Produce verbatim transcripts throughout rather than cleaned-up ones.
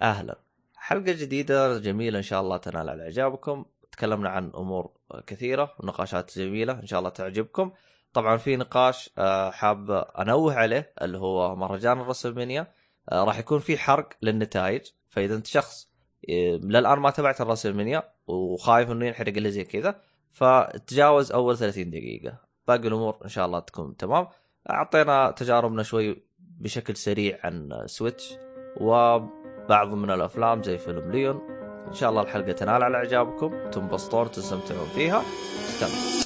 أهلا. حلقة جديدة جميلة إن شاء الله تنال على إعجابكم. تكلمنا عن أمور كثيرة ونقاشات جميلة إن شاء الله تعجبكم. طبعا في نقاش حاب أنوه عليه اللي هو مهرجان الرسلمانيا. راح يكون في حرق للنتائج، فإذا أنت شخص للآن ما تابعت الرسلمانيا وخايف إنه ينحرق اللي زي كذا فتجاوز أول ثلاثين دقيقة، باقي الأمور إن شاء الله تكون تمام. أعطينا تجاربنا شوي بشكل سريع عن سويتش وبعض من الأفلام زي فيلم ليون. إن شاء الله الحلقة تنال على إعجابكم، تنبسطون تستمتعون فيها. استمتعوا.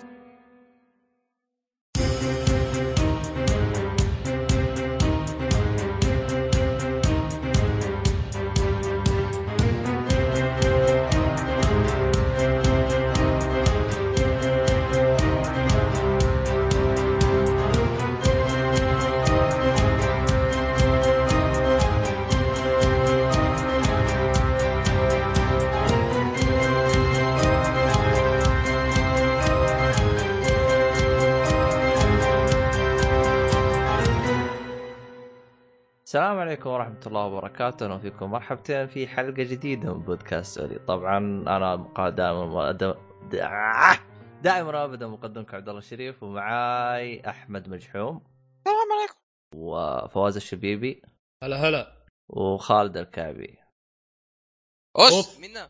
السلام عليكم ورحمة الله وبركاته، وفيكم مرحبتين في حلقة جديدة من بودكاست سوري. طبعا أنا دائما دائما أبدا مقدمك عبد الله الشريف، ومعاي أحمد مجحوم. السلام عليكم. وفواز الشبيبي. هلا هلا. وخالد الكعبي. أوف منا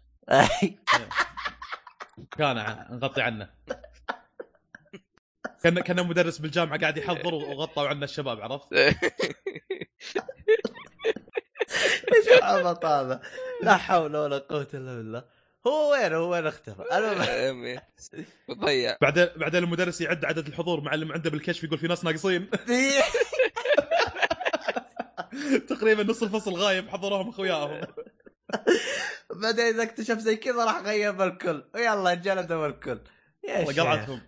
كان نغطي عنه. كان كان مدرس بالجامعة قاعد يحضر وغطوا عنا الشباب، عرفت؟ ايش العبط هذا؟ لا حول ولا قوة الا بالله. هو وين هو وين اختفى؟ المهم ضيع. بعدين بعدين المدرس يعد عدد الحضور، معلم عنده بالكشف يقول في ناس ناقصين. تقريبا نص الفصل غايب، حضروهم اخوياهم. بعدين اذا اكتشف زي كذا راح غيب الكل ويلا جلدوا الكل. والله قلعتهم.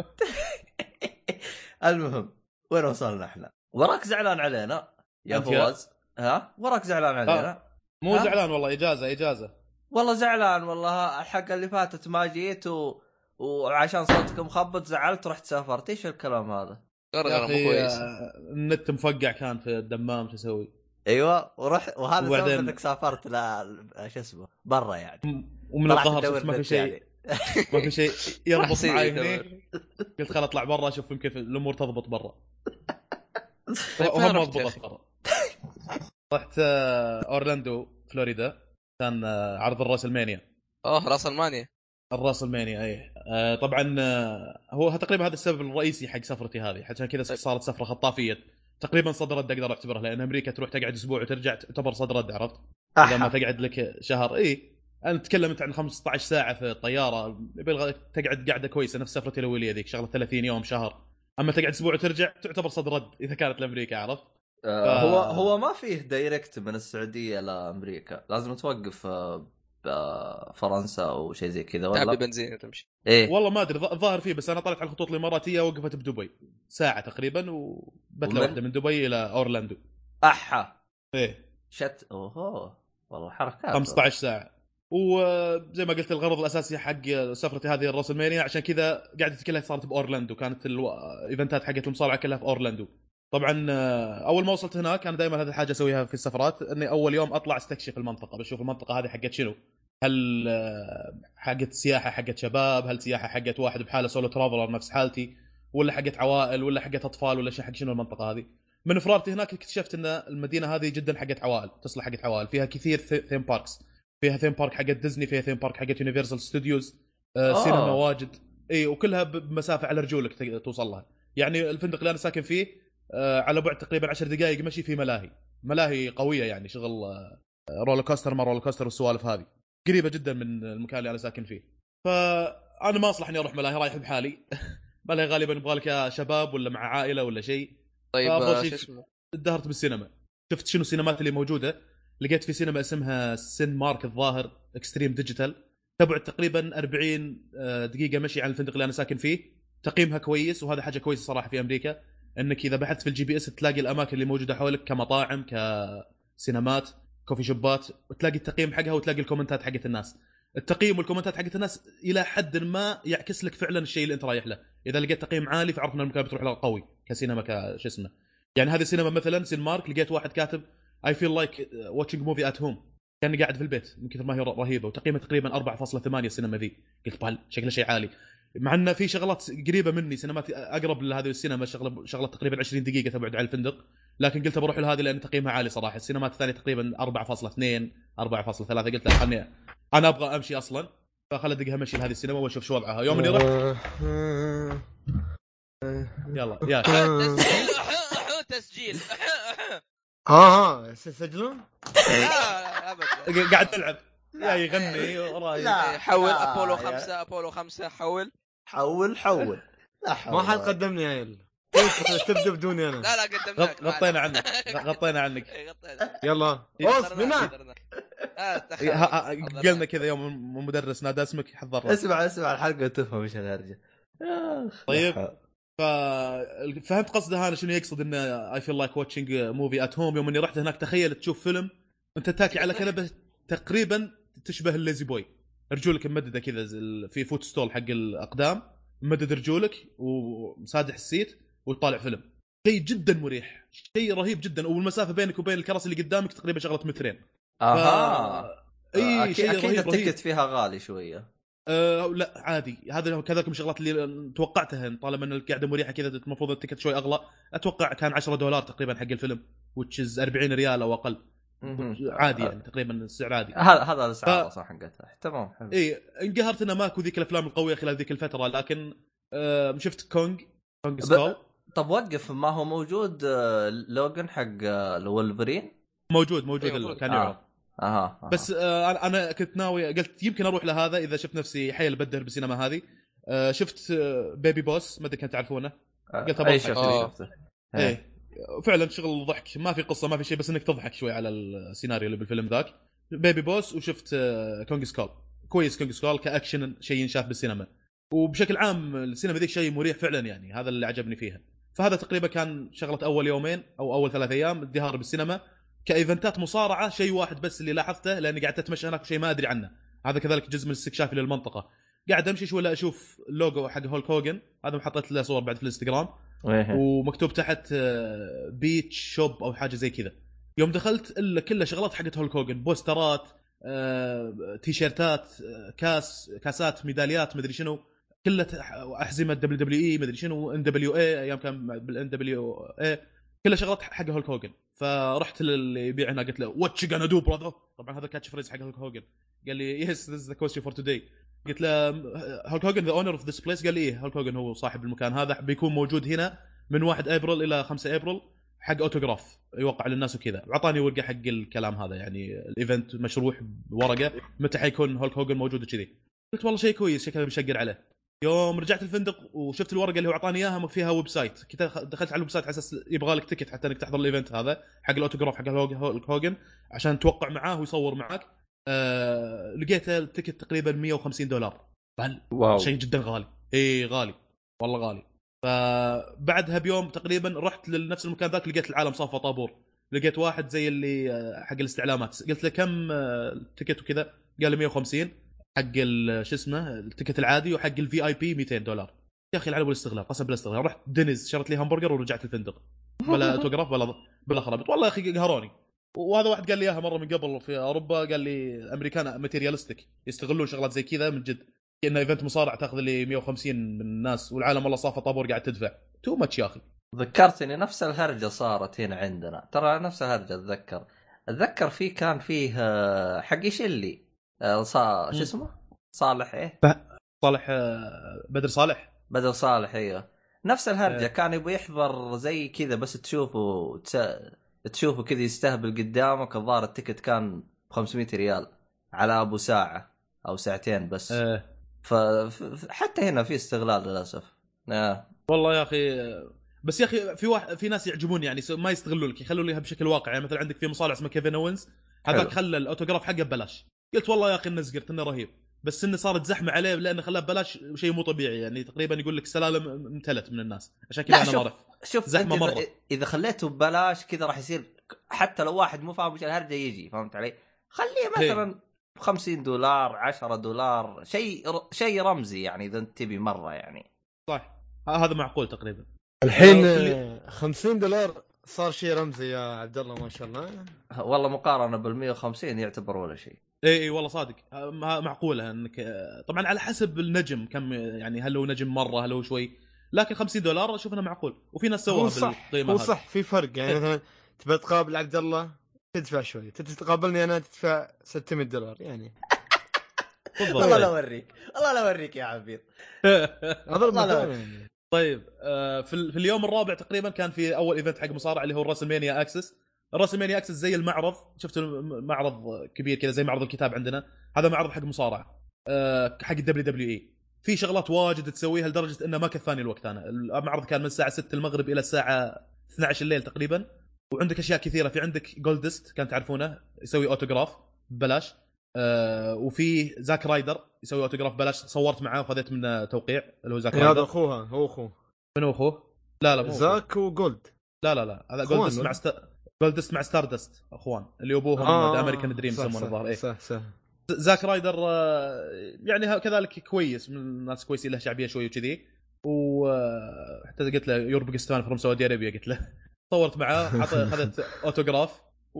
المهم وين وصلنا احنا؟ وراك زعلان علينا يا فواز؟ ها وراك زعلان علينا؟ آه. مو زعلان والله، اجازه اجازه والله زعلان والله. الحلقه اللي فاتت ما جيت و... وعشان صوتك مخبط زعلت ورحت سافرت. ايش الكلام هذا يا اخي؟ النت مفقع كان في الدمام، شو اسوي؟ ايوه وروح، وهذا وبعدين... سبب انك سافرت لا شو اسمه برا يعني. ومن الظهر ما في شيء يعني. ما في شيء يربط معي هنا. قلت خل اطلع برا اشوف يمكن كيف الامور تضبط برا. وهم ضبطت برا. رحت اورلاندو فلوريدا، كان عرض الراسلمانيا. اه راسلمانيا الراسلمانيا اي. طبعا هو تقريبا هذا السبب الرئيسي حق سفرتي هذه، عشان كذا صارت سفره خطافيه تقريبا صد رد اقدر اعتبرها، لان امريكا تروح تقعد اسبوع وترجع تعتبر صد رد، عرفت؟ اذا ما تقعد لك شهر. اي انا تكلمت عن خمسة عشر ساعه في الطياره، يبغى تقعد قاعده كويسه نفس سفرتي الاوليه ذيك، شغله ثلاثين يوم شهر. اما تقعد اسبوع وترجع تعتبر صد رد اذا كانت لامريكا، عرفت؟ ف... هو هو ما فيه دايركت من السعوديه لامريكا، لازم توقف بفرنسا او شيء زي كذا ولا تعبي بنزين تمشي. ايه والله ما ادري، الظاهر فيه. بس انا طلعت على الخطوط الاماراتيه وقفت بدبي ساعه تقريبا، وبتله واحده من دبي الى اورلاندو. احا ايه شت اوه والله حركات. خمسة عشر ساعه. وزي ما قلت الغرض الاساسي حق سفرتي هذه الراسلمانيا، عشان كذا قاعدتي كلها صارت باورلاندو. كانت الايفنتات حقت المصارعه كلها في اورلاندو. طبعا اول ما وصلت هناك انا دائما هذه الحاجه اسويها في السفرات، اني اول يوم اطلع استكشف المنطقه، بشوف المنطقه هذه حقت شنو. هل حقت سياحه حقت شباب، هل سياحه حقت واحد بحاله سولو ترافلر نفس حالتي، ولا حقت عوائل، ولا حقت اطفال، ولا شيء حق شنو المنطقه هذه. من فرارتي هناك اكتشفت ان المدينه هذه جدا حقت عوائل، تصلح حقت عوائل. فيها كثير ثيم باركس، فيها ثيم بارك حقت ديزني، فيها ثيم بارك حقت يونيفرسال ستوديوز، آه سينما واجد. اي وكلها بمسافه على رجولك توصل لها. يعني الفندق اللي انا ساكن فيه آه على بعد تقريبا عشر دقائق مشي في ملاهي ملاهي قويه، يعني شغل آه رولر كوستر ما رولر كوستر والسوالف هذه قريبه جدا من المكان اللي انا ساكن فيه. فانا ما اصلح اني اروح ملاهي، رايح بحالي. ملاهي غالبا يبغى لك يا شباب ولا مع عائله ولا شيء. طيب شو اسمه؟ ادهرت بالسينما، شفت شنو السينمات اللي موجوده. لقيت في سينما اسمها سين مارك الظاهر اكستريم ديجيتال، تبعد تقريبا أربعين دقيقه مشي عن الفندق اللي انا ساكن فيه. تقييمها كويس، وهذا حاجه كويسه صراحه في امريكا، انك اذا بحثت في الجي بي اس تلاقي الاماكن اللي موجوده حولك كمطاعم كسينمات كوفي شوبات، وتلاقي التقييم حقها وتلاقي الكومنتات حقت الناس. التقييم والكومنتات حقت الناس الى حد ما يعكس لك فعلا الشيء اللي انت رايح له. اذا لقيت تقييم عالي فعرفنا المكان بتروح له قوي كسينما كش اسمه. يعني هذه السينما مثلا سين مارك لقيت واحد كاتب I feel like watching movie at home. كان قاعد في البيت من كثر ما هي رهيبه، وتقييمها تقريبا أربعة فاصلة ثمانية السينما ذي. قلت بال شكله شيء عالي، مع انه في شغلات قريبه مني، سينمات اقرب لهذه السينما شغله شغله تقريبا عشرين دقيقه تبعد عن الفندق، لكن قلت بروح لهذه لان تقييمها عالي صراحه. السينمات الثانيه تقريبا أربعة فاصلة اثنين أربعة فاصلة ثلاثة. قلت لا خلني انا ابغى امشي اصلا، فخل ادقها مشي لهذه السينما واشوف شو وضعها. يوم اني رحت يلا يا تسجيل ها ها سجلون لا ابدا قاعد نلعب يا يغني وراي. لا. حول لا. ابولو يا- خمسة ابولو خمسة حول حول حول لا حول. ما حد قدمني يا عيل، كيف تبدا بدوني انا؟ لا لا قدمناك غط- غطينا عنك غطينا عنك إيه، غطينا. يلا إيه. اوس بما قدرنا. آه، إيه، ها- ها- تأخرنا. قلنا كذا يوم المدرس نادى اسمك حضر. اسمع اسمع الحلقه وتفهم ايش الهرجه. طيب. ف فهمت قصده هذا شنو يقصد انه اي فيل لايك واتشينج موفي ات هوم. يوم اني رحت هناك تخيل تشوف فيلم انت تاكي على كنبه تقريبا تشبه الليزي بوي، رجولك ممدده كذا ال- في فوت ستول حق الاقدام، ممدد رجولك ومسادح السيت وطالع فيلم. شيء جدا مريح، شيء رهيب جدا، والمسافه بينك وبين الكراسي اللي قدامك تقريبا شغله مترين. اها اي اكيد شيء اكيد رهيب رهيب. التكت فيها غالي شويه. أه لا عادي، هذا كذلك من الشغلات اللي توقعتها. طالما ان القعده مريحه كذا المفروض التكت شوي اغلى. اتوقع كان عشرة دولار تقريبا حق الفيلم وتشز أربعين ريال او اقل. مهم. عادي يعني تقريبا السعر عادي. هذا هذا الاسعار ف- صح حقتها. تمام حلو. اي انقهرت انه ماكو ذيك الافلام القويه خلال ذيك الفتره، لكن أه شفت كونغ كونغ سكول طب وقف، ما هو موجود آه، لوجن حق آه، الولفرين موجود موجود أيوة، كان يعرض. آه. أها. أها. بس آه أنا- انا كنت ناوي قلت يمكن اروح لهذا اذا شفت نفسي حيل بدر بالسينما هذه. آه شفت آه بيبي بوس، ما ادري كنت تعرفونه. قلت أبغى اي أضحك. شفته آه. شفته. ايه فعلا شغل ضحك، ما في قصه ما في شيء، بس انك تضحك شوي على السيناريو اللي بالفيلم ذاك. بيبي بوس. وشفت آه كونغ سكول كويس. كونغ سكول كاكشن شيء ينشاف بالسينما، وبشكل عام السينما ذيك شيء مريح فعلا يعني. هذا اللي عجبني فيها. فهذا تقريبا كان شغله اول يومين او اول ثلاث ايام الدهار بالسينما. كايفنتات مصارعه شيء واحد بس اللي لاحظته، لاني قاعد اتمشى هناك شيء ما ادري عنه. هذا كذلك جزء من استكشافي للمنطقه. قاعد امشي شوي لا اشوف اللوجو حق هولك هوجن، هذا حطيت له صور بعد في الانستغرام، إيه. ومكتوب تحت آه، بيتش شوب او حاجه زي كذا. يوم دخلت الا كلها شغلات حقت هولك هوجن، بوسترات آه، تيشيرتات آه، كاس كاسات ميداليات مدري شنو، كلها احزمه دبليو دبليو اي مدري شنو ان دبليو اي ايام كان بالان دبليو اي، كلها شغلات حق هولك هوجن. فرحت للي يبيع هنا قلت له واتش يو غانا دو براذر، طبعا هذا كاتش فريز حق هولك هوجن. قال لي يس ذيس ذا كويستشن فور توداي. قلت له هولك هوجن ذا اونر اوف ذيس بليس. قال لي ايه هولك هوجن هو صاحب المكان هذا، بيكون موجود هنا من واحد ابريل الى خمسة ابريل حق اوتوغراف يوقع للناس وكذا. وعطاني ورقه حق الكلام هذا، يعني الايفنت مشروح بورقه متى حيكون هولك هوجن موجود وكذي. قلت والله شيء كويس، شكله مشقر عليه. يوم رجعت الفندق وشفت الورقه اللي هو اعطاني اياها فيها ويب سايت، كنت دخلت على الويب سايت على اساس يبغى لك تيكت حتى انك تحضر الايفنت هذا حق الاوتوغراف حق هولك هوجن عشان توقع معاه ويصور معك. أه... لقيت التيكت تقريبا مية وخمسين دولار. واو. شيء جدا غالي. اي غالي والله غالي. فبعدها بيوم تقريبا رحت لنفس المكان ذاك، لقيت العالم صافه طابور. لقيت واحد زي اللي حق الاستعلامات، قلت له كم التيكت وكذا، قال لي مية وخمسين حق شو اسمه التيكت العادي، وحق الفي اي بي مئتين دولار. يا اخي العلب والاستغلال، قسم بالاستغلال. رحت دينيز شريت لي همبرجر ورجعت الفندق بلا اوتوغراف بلا بلا خرابيط. والله يا اخي قهروني. وهذا واحد قال لي اياها مره من قبل في اوروبا، قال لي الامريكان ماتيريالستيك يستغلون شغلات زي كذا من جد، كأنه ايفنت مصارع تاخذ لي مية وخمسين من الناس والعالم والله صافه طابور قاعد تدفع. تو ماتش يا اخي. ذكرتني نفس الهرجه صارت هنا عندنا، ترى نفس الهرجه. اتذكر اتذكر في كان فيه آه، حق شلي آه، صا شو اسمه صالح ايه صالح بدر صالح بدر صالح. ايوه نفس الهرجه. إيه. كان يبغى يحضر زي كذا بس تشوفه تس... تشوفه كذا يستهبل قدامك. الظاهر التيكت كان خمسمية ريال على ابو ساعه او ساعتين بس. أه. فحتى هنا في استغلال للاسف. آه. والله يا اخي. بس يا اخي في واحد في ناس يعجبون يعني ما يستغلوا لك، يخلوا لها بشكل واقعي. يعني مثلا عندك في مصارع اسمه كيفن اوينز، هذاك خلى الاوتوغراف حقه ببلاش. قلت والله يا اخي انه زقرت انه رهيب، بس انه صارت زحمه عليه لانه خلاه ببلاش، شيء مو طبيعي. يعني تقريبا يقول لك سلالم امتلت من الناس، عشان كذا انا ما رحت. شوف زحمه إذا, مره. اذا خليته ببلاش كذا راح يصير حتى لو واحد مو فاهم وش الهرجه يجي. فهمت علي؟ خليه مثلا خمسين دولار عشرة دولار، شيء شيء رمزي يعني اذا انت تبي مره يعني. صح هذا معقول تقريبا. الحين خمسين دولار صار شيء رمزي يا عبد الله ما شاء الله. والله مقارنه بال150 يعتبر ولا شيء. اي اي والله صادق معقوله انك طبعا على حسب النجم كم يعني، هل هو نجم مره هل هو شوي، لكن خمسين دولار اشوف انه معقول وفي ناس سووها بالقيمه. هو صح في فرق يعني مثلا تبي تقابل عبد الله تدفع شوي، تتقابلني انا تدفع ستمية دولار يعني. والله لا اوريك والله لا اوريك يا عبيد. والله لا يعني. طيب آه في, في اليوم الرابع تقريبا كان في اول ايفنت حق مصارع اللي هو الراسلمانيا اكسس. الراسلمانيا اكسس زي المعرض، شفت معرض كبير كذا زي معرض الكتاب عندنا، هذا معرض حق مصارعه آه حق الدبليو دبليو اي. في شغلات واجد تسويها لدرجه انه ما كفاني الوقت. انا المعرض كان من الساعه ستة المغرب الى الساعه اثني عشر الليل تقريبا، وعندك اشياء كثيره. في عندك جولدست كان تعرفونه يسوي اوتوغراف ببلاش، آه وفي زاك رايدر يسوي اوتوغراف ببلاش، صورت معاه وخذيت منه توقيع اللي هو زاك رايدر. هذا اخوها هو اخوه. من هو اخوه؟ لا لا مو زاك وجولد. لا لا لا هذا جولدست مع ست... جولدست مع ستاردست اخوان اللي ابوهم آه امريكان دريم يسمونه الظاهر. ايه صح صح. زاك رايدر يعني كذلك كويس من الناس كويسين له شعبيه شوي وكذي، وحتى قلت له يور بيجستان فروم سعودي ارابيا، قلت له صورت معاه اخذت اوتوغراف.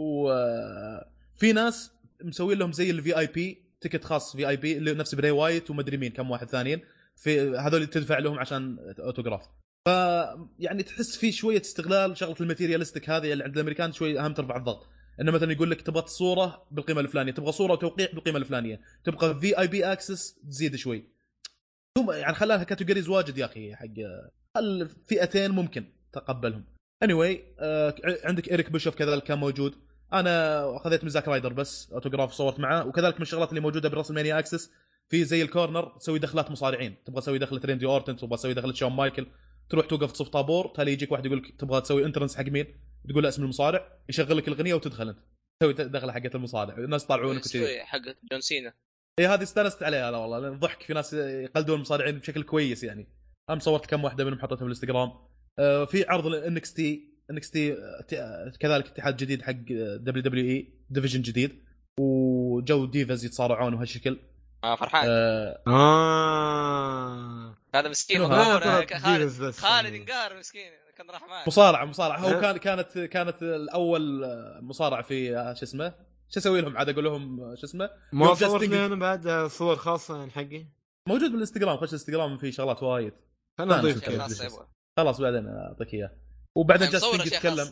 وفي ناس مسوين لهم زي الفي اي بي تيكت خاص في اي بي اللي نفس بري وايت ومدري مين كم واحد ثانيين، في هذول تدفع لهم عشان اوتوغراف. ف يعني تحس في شويه استغلال شغله الماتيريالستيك هذه اللي عند الامريكان شوي اهم ترفع الضغط. انه مثلا يقول لك تبغى الصوره بالقيمه الفلانيه، تبغى صوره وتوقيع بالقيمه الفلانيه، تبغى في اي بي اكسس تزيد شوي. ثم يعني خلاها كاتيجوريز واجد يا اخي حق الفئتين ممكن تقبلهم. anyway آه عندك إيريك بيشوف كذلك كان موجود. انا اخذت من زاك رايدر بس اوتوغراف صورت معه. وكذلك من الشغلات اللي موجوده بالراسلمانيا اكسس في زي الكورنر تسوي دخلات مصارعين، تبغى تسوي دخله ريندي اورتن، تبغى تسوي دخله شون مايكل، تروح توقف تصف طابور، تالي يجيك واحد يقول لك تبغى تسوي انترنس حق مين، تقول له اسم المصارع، يشغل لك الاغنيه وتدخل انت تسوي دخله حقت المصارع. الناس يطلعونك وكذي حقت جون سينا. اي هذه استانست عليها. لا والله لان ضحك، في ناس يقلدون المصارعين بشكل كويس يعني. انا صورت كم واحده منهم حطيتها بالانستغرام. آه في عرض الانكس تي انكس تي كذلك اتحاد جديد حق دبليو دبليو اي ديفيجن جديد، وجو ديفاز يتصارعون وهالشكل. اه فرحان. آه, آه. هذا مسكين خالد خالد انقهر مسكين كان رحمن. مصارع مصارع هو كان كانت كانت الاول مصارع في شو اسمه، شو اسوي لهم عاد اقول لهم شو اسمه. ما صورت لي انا بعد صور خاصه عن حقي موجود بالانستغرام، خش الانستغرام في شغلات وايد. انا اضيف خلاص بعدين اعطيك اياه. وبعدين جاستن يتكلم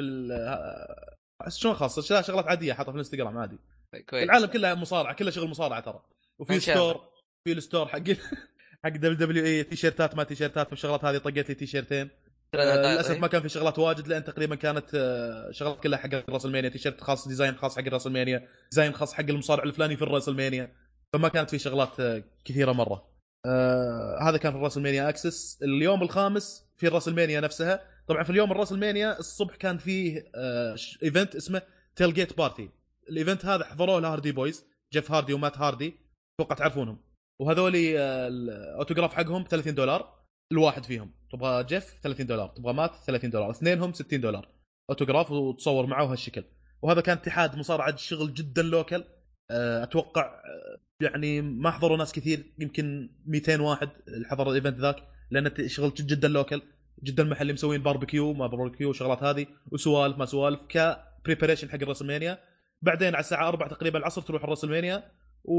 شلون خاصه شغلات عاديه حاطها في الانستغرام عادي. العالم كله مصارعه، كله شغل مصارعه ترى. وفي ستور في الستور حق حق دبليو دبليو اي تيشيرتات ما تيشيرتات والشغلات هذه. طقيت لي تيشيرتين للاسف ما كان في شغلات واجد لان تقريبا كانت شغلات كلها حق الراسلمانيا، تيشيرت خاص ديزاين خاص حق الراسلمانيا، ديزاين خاص حق المصارع الفلاني في الراسلمانيا، فما كانت في شغلات كثيره مره. آه هذا كان في الراسلمانيا اكسس. اليوم الخامس في الراسلمانيا نفسها. طبعا في اليوم الراسلمانيا الصبح كان فيه آه ايفنت اسمه تيل جيت بارتي. الايفنت هذا حضروه الهاردي بويز، جيف هاردي ومات هاردي، اتوقع تعرفونهم. وهذولي آه الاوتوغراف حقهم ثلاثين دولار الواحد فيهم. تبغى جيف ثلاثين دولار، تبغى مات ثلاثين دولار، اثنينهم ستين دولار اوتوغراف وتصور معه هالشكل. وهذا كان اتحاد مصارعه شغل جدا لوكال. اتوقع يعني ما حضروا ناس كثير، يمكن مئتين واحد اللي حضر الايفنت ذاك، لان شغل جدا لوكال جدا محلي، مسوين باربيكيو ما باربيكيو شغلات هذه وسوالف ما سوالف كبريباريشن حق الراسلمانيا. بعدين على الساعه أربعة تقريبا العصر تروح الراسلمانيا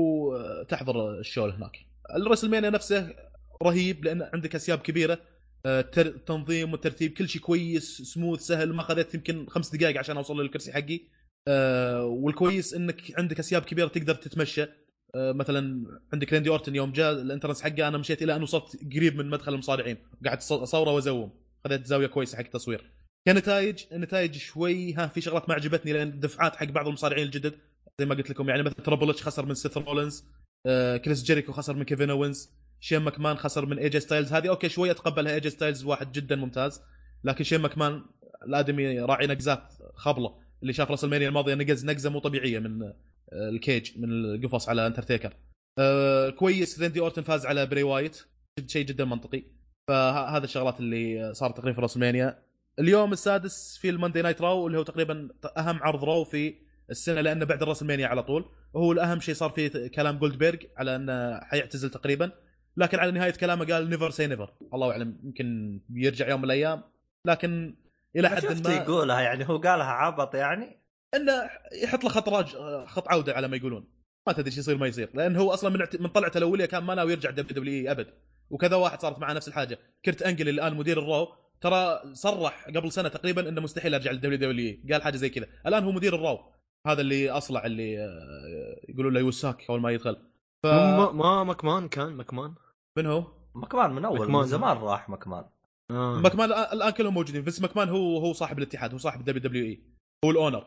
وتحضر الشو هناك. الراسلمانيا نفسه رهيب لان عندك اسياب كبيره، التنظيم والترتيب كل شيء كويس سموث سهل. ما خذت يمكن خمس دقائق عشان اوصل للكرسي حقي. أه والكويس انك عندك اسياب كبيره تقدر تتمشى. أه مثلا عندك ريندي اورتن يوم جاء الانترنس حقه انا مشيت الى ان وصلت قريب من مدخل المصارعين، قاعد اصوره وازوم، خذيت زاويه كويسه حق التصوير. كنتائج النتائج شوي ها في شغلات ما عجبتني لان دفعات حق بعض المصارعين الجدد زي ما قلت لكم. يعني مثلا ترابل اتش خسر من سيث رولينز، أه كريس جيريكو خسر من كيفن اوينز، شين ماكمان خسر من اي جي ستايلز. هذه اوكي شويه اتقبلها، اي جي ستايلز واحد جدا ممتاز، لكن شين ماكمان الادمي راعي نقزات خبله. اللي شاف راسلمانيا الماضيه نقز نقزه مو طبيعيه من الكيج من القفص على انترتيكر. أه كويس ريندي اورتن فاز على بري وايت، شيء جدا منطقي. فهذا الشغلات اللي صارت تقريبا في راسلمانيا. اليوم السادس في الماندي نايت راو اللي هو تقريبا اهم عرض راو في السنه لانه بعد الراسلمانيا على طول. وهو الاهم شيء صار فيه كلام جولدبرغ على انه حيعتزل تقريبا، لكن على نهايه كلامه قال نيفر سي نيفر، الله اعلم يمكن بيرجع يوم من الايام. لكن الى حد ما يقولها يعني هو قالها عبط يعني انه يحط له خط راج خط عوده على ما يقولون، ما تدري ايش يصير ما يصير، لان هو اصلا من من طلعته الاوليه كان ما ناوي يرجع دبليو دبليو اي ابد. وكذا واحد صارت معه نفس الحاجه. كرت انجل اللي الان مدير الرو ترى صرح قبل سنه تقريبا انه مستحيل ارجع للدبليو دبليو اي، قال حاجه زي كذا. الان هو مدير الرو، هذا اللي اصلع اللي يقولون له يوساك اول ما يدخل. ف ما ما مكمان كان مكمان من هو مكمان من اول مكمان. من زمان راح مكمان. آه. مكمان الان كلهم موجودين، بس مكمان هو هو صاحب الاتحاد، هو صاحب الدبليو دبليو اي، هو الاونر،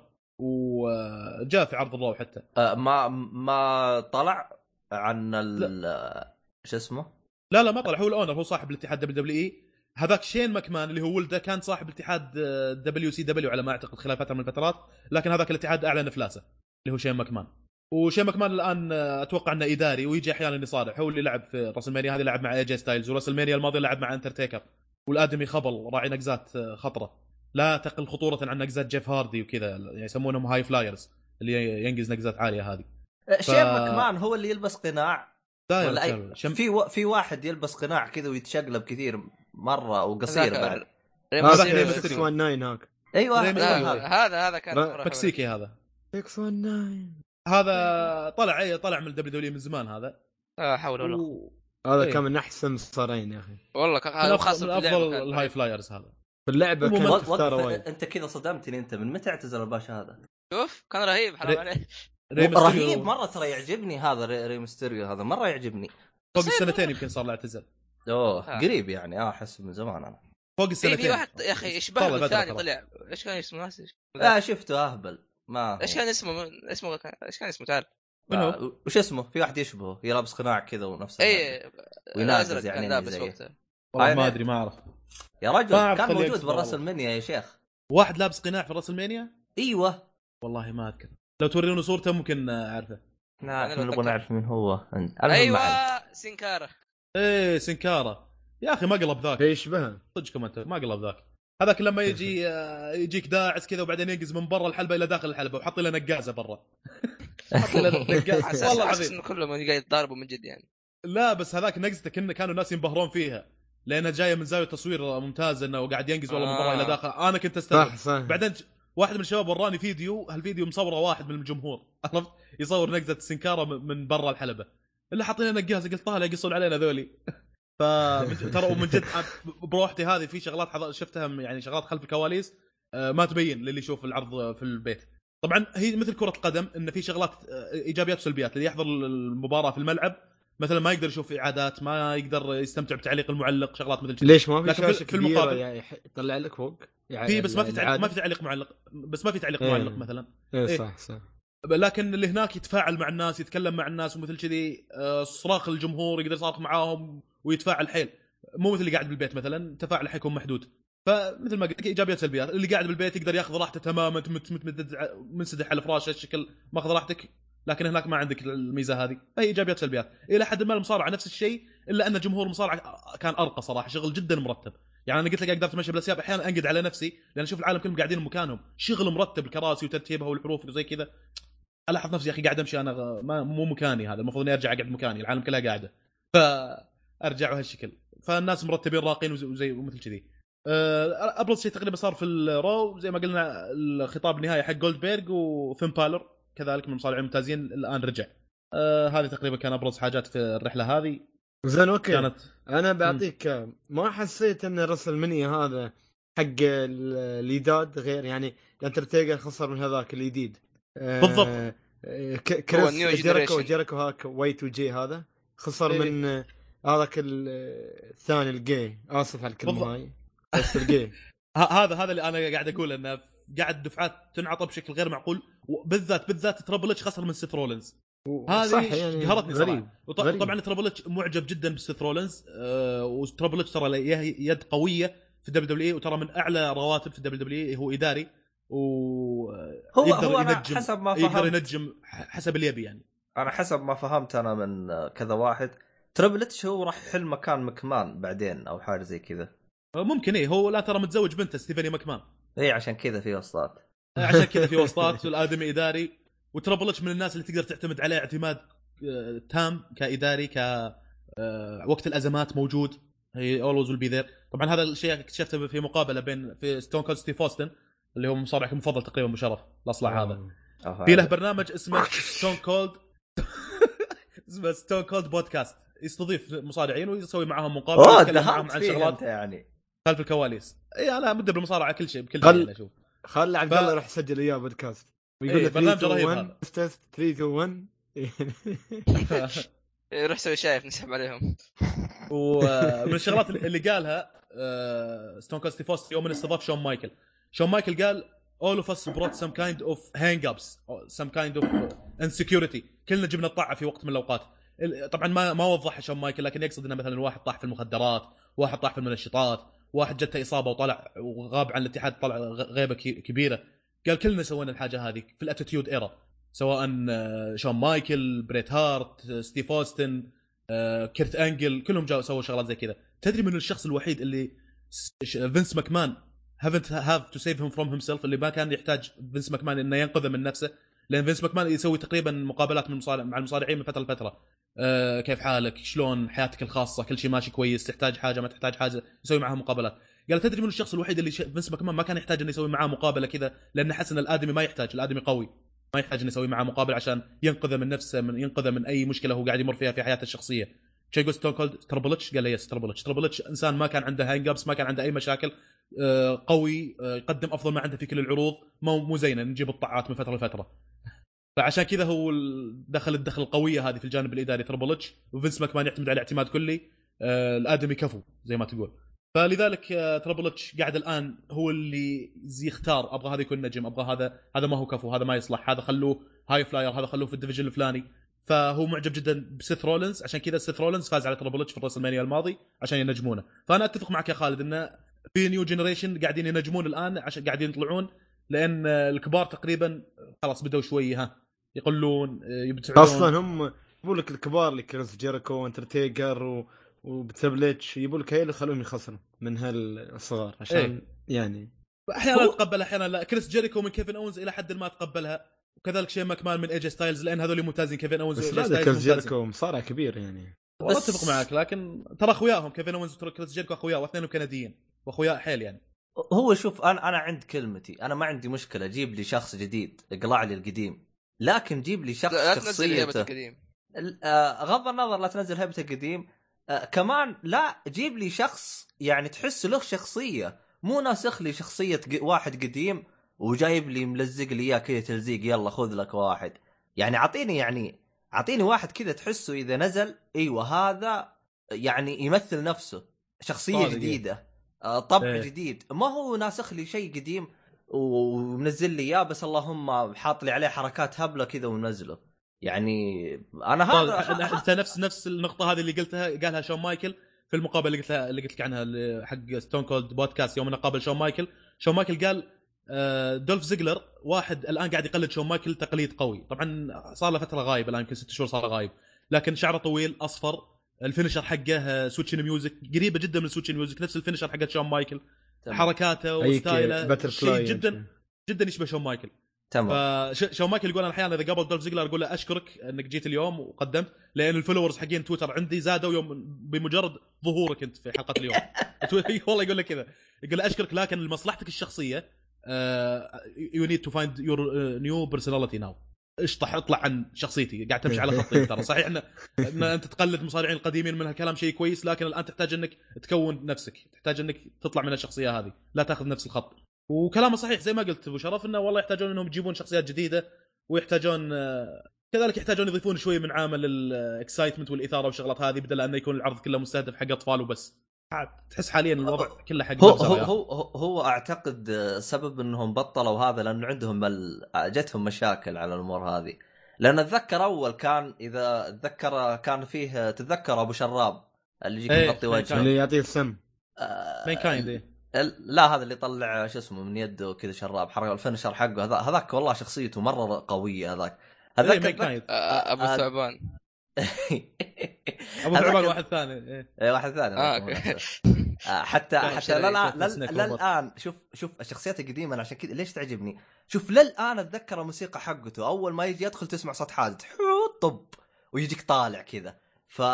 وجاء في عرض الرو حتى. أه ما ما طلع عن ال شو اسمه. لا لا ما طلع، هو الاونر، هو صاحب الاتحاد دبليو دبليو اي. هذاك شين مكمان اللي هو ولده كان صاحب الاتحاد دبليو سي دبليو على ما اعتقد خلال فتره من الفترات، لكن هذاك الاتحاد اعلن افلاسه اللي هو شين مكمان. وشين مكمان الان اتوقع انه اداري ويجي احيانا يصارح. هو اللي لعب في راس المانيا هذه، لعب مع اي جي ستايلز، وراس المانيا الماضي لعب مع انترتيكر، والادمي خبل راعي نقزات خطره لا تقل خطوره عن نقزات جيف هاردي وكذا، يعني يسمونهم هاي فلايرز اللي ينقز نقزات عاليه هذه. ف... شين مكمان هو اللي يلبس قناع ولا أي... شم... في و... في واحد يلبس قناع كذا ويتشقلب كثير مره وقصير بعد. هذا سيكس وان ناين هاك. ايوه هذا هذا كان مكسيكي هذا سيكس وان ناين. هذا طلع اي طلع من الدبليو دبليو من زمان هذا. اه حول ولا و... هذا كان من احسن مصارعين يا اخي والله هذا خاصه من افضل الهاي فلايرز هذا في اللعبه. كان مختار وايد. انت كذا صدمتني، انت من متى اعتزل الباشا هذا؟ شوف كان رهيب حرام عليه. رهيب مره ترى يعجبني هذا ري ميستيريو هذا مره يعجبني. فوق السنتين يمكن صار له اعتزال. اوه قريب يعني اه احس من زمان انا فوق السنتين. في واحد يا اخي يشبه الثاني طلع ايش كان اسمه ناسي. لا شفته اهبل ما ايش كان اسمه اسمه ايش كان اسمه تعال منو وش اسمه؟ في واحد يشبهه يلبس قناع كذا ونفسه اي وينازل يعني لابس وقته. والله ما ادري ما اعرف يا رجل كان موجود بالراس المنيا يا شيخ. واحد لابس قناع في راس المانيا. ايوه والله ما اذكر، لو تورينا صورته ممكن اعرفه. نحن نبغى نعرف من هو. ايوه سينكارا. ايه سينكارا يا اخي ما قلب ذاك يشبهه صدقكم انت ما قلب ذاك. هذاك لما يجي يجيك داعس كذا وبعدين ينقز من برا الحلبه الى داخل الحلبه وحط له نقازه برا. حط له نقازه والله العظيم كله من قاعد يتضاربوا من جد يعني. لا بس هذاك نقزته كنا كانوا الناس ينبهرون فيها لانها جايه من زاويه تصوير ممتازه انه قاعد ينقز والله من برا الى داخل. انا كنت استغرب. بعدين بعدين واحد من الشباب وراني فيديو، هالفيديو مصوره واحد من الجمهور عرفت يصور نقزه سينكارا من برا الحلبه اللي حاطين نقازه. قلت طالع يقصون علينا ذولي. ف ترى من جد بروحتي هذه في شغلات شفتها يعني شغلات خلف الكواليس ما تبين للي يشوف العرض في البيت. طبعا هي مثل كرة القدم ان في شغلات ايجابيات وسلبيات. اللي يحضر المباراة في الملعب مثلا ما يقدر يشوف اعادات، ما يقدر يستمتع بتعليق المعلق، شغلات مثل ليش ما في شاشة في المقابل يعني يطلع لك فوق يعني في بس ما في تعليق ما في تعليق معلق بس ما في تعليق إيه. معلق مثلا ايه, إيه صح صح. لكن اللي هناك يتفاعل مع الناس، يتكلم مع الناس ومثل كذي صراخ الجمهور يقدر يصارخ معاهم ويتفاعل حيل، مو مثل اللي قاعد بالبيت مثلا تفاعل حيكون محدود. فمثل ما قلت ايجابيات سلبيات. اللي قاعد بالبيت يقدر ياخذ راحته تماما منسدح على الفراش الشكل ماخذ راحتك، لكن هناك ما عندك الميزه هذه. فهي ايجابيات سلبيات. الى حد ما المصارعه نفس الشيء الا ان جمهور المصارعه كان ارقى صراحه، شغل جدا مرتب. يعني انا قلت لك اقدر اتمشى بالاسياب احيانا انقد على نفسي لان اشوف العالم كلهم قاعدين بمكانهم، شغل مرتب الكراسي وترتيبها والحروف وزي كذا. الاحظ نفسي يا اخي قاعد امشي انا ما مو مكاني، هذا المفروض اني ارجع اقعد مكاني، العالم كلها قاعده فارجع بهالشكل. فالناس مرتبين راقين وزي ومثل كذي. ابرز شيء تقريبا صار في الرو زي ما قلنا الخطاب النهائي حق جولدبيرغ وفين بالر كذلك من المصارعين الممتازين الان رجع. آه هذه تقريبا كان ابرز حاجات في الرحله هذه. زين اوكي كانت انا بعطيك م. ما حسيت ان رسل مني هذا حق الإيداد غير يعني الانترتيجر خسر من هذاك الجديد آه بالضبط. كريس جيريكو جيريكو هاك وايت وجي هذا خسر إيه. من هذاك الثاني الجي اسف على الكلمه هاي بس الجي هذا هذا اللي انا قاعد اقول انه قاعد دفعات تنعطى بشكل غير معقول، وبالذات بالذات ترابل اتش خسر من ستيف رولينز. هذه يعني قهرتني صراحه. وطبعا ترابل اتش معجب جدا بستيف رولينز أه وترابل اتش ترى يد قويه في الدبليو دبليو اي وترى من اعلى رواتب في الدبليو دبليو اي، هو اداري و هو هو أنا حسب ما فهمت يقدر ينجم حسب اللي يبي. يعني انا حسب ما فهمت انا من كذا واحد ترابل اتش هو راح يحل مكان مكمان بعدين او حاجه زي كذا ممكن. ايه هو لا ترى متزوج بنته ستيفاني مكمان. ايه عشان كذا في وسطات عشان كذا في وسطات والادمي اداري. وترابل اتش من الناس اللي تقدر تعتمد عليه اعتماد تام كاداري ك وقت الازمات موجود هي اولويز ويل بي ذير. طبعا هذا الشيء اكتشفته في مقابله بين في ستون كولد ستيف اوستن اللي هو مصارعك المفضل تقريبا بشرف الاصلع هذا. في له برنامج اسمه ستون كولد اسمه ستون كولد بودكاست، يستضيف مصارعين ويسوي معهم مقابله ويتكلم معهم عن شغلات يعني خلف الكواليس. اي انا مدة بالمصارعه كل شيء بكل شيء. اشوف خلي عبد الله يروح يسجل اياه بودكاست ويقول برنامج رهيب هذا ثلاثة واحد يروح يسوي شايف نسحب عليهم. ومن الشغلات اللي قالها ستون كولد ستيف اوستن يوم من استضاف شون مايكل، شون مايكل قال all of us brought some kind of hang-ups some kind of insecurity، كلنا جبنا الطاعة في وقت من الأوقات. طبعا ما ما وضح شون مايكل، لكن يقصد انه مثلا واحد طاح في المخدرات، واحد طاح في المنشطات، واحد جته إصابة وطلع وغاب عن الاتحاد، طلع غيبة كبيرة. قال كلنا سوينا الحاجة هذه في الاتيتيود إيرا، سواء شون مايكل، بريت هارت، ستيف أوستن، كيرت أنجل، كلهم جاوا سووا شغلات زي كذا. تدري من الشخص الوحيد اللي فينس ماكمان haven't have to save him from himself، اللي ما كان يحتاج فينس ماكمان انه ينقذه من نفسه، لان فينس ماكمان يسوي تقريبا مقابلات من المصارع مع المصارعين من فتره لفتره. أه كيف حالك، شلون حياتك الخاصه، كل شيء ماشي كويس، تحتاج حاجه ما تحتاج حاجه، يسوي معها مقابلات. قال تدري من الشخص الوحيد اللي فينس ماكمان ما كان يحتاج انه يسوي معاه مقابله كذا، لانه حس ان الادمي ما يحتاج، الادمي قوي ما يحتاج انه يسوي معاه مقابله عشان ينقذه من نفسه، من ينقذه من اي مشكله هو قاعد يمر فيها في حياته الشخصيه. شيء يقول ستون كولد تربلتش، قال لي يس تربلتش تربلتش انسان ما كان عنده هانج ابس، ما كان عنده اي مشاكل، قوي، يقدم افضل ما عنده في كل العروض، مو مو زينا نجيب الطاعات من فتره لفتره. فعشان كذا هو دخل الدخل القويه هذه في الجانب الاداري تربلتش، وفينس ماكمان يعتمد على اعتماد كلي، الادمي كفو زي ما تقول. فلذلك تربلتش قاعد الان هو اللي يختار، ابغى هذا يكون نجم، ابغى هذا هذا ما هو كفو، هذا ما يصلح، هذا خلوه هاي فلاير، هذا خلوه في الديفيجن الفلاني. فهو معجب جدا بسيث رولينز، عشان كذا سيث رولينز فاز على تربلتش في الرسلمانيا الماضي عشان ينجمونه. فانا اتفق معك يا خالد انه في نيو جينيريشن قاعدين ينجمون الان، عشان قاعدين يطلعون، لان الكبار تقريبا خلاص بدوا شوي ها يقلون يبتعدون. اصلا هم يقول لك الكبار اللي كريس جيريكو وانترتيجر و... وبتبلتش يقول لك هي اللي خلوهم يخسروا من هالصغار عشان ايه؟ يعني احيانا اتقبلها احيانا لا. كريس جيريكو من كيفن اونز الى حد ما اتقبلها، وكذلك شيء ماكمان من ايجي ستايلز، لان هذول ممتازين. كيفن اونز وايجي ستايلز كريس جيريكو مصارع كبير يعني. والله اتفق معك، لكن ترى اخوياهم كيفن اونز وكريس جيريكو اخويا، واثنينهم كنديين واخويا حيل يعني. هو شوف انا انا عند كلمتي، انا ما عندي مشكله جيب لي شخص جديد اقلع لي القديم، لكن جيب لي شخص لا شخصيته غض النظر لا تنزل هيبته القديم، آه كمان لا جيب لي شخص يعني تحس له شخصيه، مو ناسخ لي شخصيه واحد قديم وجايب لي ملزق لي اياه كذا تلزيق يلا خذ لك واحد. يعني اعطيني يعني اعطيني واحد كذا تحسه اذا نزل ايوه هذا يعني يمثل نفسه، شخصيه جديده، آه طبع ايه. جديد، ما هو ناسخ لي شيء قديم ومنزل لي اياه بس اللهم حاط لي عليه حركات هبله كذا ونزله. يعني انا هذا انت نفس نفس النقطه هذه اللي قلتها قالها شون مايكل في المقابله اللي قلتها اللي قلت لك عنها حق ستون كولد بودكاست يوم نقابل شون مايكل. شون مايكل قال دولف زيجلر واحد الان قاعد يقلد شون مايكل تقليد قوي، طبعا صار له فتره غايب الان يمكن ست شهور صار غايب، لكن شعره طويل اصفر، الفينشر حقه سويتشن ميوزك قريبه جدا من سويتشن ميوزك، نفس الفينشر حق شون مايكل، تمام. حركاته وستايله شيء جدا جدا يشبه شون مايكل. تمام. فشون مايكل يقول انا احيانا اذا قبل دولف زيجلر اقول له اشكرك انك جيت اليوم وقدمت، لان الفولورز حقين تويتر عندي زادوا يوم بمجرد ظهورك انت في حلقه اليوم. والله يقول لك كذا، يقول له اشكرك لكن لمصلحتك الشخصيه يو نيد تو فايند يور نيو بيرسوناليتي ناو. اشطح اطلع عن شخصيتي، قاعد تمشي على خطين ترى. صحيح ان, إن انت تقلد المصارعين القديمين من هالكلام شيء كويس، لكن الان تحتاج انك تكون نفسك، تحتاج انك تطلع من الشخصيه هذه، لا تاخذ نفس الخط. وكلامه صحيح زي ما قلت ابو شرف، انه والله يحتاجون انهم يجيبون شخصيات جديده، ويحتاجون كذلك يحتاجون يضيفون شوي من عامل الاكسايتمنت والاثاره والشغلات هذه، بدل انه يكون العرض كله مستهدف حق اطفال وبس. تحس حاليا الوضع كله حق هو هو, هو هو اعتقد سبب انهم بطلوا هذا لانه عندهم مل... جتهم مشاكل على الامور هذه. لان اتذكر اول كان اذا اتذكر كان فيه تتذكر ابو شراب اللي يجيك يغطي وجهه اللي يعطيه السم آه مين كايند إيه؟ لا هذا اللي يطلع شو اسمه من يده كذا شراب حركه الفينشر حقه هذا هذاك والله شخصيته مره قويه. هذاك هذاك أذك... ابو ثعبان ابو ثعبان واحد ثاني ايه واحد ثاني آه حتى حتى لا للان شوف شوف الشخصيات القديمه عشان كذا ليش تعجبني. شوف للان اتذكر الموسيقى حقته اول ما يجي يدخل تسمع صوت حادث طب ويجيك طالع كذا، ف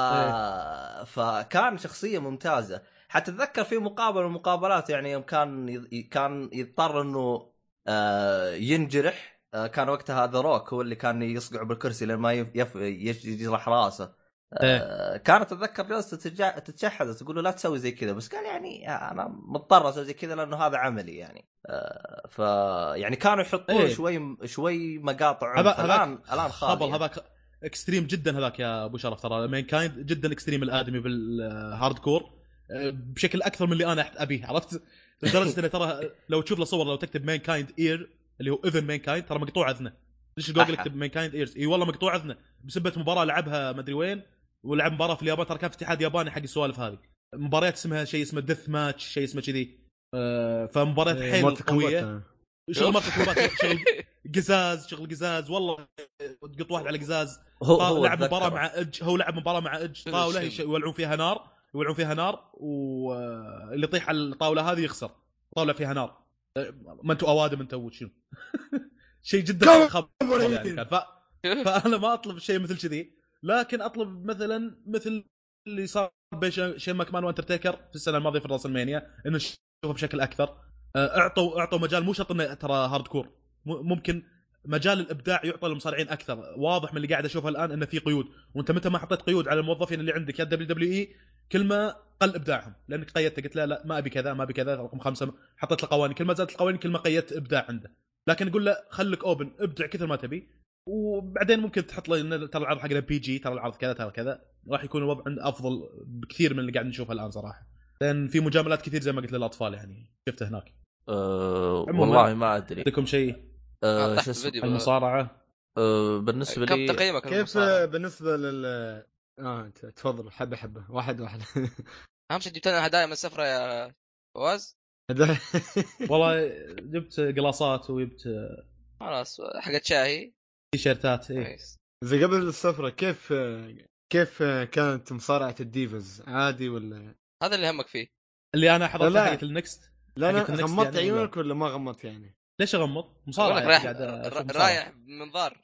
فكان شخصيه ممتازه. حتى اتذكر في مقابله من المقابلات يعني يوم كان ي... كان يضطر انه آه ينجرح. آه كان وقتها هذا روك هو اللي كان يصقع بالكرسي لما يف... يف... يجرح راسه. آه كانت اتذكر جلسه تتجا... تتشحذ تقول له لا تسوي زي كذا، بس قال يعني انا مضطر اسوي زي كذا لانه هذا عملي يعني. آه ف يعني كانوا يحطون إيه؟ شوي شوي مقاطع عنف. الان الان خالي هذاك اكستريم جدا هذاك يا ابو شرف، ترى مين كايند جدا اكستريم الادمي بالهارد كور بشكل اكثر من اللي انا ابيه، عرفت؟ لدرجه انه ترى لو تشوف له صور، لو تكتب مين كايند اير اللي هو ايفن مين كايند، ترى مقطوع اذنه. ليش جوجل يكتب مين كايند ايرز؟ اي والله مقطوع اذنه بسبه مباراه لعبها ما ادري وين، ولعب مباراه في اليابان. ترى كان في اتحاد ياباني حق السوالف هذه، مباريات اسمها شيء اسمه ديث ماتش، شيء اسمه كذي. آه فمباريات حيل قويه، شغل ما تكلمات، شغل قزاز، شغل قزاز والله. تقط واحد على قزاز. هو لعب مباراه مع اج هو لعب مباراه مع اج طاوله يولعون فيها نار، يولعون فيها نار، واللي يطيح على الطاوله هذه يخسر. طاوله فيها نار، ما انتوا اوادم انتوا شنو. شيء جدا خبر يعني كان. ف... فانا ما اطلب شيء مثل كذي، لكن اطلب مثلا مثل اللي صار بين شين ماكمان وانترتيكر في السنه الماضيه في راسلمانيا، انه نشوفه بشكل اكثر. اعطوا اعطوا مجال، مو شرط انه ترى هارد كور، ممكن مجال الابداع يعطى للمصارعين اكثر. واضح من اللي قاعد اشوفه الان انه في قيود، وانت متى ما حطيت قيود على الموظفين اللي عندك يا دبليو دبليو اي كل ما قل ابداعهم، لانك قيدت قلت لا لا ما ابي كذا ما ابي كذا. رقم خمسة حطيت له قوانين، كل ما زادت القوانين كل ما قيدت ابداع عنده. لكن اقول له خليك اوبن، ابدع كثر ما تبي، وبعدين ممكن تحط له ان ترى العرض حقنا بي جي، ترى العرض كذا ترى كذا، راح يكون الوضع عنده افضل بكثير من اللي قاعد نشوفه الان صراحه. لان في مجاملات كثير زي ما قلت للاطفال يعني شفته هناك. أه والله ما ادري عندكم شيء أه شو اسمه المصارعه؟ أه بالنسبه لي كم تقييمك كيف المصارعة؟ بالنسبه لل اه تفضل حبه حبه واحد واحد. اهم شيء جبت لنا هدايا من السفره يا فواز. والله جبت قلاصات وجبت خلاص حقت شاهي تيشيرتات. ايه زي قبل السفره. كيف كيف كانت مصارعه الديفز؟ عادي ولا هذا اللي همك فيه؟ اللي انا حضرت حقت النكست. لا انا غمضت يعني عيونك ولا ما غمضت يعني؟ ليش اغمض؟ مصارعه رايح رايح منظار.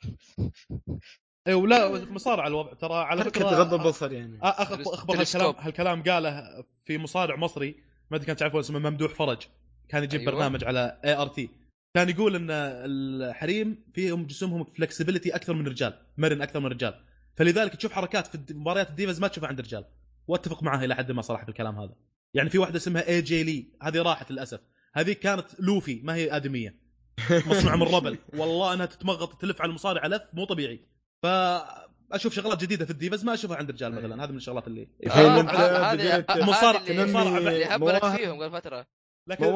اي ولا مصارعه الوضع ترى على فكره تغض البصر يعني. اخبر هالكلام هالكلام قاله في مصارع مصري ما ادري كان تعرفون اسمه ممدوح فرج، كان يجيب أيوة. برنامج على اي ار تي، كان يقول ان الحريم فيهم جسمهم فلكسبيليتي اكثر من الرجال، مرن اكثر من الرجال، فلذلك تشوف حركات في مباريات الديفز ما تشوفها عند الرجال. واتفق معاه الى حد ما صراحه بالكلام هذا. يعني في واحده اسمها اي جي لي، هذه راحت للاسف، هذه كانت لوفي ما هي ادميه، مصنوعه من ربل والله، انها تتمغط تلف على المصارع لف مو طبيعي. فاشوف شغلات جديده في الديفز ما اشوفها عند الرجال مثلا. هذه من الشغلات اللي هذه مصارع مصارع اللي هبلك فيهم قبل فتره. لكن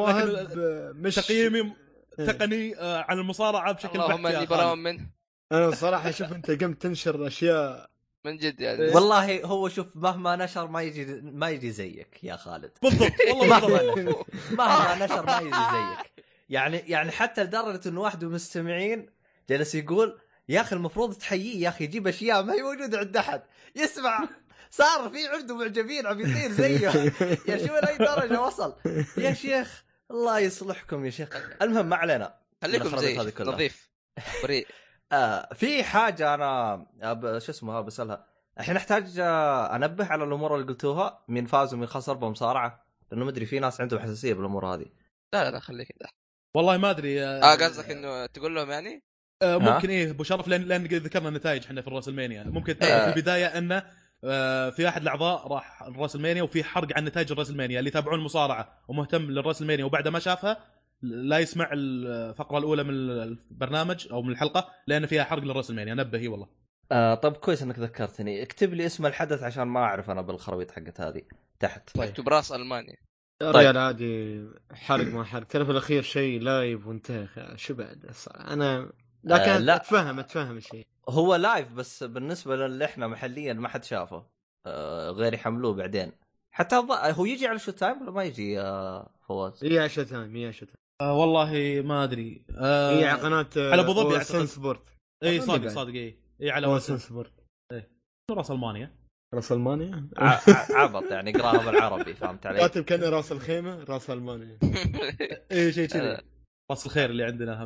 مش تقييمي تقني عن المصارعه بشكل اللهم اني براء منه. انا الصراحه اشوف انت قمت تنشر اشياء من جد يعني. والله هو شوف مهما نشر ما يجي ما يجي زيك يا خالد. بالضبط والله مهما مهما نشر ما يجي زيك. يعني يعني حتى لدرجه انه واحد من المستمعين جلس يقول يا اخي المفروض تحييه يا اخي، يجيب اشياء ما هي موجوده عند احد. يسمع صار في عنده معجبين عم يطير زيه. يا شو لاي درجه وصل يا شيخ. الله يصلحكم يا شيخ. المهم ما علينا، خليكم زي نظيف بريء. آه في حاجه انا أب... شو اسمها بسالها الحين، نحتاج انبه على الامور اللي قلتوها، مين فاز ومين خسر بمصارعه، لانه ما ادري في ناس عندهم حساسيه بالامور هذه. لا لا لا خليك كذا. والله ما ادري. اه قصدك انه تقول لهم يعني آه ممكن ايه ابو شرف، لان لان ذكرنا النتائج احنا في الراسلمانيا. ممكن آه. في البدايه انه آه في احد الاعضاء راح الراسلمانيا وفي حرق عن نتائج الراسلمانيا. اللي يتابعون المصارعه ومهتم للراسلمانيا وبعد ما شافها لا يسمع الفقره الاولى من البرنامج او من الحلقه، لان فيها حرق للراسلمانيا. نبه اي والله. آه طب كويس انك ذكرتني. اكتب لي اسم الحدث عشان ما اعرف انا بالخرابيط حقت هذه تحت. طيب. اكتب راس المانيا. طيب ريال عادي حرق ما حرق، ترى في الاخير شيء لايف وانتهى. شو بعد انا لكن آه لا. اتفهم اتفهم الشيء هو لايف، بس بالنسبه للي احنا محليا ما حد شافه آه غير يحملوه بعدين. حتى هو يجي على شو تايم ولا ما يجي آه فواز؟ هي على شو تايم هي شو تايم آه والله ما ادري. آه هي على قناه على ابو ظبي سن سبورت. اي صادق صادق اي اي على سن سبورت. اي راس المانيا راس المانيا عبط يعني قراها بالعربي فهمت علي؟ كاتب كان راس الخيمه راس المانيا. اي شيء كذي. راس الخير اللي عندنا هم.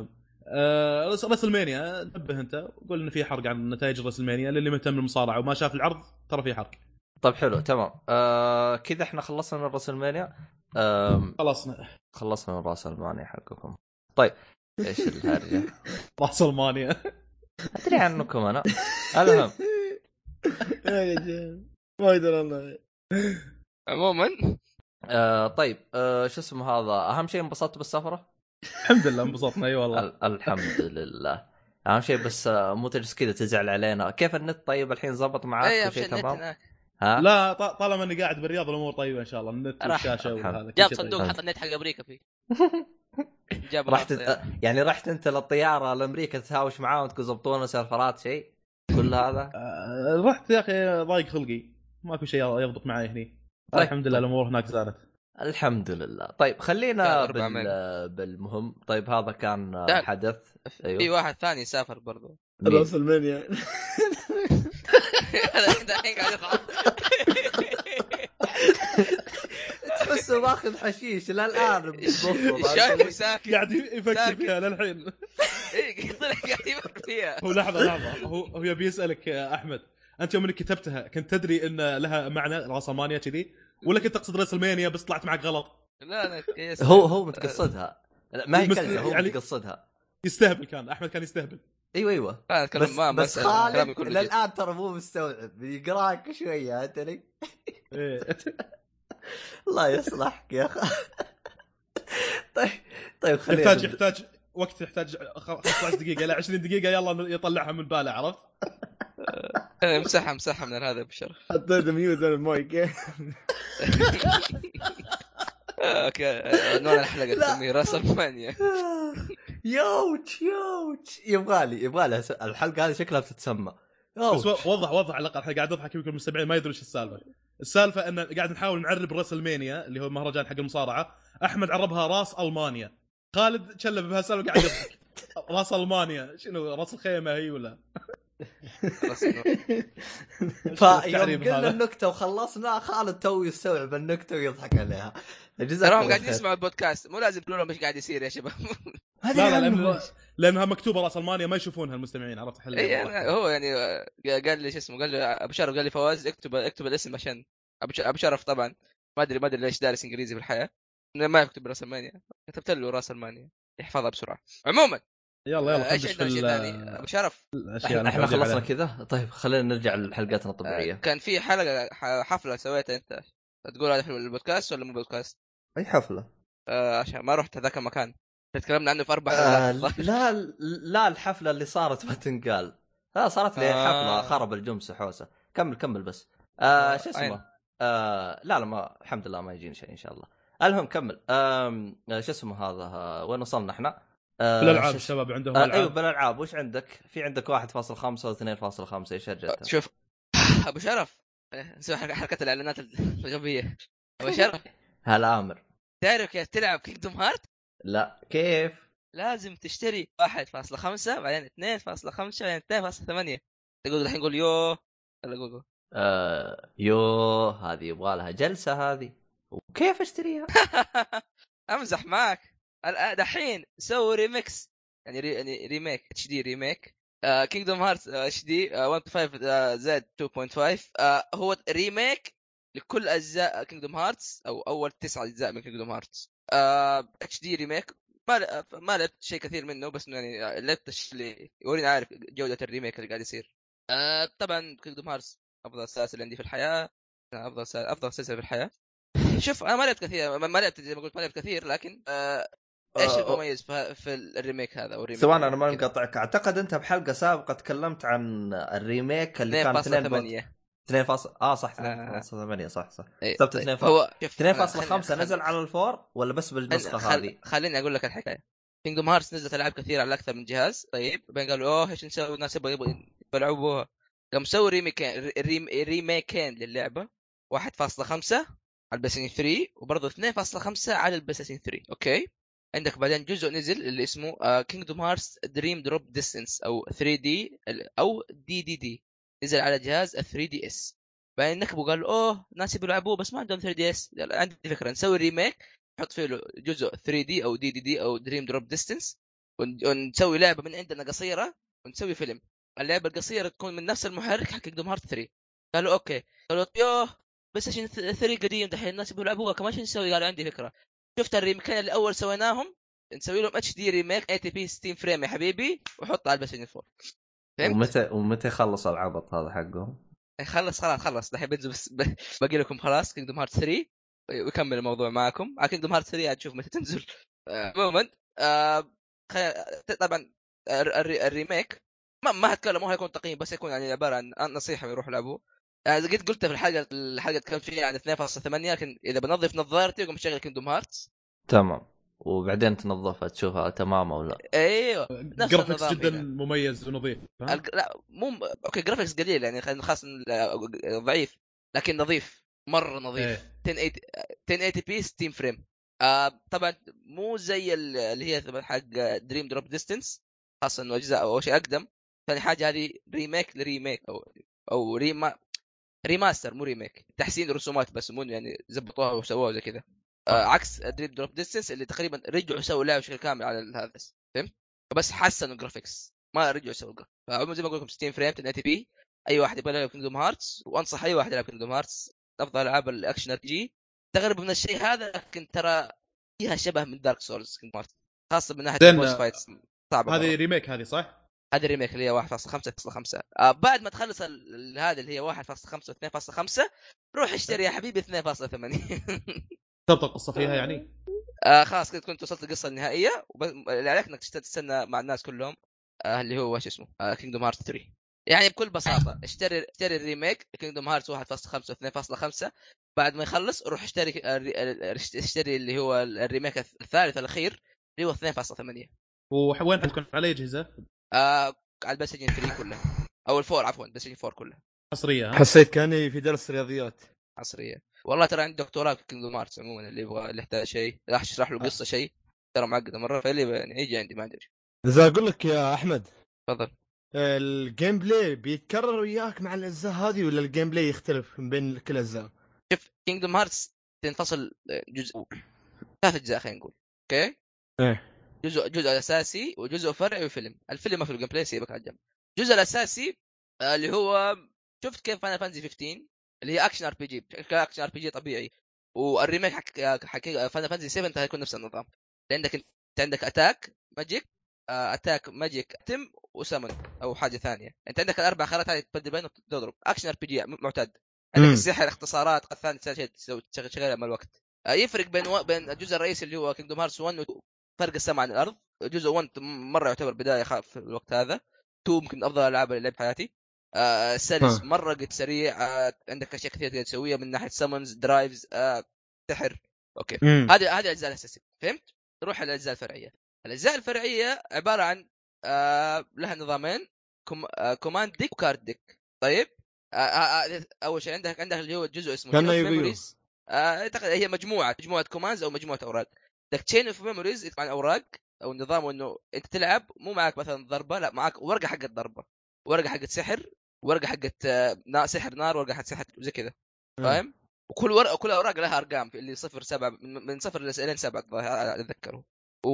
آه رسلمانيا نبه انت قول ان في حرق عن نتائج رسلمانيا للي مهتم بالمصارعه وما شاف العرض ترى في حرق. طيب حلو تمام. آه كذا احنا خلصنا من رسلمانيا. آه خلصنا خلصنا من رسلمانيا حقكم. طيب ايش الهرجه؟ رسلمانيا ادري عنكم انا. المهم يا رجال ما اقدر والله. عموما آه طيب آه شو اسمه هذا اهم شيء انبسطت بالسفره. الحمد لله انبسطنا اي والله. ال- الحمد لله. اهم شيء بس آه مو تجلس كذا تزعل علينا. كيف النت طيب الحين زبط معك اي وشيء مشي النت تمام؟ هناك. ها لا ط- طالما اني قاعد بالرياض الامور طيبه ان شاء الله. النت راح. والشاشه الحمد. وهذا كل جاب شيء صندوق طيب. حط النت حق امريكا فيه. جاب رحت رحت يعني رحت انت للطياره لامريكا تهاوش معاهم تقول زبطونا سيرفرات شيء كل هذا. آه رحت يا اخي ضايق خلقي ماكو شيء يضبط معي هني. طيب. الحمد لله الامور هناك زادت الحمد لله. طيب خلينا أربع بال... بالمهم. طيب هذا كان لا. حدث. في ايوه واحد ثاني سافر برضو. راس المانيا هذا الحين قاعد يطلع. تحسه ماخذ حشيش لا الان شايفه ساكت قاعد يفكر ساكت. فيها للحين. ايه طلع قاعد يفكر فيها. هو لحظه لحظه هو هو يبي يسالك يا احمد انت يوم انك كتبتها كنت تدري ان لها معنى راسلمانيا كذي ولا كنت تقصد راسلمانيا بس طلعت معك غلط؟ لا لا كيس. هو هو متقصدها. لا ما هي مست- كلمه هو يعني- متقصدها. يستهبل كان احمد كان يستهبل. ايوه ايوه أنا أتكلم بس ما بس بس كلامي خالد كله جد. للان ترى مو مستوعب يقراك شويه انت لي. إيه. الله يصلحك يا اخي. طيب طيب خلينا يحتاج يحتاج وقت يحتاج خمسة عشر دقيقه الى عشرين دقيقه يلا يطلعها من باله عرفت. امسحها امسحها من هذا بشرف. حطيت ميوت المايك. اوكي عنوان الحلقه تسميه راس المانيا. يوتش يوتش يبغالي يبغالي الحلقه هذه شكلها بتتسمى. بس وضح وضح على الاقل قاعد اضحك يمكن المستمعين ما يدرون ايش السالفه. السالفه ان قاعد نحاول نعرب راسلمانيا اللي هو المهرجان حق المصارعه. احمد عربها راس المانيا. خالد شلب بها سالفه قاعد يضحك. راس المانيا شنو راس الخيمه هي ولا؟ فيوم قلنا النكته وخلصنا خالد تو يستوعب النكته ويضحك عليها. تراهم قاعد يسمعوا البودكاست مو لازم تقولوا ايش قاعد يصير يا شباب. لا لا لأن لانها مكتوبه راس المانيا ما يشوفونها المستمعين عرفت حل. اي يعني هو يعني قال لي ايش اسمه قال لي ابو شرف قال لي فواز اكتب اكتب الاسم عشان ابو شرف طبعا ما ادري ما ادري ليش دارس انجليزي في الحياه ما يكتب راس المانيا كتبت له راس المانيا يحفظها بسرعه. عموما يلا يلا ايش خدش في عندنا شيء ثاني ابو شرف؟ احنا, احنا خلصنا كذا. طيب خلينا نرجع لحلقاتنا الطبيعيه. كان في حلقه حفله سويتها انت تقول هذا حلو البودكاست ولا مو بودكاست؟ اي حفله؟ آه عشان ما رحت هذاك المكان تكلمنا عنه في اربع آه حلقات. لا لا الحفله اللي صارت ما تنقال. لا صارت لي آه. حفله خرب الجمس حوسه. كمل كمل بس. آه شو اسمه آه لا لا ما الحمد لله ما يجيني شيء ان شاء الله. المهم كمل. آه شو اسمه هذا آه وين وصلنا احنا؟ آه بالالعاب الشباب عندهم آه العاب. ايوه بالالعاب وش عندك؟ في عندك واحد فاصلة خمسة واثنين فاصلة خمسة ايش هرجتها؟ شوف ابو شرف نسوي حركه الاعلانات الغبيه. ابو شرف هلا امر تعرف كيف تلعب كينجدوم هارت؟ لا كيف؟ لازم تشتري واحد فاصلة خمسة بعدين اثنين فاصلة خمسة بعدين اثنين فاصلة ثمانية. تقول الحين قول يو ولا قول آه يو هذه يبغى لها جلسه هذه وكيف اشتريها؟ امزح معك. دحين سووا ريميكس يعني ري... يعني ريميك اتش دي ريميك كينجدوم هارت اتش دي واحد نقطة خمسة زد اثنين نقطة خمسة آه هو ريميك لكل اجزاء كينجدوم هارتس او اول تسعة اجزاء من كينجدوم هارتس اتش دي ريميك. ما ما لعبت شيء كثير منه بس يعني لعبت الشيء اللي يوريني عارف جوده الريميك اللي قاعد يصير. آه طبعا كينجدوم هارتس افضل سلسله عندي في الحياه. افضل سلسلة افضل سلسله في الحياه. شوف انا ما لعبت كثير ما لعبت زي ما قلت ما لعبت كثير لكن آه ايش المميز في, في الريميك هذا او ثواني انا ما مقاطعك. اعتقد انت بحلقه سابقه تكلمت عن الريميك اللي كان اثنين فاصلة ثمانية فاصلة اه صح اثنين فاصلة ثمانية صح صح كتبت اثنين فاصلة خمسة نزل على الفور ولا بس بالنسخه خل... هذه؟ خليني اقول لك الحكايه. كينجدوم هارتس نزلت العاب كثير على اكثر من جهاز. طيب بين قالوا اوه ايش نسوي الناس يبغوا يلعبوها قام مسوي ريميكين ريم... ريميكين للعبه واحد فاصلة خمسة على البلايستيشن ثلاثة وبرضه اثنين فاصلة خمسة على البلايستيشن ثلاثة. اوكي عندك بعدين جزء نزل اللي اسمه كينجدوم هارتس دريم دروب ديستنس او ثري دي او دي دي دي نزل على جهاز ثري دي اس. بعدين نكبوا قالوا اوه ناس يلعبوه بس ما عندهم ثري دي اس. عندي فكره نسوي ريميك نحط فيه له جزء ثري دي او دي دي دي او دريم دروب ديستنس ونسوي لعبه من عندنا قصيره ونسوي فيلم. اللعبه القصيره تكون من نفس المحرك حق كينجدوم هارت ثري. قالوا اوكي. قالوا يوه بس عشان ثري قديم دحين الناس يلعبوها كمان، شو نسوي؟ قالوا عندي فكره، شفت الريمكين اللي اول سويناهم، نسوي لهم اتش دي ريميك ثمانين بي ستين فريم يا حبيبي وحط على البلاي فور. ومتى ومتى خلص العبط هذا حقهم؟ خلص خلاص خلص دحين بنزل بس باقي لكم خلاص كينجدوم هارت ثري ويكمل الموضوع معكم. على كينجدوم هارت ثري هتشوف متى تنزل. عموما آه طبعا الريميك ما ما هتكلم، مو هيكون تقييم بس يكون يعني عباره عن نصيحه يروحوا يلعبوه. يعني قلت قلت في الحلقه الحلقه كان فيها عن اثنين فاصلة ثمانية، لكن اذا بنظف نظارتي وقوم شغل كينجدوم هارتس تمام وبعدين تنظفها تشوفها تمام او لا. ايوه جرافيكس جدا هنا. مميز ونظيف. الج... لا مو اوكي جرافيكس قليل يعني خاص ضعيف لكن نظيف مره نظيف. ايه. عشرة ثمانين بي ستين فريم. آه طبعا مو زي اللي هي حق دريم دروب ديستنس، خاصه انه اجزاء او شيء اقدم. ثاني حاجه هذه ريميك لريميك او او ريما ريماستر مو ريميك، تحسين رسومات بس مو يعني زبطوها وسووها زي كذا. آه عكس دريم دروب ديستنس اللي تقريبا رجعوا سووا لعبه بشكل كامل على هذا، فهمت؟ بس حسنوا الجرافيكس ما رجعوا سووا الجرافيكس. فعموما زي ما اقول لكم ستين فريم عشرة بي. اي واحد يبغى يلعب كينجدوم هارتس، وانصح اي واحد يلعب كينجدوم هارتس، افضل العاب الاكشن ار بي جي تغرب من الشيء هذا، لكن ترى فيها شبه من دارك سولز كينجدوم هارتس خاصه من ناحيه البوس فايتس صعبه. هذه ريميك هذه صح؟ هذه الريميك اللي هي واحد فاصلة خمسة فاصلة خمسة. آه بعد ما تخلص هذه اللي هي واحد فاصلة خمسة و اثنين فاصلة خمسة روح اشتري يا حبيبي اثنين فاصلة ثمانية. تبطل القصه فيها يعني. آه خلاص كنت كنت وصلت القصه النهائيه، اللي عليك انك تستنى مع الناس كلهم آه اللي هو ايش اسمه آه كينجدوم هارت ثري. يعني بكل بساطه اشتري اشتري الريميك كينجدوم هارت واحد فاصلة خمسة و اثنين فاصلة خمسة. بعد ما يخلص روح اشتري اشتري اللي هو الريميك الثالث الاخير اللي هو اثنين فاصلة ثمانية. وين حتكون على اجهزه؟ آه على البلاي ستيشن ثري كله او الفور عفوا بلاي ستيشن فور كله حصريه. ها حسيت كاني في درس رياضيات عصريه. والله ترى عندي دكتوراه في كينجدوم هارتس عموما، اللي يبغى اللي يحتاج شيء راح اشرح له قصه شيء ترى معقده مره، فاللي يعني يجي عندي ما ادري. اذا اقول لك يا احمد تفضل. الجيم بلاي بيتكرر وياك مع الاجزاء هذه ولا الجيم بلاي يختلف من بين كل الاجزاء؟ شوف كينجدوم هارتس تنفصل جزء ثلاث اجزاء خلينا نقول اوكي. ايه جزء جزء اساسي وجزء فرعي وفيلم. الفيلم ما في الجيم بلاي سيبك على جنب. الجزء الاساسي اللي هو شفت كيف فاينل فانتسي خمستاشر اللي هي اكشن ار بي جي اكشن ار بي جي طبيعي، والريميك حق حق فاينل فانتسي سبعة هيكون نفس النظام. عندك انت عندك اتاك ماجيك اتاك ماجيك تم وسمن او حاجه ثانيه. انت عندك الاربع خيارات هذه تبدل بينهم تضرب اكشن ار بي جي معتاد. عندك مم. السحر اختصارات قد ثاني شيء تسوي شغاله مع الوقت. يفرق بين و... بين الجزء الرئيسي اللي هو كينجدوم هارتس واحد فرق السماء عن الارض. جزء واحد مره يعتبر بدايه خاف في الوقت هذا. اثنين ممكن من افضل الالعاب اللي لعبت حياتي. آه سلس ها. مره قد سريع. آه عندك اشياء كثير تقدر تسويها من ناحيه سامونز درايفز آه سحر اوكي. هذه هذه الاجزاء الاساسيه فهمت. نروح على الاجزاء الفرعيه. الاجزاء الفرعيه عباره عن آه لها نظامين كوم... آه كوماند ديك وكارد ديك. طيب آه آه اول شيء عندك عندك اللي هو جزء اسمه كان ميموريز. آه هي مجموعه مجموعه كوماندز او مجموعه اوراق. عندك تشين اوف ميموريز طبعا اوراق او النظام انه انت تلعب مو معك مثلا ضربه، لا معك ورقه حقت ضربه، ورقه حقت سحر، ورقه حقت نار سحر نار، ورقه حقت سحر زي كذا فاهم. وكل ورقه كل اوراق لها ارقام اللي صفر سبعة من, من صفر لين سبعة اتذكره.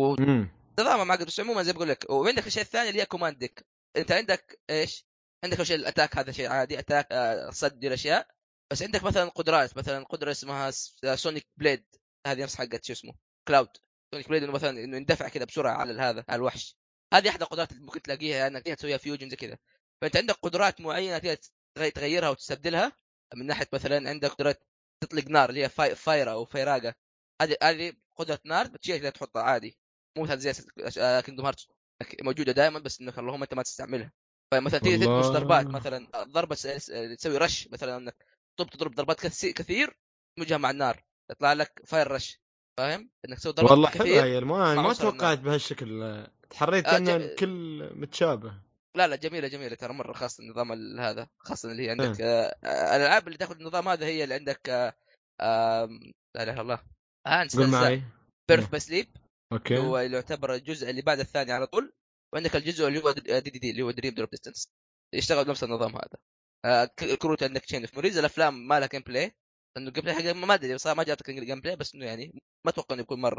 ونظامها معقد بس عموما زي بقول لك. وعندك الشيء الثاني اللي هي كوماند ديك. انت عندك ايش؟ عندك شيء الاتاك هذا شيء عادي اتاك آه صد الاشياء. بس عندك مثلا قدرات مثلا قدره اسمها سونيك بليد هذه نفس حقت شو اسمه كلاود سونيك بليد انه مثلا انه يندفع كذا بسرعه على هذا على الوحش. هذه احدى القدرات اللي ممكن تلاقيها انك يعني تسويها فيوجن زي كذا. فانت عندك قدرات معينه تقدر تغيرها وتستبدلها من ناحيه مثلا عندك قدره تطلق نار اللي هي فاي... فايره او فيراقه. هذه هذه قدره نار بتشيلها كذا تحطها عادي مو مثل زي كينجدوم هارتس موجوده دائما بس انك اللهم انت ما تستعملها. فمثلا تيجي تدمج ضربات مثلا ضربه تسوي رش مثلا انك تضرب تضرب ضربات كثير تدمجها مع النار يطلع لك فاير رش فاهم انك تسوي ضربات والله كثير. حلوه ما ما توقعت بهالشكل تحريت آه ان جم... الكل متشابه. لا لا جميله جميله ترى مره خاصه النظام هذا خاصه اللي هي عندك آه الالعاب اللي تاخذ النظام هذا هي اللي عندك آه آه لا اله الا الله هانس قول معي بيرث باي سليب اوكي هو اللي يعتبر الجزء اللي بعد الثاني على طول. وعندك الجزء اللي هو دي دي دي اللي هو دريم دروب ديستنس يشتغل بنفس النظام هذا. آه الكروت عندك تشين اوف موريز. الافلام ما لها جيم بلاي لانه الجيم بلاي حق ما ادري صار ما جابتك الجيم بلاي بس انه يعني ما اتوقع انه يكون مره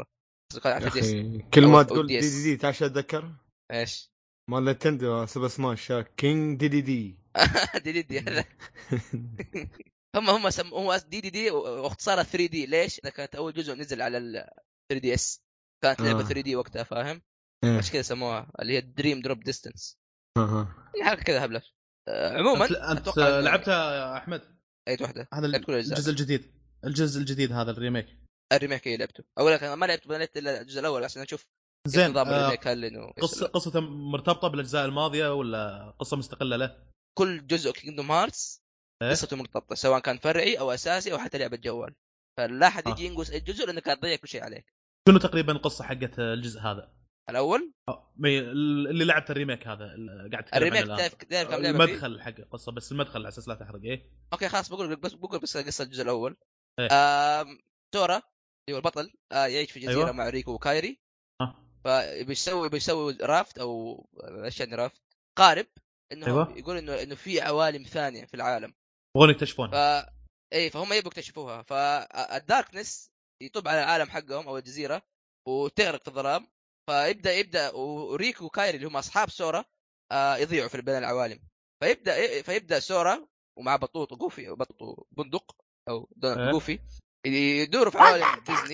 كل ما تقول دي دي دي تعال اتذكر ايش مال نينتندو سوبر سماش كينج دي دي دي دي دي دي هذا هم هم سم... هو دي دي دي واختصارها ثري دي. ليش؟ لأن كانت اول جزء نزل على ال ثري دي اس، كانت لعبه آه. ثري دي وقتها، فاهم؟ آه. مش كذا سموها اللي هي دريم دروب ديستنس. اها حاجه كذا هبله. آه، عموما انت, انت لعبتها يا احمد؟ اي واحده هذا الجزء الجديد الجزء الجديد هذا الريميك الريميك اللي لعبته. اقول لك انا ما لعبت بنيت الا الجزء الاول عشان اشوف زين نظام آه الريميك. هل انه قصه قصته مرتبطه بالاجزاء الماضيه ولا قصه مستقله له؟ كل جزء كينجدوم هارتس إيه؟ قصته مرتبطه، سواء كان فرعي او اساسي او حتى لعبه جوال، فلا حد آه. يجي ينقص الجزء لانك تضيع كل شيء عليك. شنو تقريبا القصه حقت الجزء هذا الاول؟ آه. اللي لعبت الريميك هذا قاعد تتكلم الريميك عنه تعرف تعرف كم لعبه المدخل حق القصه، بس المدخل على اساس لا تحرق. ايه اوكي خلاص بقول بس بقول بس قصه الجزء الاول. إيه؟ آم... تورا اللي هو البطل آه يعيش في جزيره أيوة. مع ريكو وكايري. آه. فبيسوي بيسوي رافت او ايش يعني رافت قارب انه أيوة. يقول انه انه في عوالم ثانيه في العالم يبغون يكتشفونها. ف اي فهم يبغوا يكتشفوها. فالداركنس يطب على العالم حقهم او الجزيره وتغرق في الظلام، فيبدا يبدا وريكو وكايري اللي هم اصحاب سورا آه يضيعوا في بين العوالم. فيبدا فيبدا سورا ومع بطوط وقوفي بطوط بندق او أه؟ قوفي يدوروا في عوالم ديزني.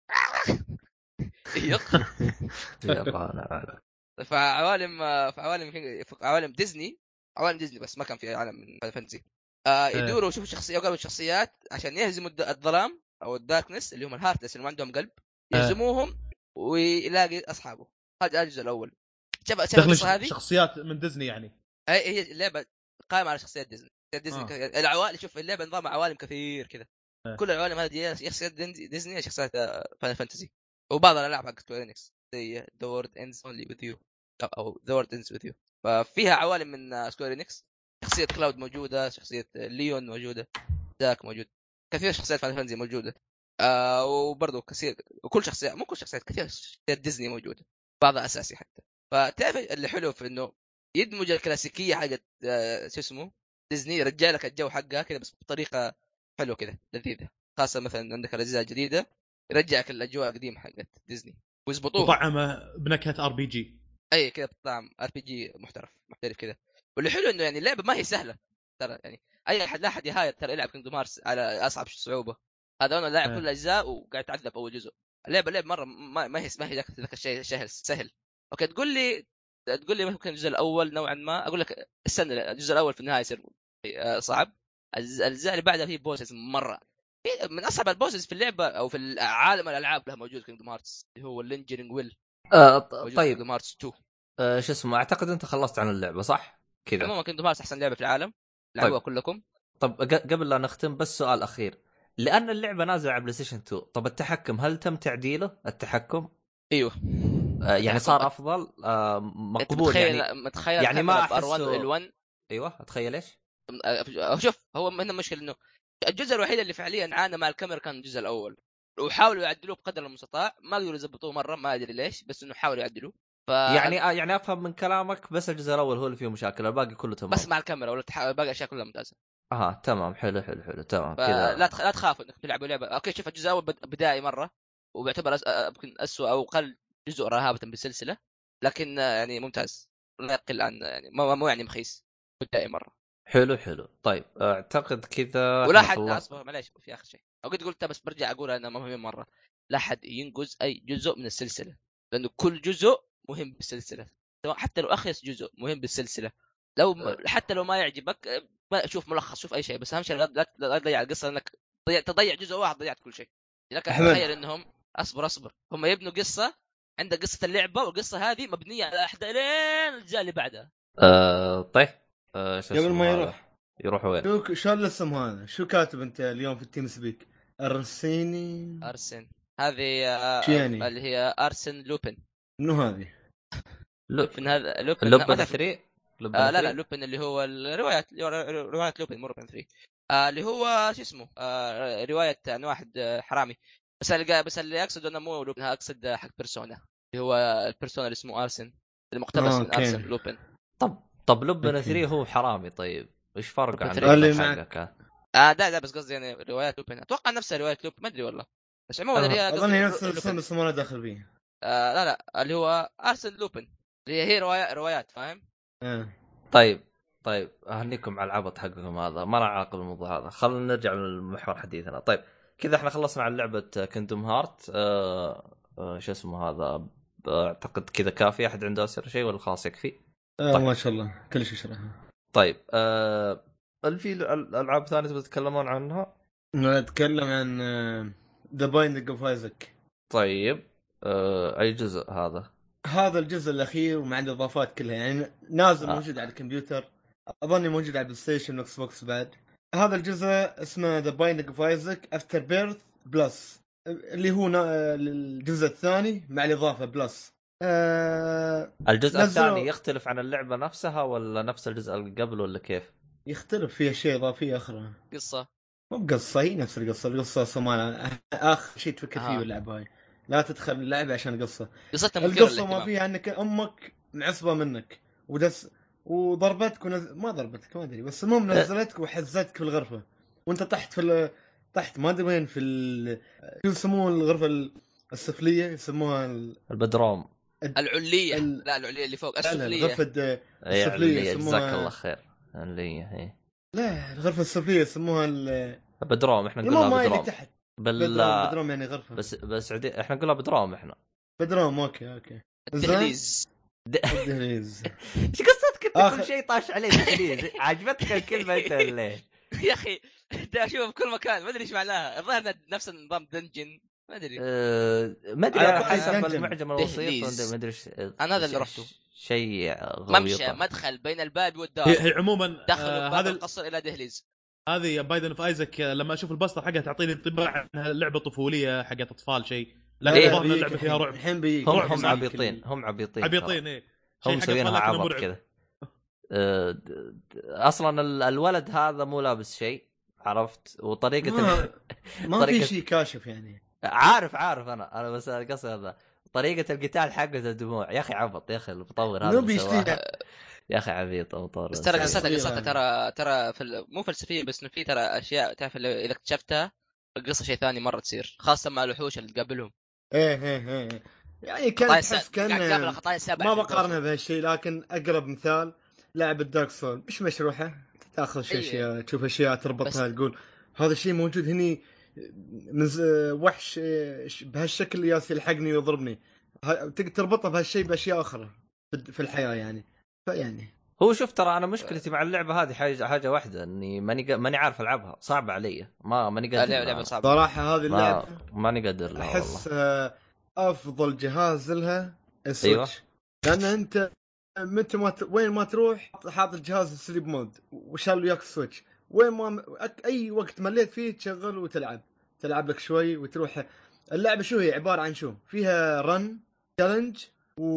يق يلا انا في عوالم في عوالم في عوالم ديزني عوالم ديزني بس ما كان في عالم من فانتزي. آه يدوروا ويشوفوا شخصيات يقابلوا شخصيات عشان يهزموا الظلام او الداركنس اللي هم الهارتس اللي ما عندهم قلب، يهزموهم ويلاقي اصحابه. هذا الجزء الاول. شوف شوف هذه شخصيات من ديزني يعني. هي هي اللعبه قائمه على شخصيات ديزني. ديزني آه. العوالم شوف اللعبه نظام عوالم كثير كذا. آه. كل العوالم هذه شخصيات ديزني شخصيات فاينل فانتسي، وبعض الالعاب حق سكوير إنكس زي The World Ends Only With You او The World Ends With You. ففيها عوالم من سكوير إنكس، شخصيه كلاود موجوده، شخصيه ليون موجوده، داك موجود، كثير شخصيات فاينل فانتسي موجوده. آه وبرضه كثير وكل شخصيه مو كل شخصيات كثير شخصيات ديزني موجوده، بعضها اساسي حتى. فتعرف اللي حلو في انه يدمج الكلاسيكيه حقت آه شو اسمه ديزني، يرجع لك الجو حقها كذا بس بطريقه حلوه كذا لذيذه. خاصه مثلا عندك الاجزاء الجديده يرجعك الاجواء القديمه حقت ديزني ويزبطوها طعمه بنكهه ار بي جي. اي كذا بطعم ار بي جي محترف محترف كذا. واللي حلو انه يعني اللعبه ما هي سهله ترى، يعني اي احد لا احد يهاير ترى يلعب كينجدوم هارتس على اصعب صعوبه. هذا انا لاعب كل الاجزاء وقاعد اتعذب اول جزء. اللعبه لعبه مره ما, ما هي ما هي ذاك الشيء سهل سهل. اوكي تقول لي تقول لي ممكن الجزء الاول نوعا ما، اقول لك السنه الجزء الاول في النهايه يصير صعب. الاجزاء اللي بعدها فيه بوسز مره من اصعب البوسز في اللعبه او في عالم الالعاب لها موجود كينجدوم هارتس اللي هو اللينجرينج ويل. آه طيب كينجدوم هارتس تو آه شو اسمه اعتقد انت خلصت عن اللعبه صح كذا؟ عموما كينجدوم هارتس احسن لعبه في العالم لعبوها طيب. كلكم. طب قبل لا نختم بس سؤال اخير، لان اللعبه نازله على بلاي ستيشن تو، طب التحكم هل تم تعديله التحكم؟ ايوه آه يعني صار افضل آه مقبول متخيل يعني متخيل يعني ما احسه ال1. ايوه اتخيل ايش شوف هو من المشكله انه الجزء الوحيد اللي فعليا عانى مع الكاميرا كان الجزء الاول، وحاولوا يعدلوه بقدر المستطاع، ما قدروا يضبطوه مره ما ادري ليش، بس انه حاولوا يعدلوه. ف... يعني آه يعني افهم من كلامك بس الجزء الاول هو اللي فيه مشاكل، الباقي كله تمام بس مع الكاميرا ولا تح... باقي اشياء كلها ممتازه. اها تمام حلو حلو حلو تمام ف... كذا لا تخ... لا تخافوا انك تلعبوا لعبه. اوكي شوف الجزء الاول بدائي مره وبيعتبر أس... يمكن اسوء او اقل جزء رهابه بالسلسله، لكن يعني ممتاز لا يقل عن يعني مو, مو يعني مخيس بدائي مره. حلو حلو طيب اعتقد كذا ولا حد اصبر معليش في اخر شيء او قد قلت بس برجع اقول انا مهم مره، لا حد ينقز اي جزء من السلسله لانه كل جزء مهم بالسلسله، حتى لو اخيس جزء مهم بالسلسله. لو حتى لو ما يعجبك شوف ملخص شوف اي شيء، بس اهم شيء لا لا تضيع القصه لانك تضيع جزء واحد ضيعت كل شيء. لكن تخيل انهم اصبر اصبر هم يبنوا قصه عندك قصه اللعبه والقصه هذه مبنيه على احدى لين الجزء اللي بعدها. أه طيب أه قبل ما يروح يروح وين شو شو الاسم هذا؟ شو كاتب انت اليوم في التيم سبيك؟ ارسيني ارسن هذه آه يعني؟ اللي هي ارسن لوبن. منو هذه؟ لوبن هذا لوبن لوبن ثري آه لا لا لوبن اللي هو الروايات رواية لوبن مو لوبن ثري آه اللي هو شو اسمه آه رواية عن واحد حرامي. بس اللي بس اللي اقصد انا مو لوبن، اقصد حق بيرسونا اللي هو البيرسونا اللي اسمه ارسن المقتبس آه من ارسن لوبن. طب طب لوبن ثري هو حرامي طيب ايش فرق عن اللي معك؟ اه ده ده بس قصدي يعني روايات لوبن اتوقع نفسها رواية لوبن ما ادري والله بس عموما اللي هي اظن هي نفس الاسم بس ما له دخل فيه. آه لا لا اللي هو ارسن لوبن اللي هي روايات روايات فاهم. اه طيب طيب اهنيكم على العبط حقكم هذا، ما له علاقه بالموضوع هذا. خلينا نرجع للمحور حديثنا. طيب كذا احنا خلصنا عن لعبه كيندوم هارت. آه آه شو اسمه هذا، اعتقد كذا كافي. احد عنده اسئله شيء ولا خلاص يكفي؟ آه طيب. ما شاء الله كل شيء شرحها. طيب آه في الالعاب ثانيه تتكلمون عنها؟ نتكلم عن ذا بايندينج اوف ايزك. طيب آه اي جزء هذا؟ هذا الجزء الاخير ومع الاضافات كلها، يعني نازل آه. موجود على الكمبيوتر، اظني موجود على البلاي ستيشن واكس بوكس بعد. هذا الجزء اسمه ذا بايندينج اوف ايزك افتر بيرث بلس، اللي هو نا... الجزء الثاني مع الاضافه بلس. آه... الجزء نزلوا- الثاني يختلف عن اللعبه نفسها ولا نفس الجزء اللي قبل ولا كيف؟ يختلف فيه اشياء اضافيه اخرى. قصه مو بقصه، هي نفس القصه. القصه صمالة اخر شيء تفكر فيه آه. باللعبه هاي. لا تدخل اللعبه عشان القصه. قصتها مثيره القصه ما للاهتمام. فيها انك امك معصبه منك ودس وضربتك ونز... ما ضربتك ما ادري، بس المهم نزلتك وحزتك في الغرفه وانت تحت في ال... تحت ما ادري وين في ال... شو يسموه الغرفه ال- السفليه يسموها ال... البدروم. العليه ال- لا العليه اللي فوق لا، السفليه. الغرفه الد... اي السفليه اللي يسموها- جزاك الله خير اللي هي لا الغرفه السفليه يسموها ال... بدروم. احنا المهم نقولها هاي اللي بدروم تحت. بال بدروم بدروم يعني غرفه. بس بس عدي... احنا نقولها بدروم احنا. بدروم اوكي اوكي. زين؟ الدهليز. الدهليز. ايش قصتك انت آخر- كل شيء طاش عليه دهليز؟ عجبتك الكلمه انت ولا ايه؟ يا اخي دا اشوفه في كل مكان ما ادري ايش معناها. الظاهر نفس النظام دنجن ما ادري. أه... ما ادري على على كل حسب دنجن. المعجم الوسيط دهليز. ما ادري ايش. أنا هذا اللي رحته. شيء ممشى غويط. مدخل بين الباب والدار. هي, هي عموما دخلوا آه باب هذا القصر الى دهليز. هذه بايدن اوف ايزك لما اشوف البسطه حقها تعطيني انطباع انها لعبه طفوليه حقت اطفال شيء، لكن إيه. الظاهر إن اللعبه فيها رعب. الحين بيجي هم رعب هم صح. عبيطين هم عبيطين عبيطين ايه هم شيء حق مسوينها أطفال لكنه عبط مرعب. كذا. أه... د- د- اصلا ال- الولد هذا مو لابس شيء عرفت، وطريقه ما, ال... ما في طريقة- شيء كاشف يعني. عارف عارف انا انا بس القصد هذا طريقه القتال حقه الدموع يا اخي عبط يا اخي المطور هذا نبي سواها. يشتري يا اخي عبيط المطور. بس ترى قصتها صغيرة قصتها يعني. ترى ترى في ال- مو فلسفيه بس انه في ترى اشياء تعرف اللي اذا اكتشفتها القصه شيء ثاني مره تصير، خاصه مع الوحوش اللي تقابلهم. ايه ايه ايه يعني كان خطايا تحس الس- قاعد تقابل كان خطايا سبع. ما بقارنها بهالشيء، لكن اقرب مثال لعبة دارك سول مش مشروحة، تاخذ شيء أيه. اشياء تشوف اشياء تربطها بس- تقول هذا الشيء موجود هني من ز- وحش إيه، ش- بهالشكل ياس يلحقني ويضربني، ه- تقدر تربطها بهالشيء باشياء اخرى في- في الحياة يعني. فيعني هو شوف ترى انا مشكلتي مع اللعبه هذه حاجه حاجه واحده اني ماني قا- ماني عارف العبها، صعبه علي ما ماني قادر لعبه لها. لعبه صعبه صراحة هذه اللعبة ما ماني قادر لها احس والله. آه، افضل جهاز لها السويتش. أيوة. لان انت متى ما ت... وين ما تروح حاط الجهاز السليب مود وشال وياك السويتش، وين ما أك- اي وقت مليت فيه تشغل وتلعب تلعب لك شوي وتروح. اللعبه شو هي عباره عن شو؟ فيها رن تشالنج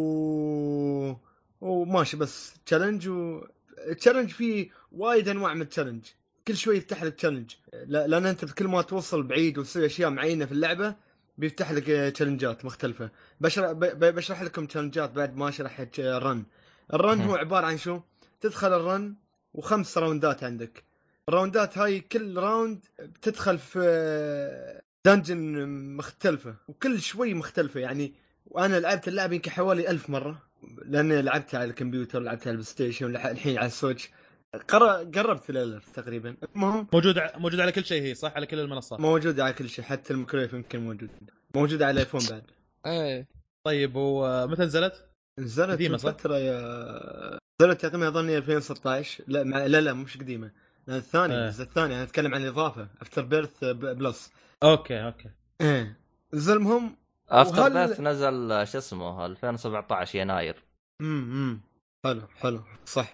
و وماشي بس تشالنج و تشالنج فيه وايد انواع من التشالنج، كل شوي يفتح لك تشالنج ل... لان انت كل ما توصل بعيد وتسوي اشياء معينه في اللعبه بيفتح لك تشالنجات مختلفه. بشرح ب... بشرح لكم تشالنجات بعد ما اشرح الرن. الرن هو عباره عن شو؟ تدخل الرن وخمس راوندات عندك. الراوندات هاي كل راوند بتدخل في دنجن مختلفه وكل شوي مختلفه يعني. وانا لعبت اللعبه يمكن حوالي ألف مره لاني لعبتها على الكمبيوتر لعبتها على البلاي ستيشن الحين على السويتش. قربت الالف تقريبا. المهم موجود ع... موجود على كل شيء هي صح على كل المنصات. موجود على كل شيء حتى الميكرويف يمكن موجود موجود على الايفون بعد. ايه طيب ومتى نزلت؟ نزلت قديمة من صح؟ فتره يا نزلت تقريبا اظني ألفين وستة عشر. لا مع... لا لا مش قديمه لان الثاني آه. نزل الثاني انا اتكلم عن الاضافه افتر بيرث بلس. اوكي اوكي ايه نزل. المهم افتر وهل- بيث نزل شو اسمه ألفين وسبعة عشر يناير. امم حلو حلو صح.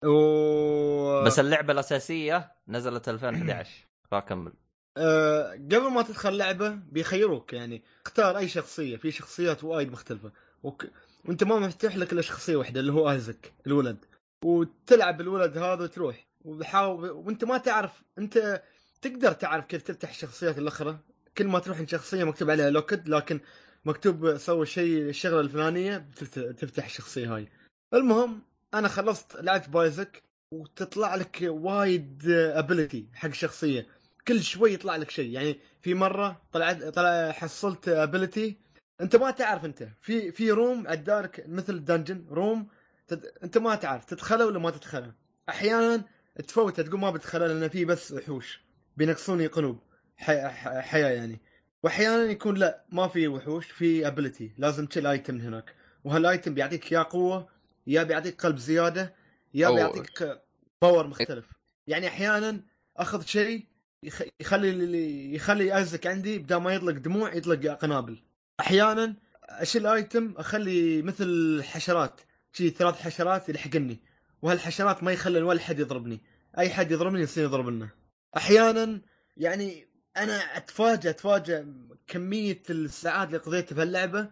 و بس اللعبه الاساسيه نزلت ألفين وأحد عشر. فاكمل. أه قبل ما تدخل لعبة بيخيروك يعني اختار اي شخصية، في شخصيات وايد مختلفة وك... وانت ما مفتوح لك الا شخصية واحدة اللي هو ايزك الولد، وتلعب الولد هذا وتروح وبحاول وانت ما تعرف. انت تقدر تعرف كيف تفتح الشخصيات الاخرى كل ما تروح عند شخصية مكتوب عليها لوكد، لكن مكتوب سوي شيء الشغلة الفلانية بتفت- تفتح الشخصية هاي. المهم انا خلصت لعبت بايزك وتطلع لك وايد ابيليتي حق شخصية، كل شوي يطلع لك شيء. يعني في مره طلعت طلع حصلت ابيلتي انت ما تعرف، انت في في روم عدارك مثل دنجن روم تد... انت ما تعرف تدخله ولا ما تدخله. احيانا تفوت تقول ما بدخله لان فيه بس وحوش بينقصوني قلوب حي... ح- حياه يعني. واحيانا يكون لا ما في وحوش، في ابيلتي لازم تشيل ايتم هناك، وهالايتم بيعطيك يا قوه يا بيعطيك قلب زياده يا أو- بيعطيك باور مختلف. يعني احيانا اخذ شيء يخ... يخلي اللي يخلي ازك عندي بدل ما يطلق دموع يطلق قنابل. احيانا اشيل ايتم اخلي مثل حشرات شي ثلاث حشرات يلحقني، وهالحشرات ما يخلن ولا حد يضربني، اي حد يضربني يصير يضربنا. احيانا يعني انا اتفاجأ اتفاجأ كمية الساعات اللي قضيتها بهاللعبة.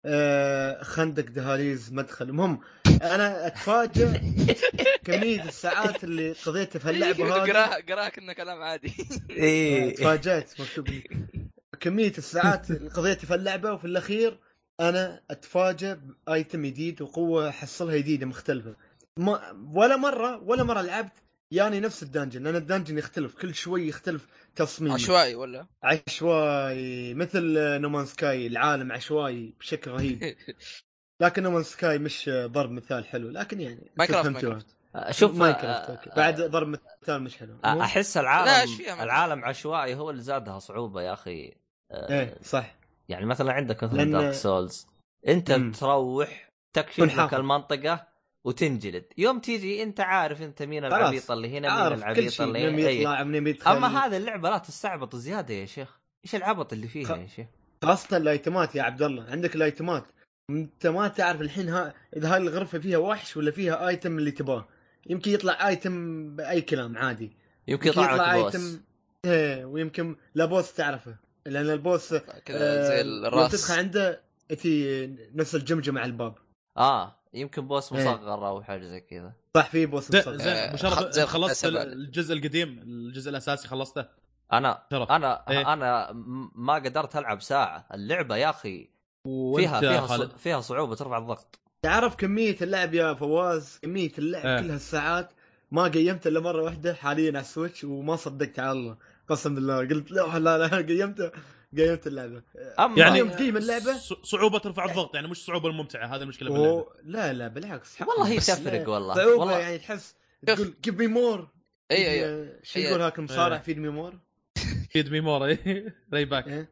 آه خندق دهاليز مدخل المهم انا اتفاجأ كمية الساعات اللي قضيتها في هاللعبة هذه. قراها قراها كأنه كلام عادي. ايه تفاجأت مكتوب لي كمية الساعات اللي قضيتها في اللعبة، وفي الأخير أنا أتفاجأ بآيتم جديد وقوة حصلها جديدة مختلفة. ما ولا مرة ولا مرة لعبت يعني نفس الدنجن، لأن الدنجن يختلف كل شوي، يختلف تصميمه عشوائي ولا عشوائي مثل نومان سكاي، العالم عشوائي بشكل رهيب. لكن نومان سكاي مش ضرب مثال حلو، لكن يعني ماينكرافت فهمتوها. ماينكرافت شوف ماينكرافت اوكي بعد ضرب مثال مش حلو. المهم احس لا العالم ايش فيها ماينكرافت؟ العالم عشوائي هو اللي زادها صعوبه يا اخي. ايه صح، يعني مثلا عندك مثلا لأن- دارك سولز، انت مم. بتروح تكشف كن لك حافظ. المنطقه وتنجلد، يوم تيجي انت عارف انت مين خلاص العبيط اللي هنا، مين عارف كل العبيط شيء اللي منين هنا. اي يطلع منين يدخل. اما هذه اللعبه لا تستعبط زياده يا شيخ، ايش العبط اللي فيها خ- يا شيخ؟ خاصة الايتمات يا عبد الله، عندك الايتمات انت ما تعرف الحين ها اذا هاي الغرفة فيها وحش ولا فيها ايتم اللي تباه. يمكن يطلع ايتم باي كلام عادي، يمكن يطلع لك بوس. ايتم ايه، ويمكن لا بوس تعرفه لان البوس كذا زي آه يوم تدخل الراس. عنده تي نفس الجمجمة على الباب. اه يمكن بوس إيه. مصغر او حاجه زي كذا. صح في بوس زين مصغر. زين آه، ابو شرف خ- زي انت الخط خلصت السبع. الجزء القديم، الجزء الاساسي خلصته؟ انا شرف. انا إيه؟ انا م- ما قدرت العب ساعه اللعبه يا اخي، وانت فيها فيها خالد؟ ص- فيها صعوبه ترفع الضغط. تعرف كمية اللعب يا فواز، كمية اللعب إيه. كل هالساعات ما قيمته الا مرة واحدة حاليا على السويتش، وما صدقت على الله قسم بالله، قلت لا لا لا قيمته قيمت اللعبة. اما يعني يوم تقيم اللعبة ص- صعوبة رفع الضغط يعني، مش صعوبة الممتعة، هذه المشكلة باللعبة. أوه لا لا بالعكس حق والله هي بس تفرق لا، والله. صعوبة والله يعني تحس شوف. تقول جيب مي مور. اي اي شو أي. يقول هاك المصارع إيه. فيد مي مور. فيد مي مور راي باك. إيه.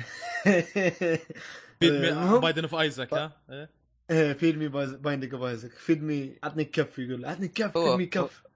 فيد مي المهم بايدن اوف ايزاك. ها إيه. إيه، فيد مي بايندينج اوف ايزك، فيد مي عطني كف، يقول عطني كف هو- فيد مي هو- كف.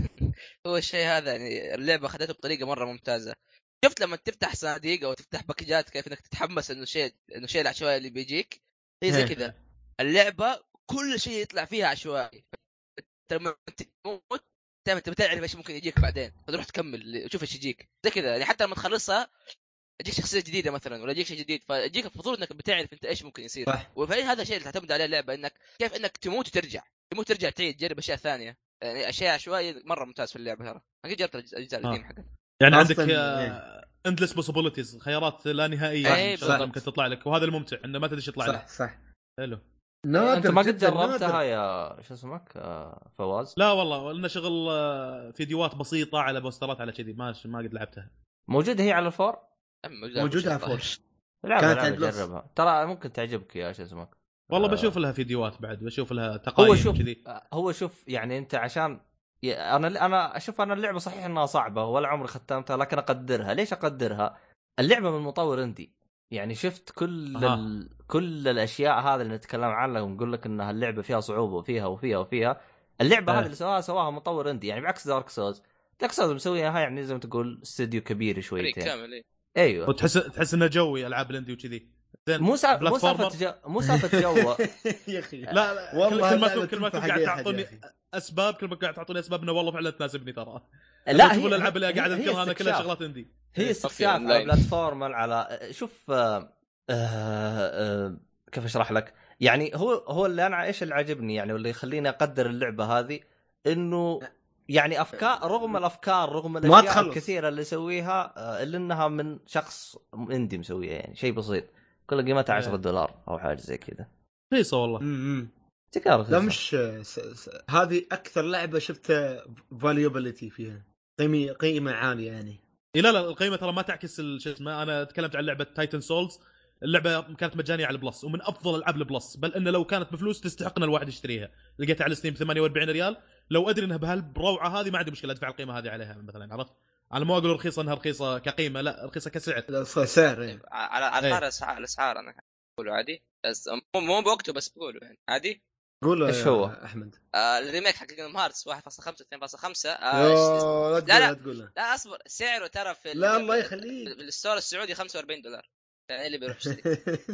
هو الشيء هذا يعني اللعبه اخذته بطريقه مره ممتازه. شفت لما تفتح صناديق او تفتح باكجات كيف انك تتحمس انه شيء انه شيء العشوائي اللي بيجيك، هي زي إيه. كذا. اللعبه كل شيء يطلع فيها عشوائي، أنت لما تموت تعرف انت بتعرف ايش ممكن يجيك بعدين، فتروح تكمل تشوف ايش يجيك زي كذا. يعني حتى لما تخلصها يجيك شخصيه جديده مثلا ولا يجيك شيء جديد، فيجيك الفضول انك بتعرف انت ايش ممكن يصير. صح. وفعلا هذا الشيء اللي تعتمد عليه اللعبه، انك كيف انك تموت وترجع، تموت ترجع تعيد تجرب اشياء ثانيه. يعني اشياء عشوائيه مره ممتاز في اللعبه. ترى انا جربت الاجزاء القديمه حقها. يعني خاصة عندك إيه. اندلس بوسيبيليتيز، خيارات لا نهائيه أي يعني شغلات بالضبط. ممكن تطلع لك، وهذا الممتع انه ما تدري ايش يطلع صح لك. صح حلو. نادر انت ما قد جداً جربتها نادر. يا شو اسمك آه، فواز؟ لا والله لنا شغل آه، فيديوهات بسيطه على بوسترات على كذي، ما ما قد لعبتها. موجوده هي على الفور؟ موجودة على فور. لعبة كانت لعبة على البلس. جربها ترى ممكن تعجبك يا شو اسمك. والله آه. بشوف لها فيديوهات بعد، بشوف لها هو تقايم شوف كذي. هو شوف يعني انت عشان ي- انا انا اشوف انا اللعبه صحيح انها صعبه ولا عمري ختمتها، لكن اقدرها. ليش اقدرها؟ اللعبه من مطور اندي، يعني شفت كل أها. ال... كل الاشياء هذه اللي نتكلم عنها ونقول لك انها اللعبه فيها صعوبه وفيها وفيها وفيها. اللعبه أه. هذه اللي سواها سواها مطور اندي، يعني بعكس دارك سوز. دارك سوز مسويها يعني زي ما تقول استوديو كبير فريق شويتين. كامل إيه. ايوه وتحس تحس انه جوي العاب الاندي وكذي. زين مو سا... مو بلاتفورمر. سالفه جو... مو سالفه جو يا اخي لا لا والله كل ما اللعبة كل ما تنفع كنت قاعد حق أي أحد تعطوني يا أخي. اسباب، كل ما قاعد تعطوني اسباب انه والله فعلا تناسبني ترى. لا تشوفون هي... الالعاب اللي هي- قاعد هي اذكرها انا كلها استكشاف. شغلات اندي. هي إيه. استكشاف على أونلاين. بلاتفورم على شوف آه آه آه كيف اشرح لك. يعني هو هو اللي انا ايش اللي عجبني يعني واللي يخليني اقدر اللعبه هذه، انه يعني افكار رغم الافكار رغم الاشياء تخلص. الكثيره اللي يسويها آه الا انها من شخص اندي مسويها، يعني شيء بسيط كل قيمتها عشرة دولار او حاجه زي كذا. رخيصه والله. امم تكار لا مش س... س... هذه اكثر لعبه شفتها فاليوبيليتي فيها، قيمه قيمه عاليه يعني. إيه لا لا القيمه ترى ما تعكس شو اسمه. انا تكلمت عن لعبه تايتن سولز، اللعبه كانت مجانيه على البلس ومن افضل العاب البلس، بل انه لو كانت بفلوس تستحقنا الواحد يشتريها. لقيتها على ستيم ثمانية وأربعين ريال، لو ادري انها بهالبروعه هذه ما عندي مشكله ادفع القيمه هذه عليها مثلا، عرفت؟ انا ما اقول رخيصه انها رخيصه كقيمه، لا رخيصه كسعر. لا سعر يعني. على على إيه. طار الاسعار الاسعار انا بقوله عادي، بس مو مو بوقته، بس بقوله يعني عادي. قول إيش هو؟ احمد. آه الريميك حق كينجدم هارتس واحد فاصلة خمسة اثنين فاصلة خمسة. يوه لا تقول لا تقول له. لا اصبر، سعره ترى في لا الله يخليك في الستور السعودي خمسة وأربعين دولار، يعني اللي بيروح يشتري.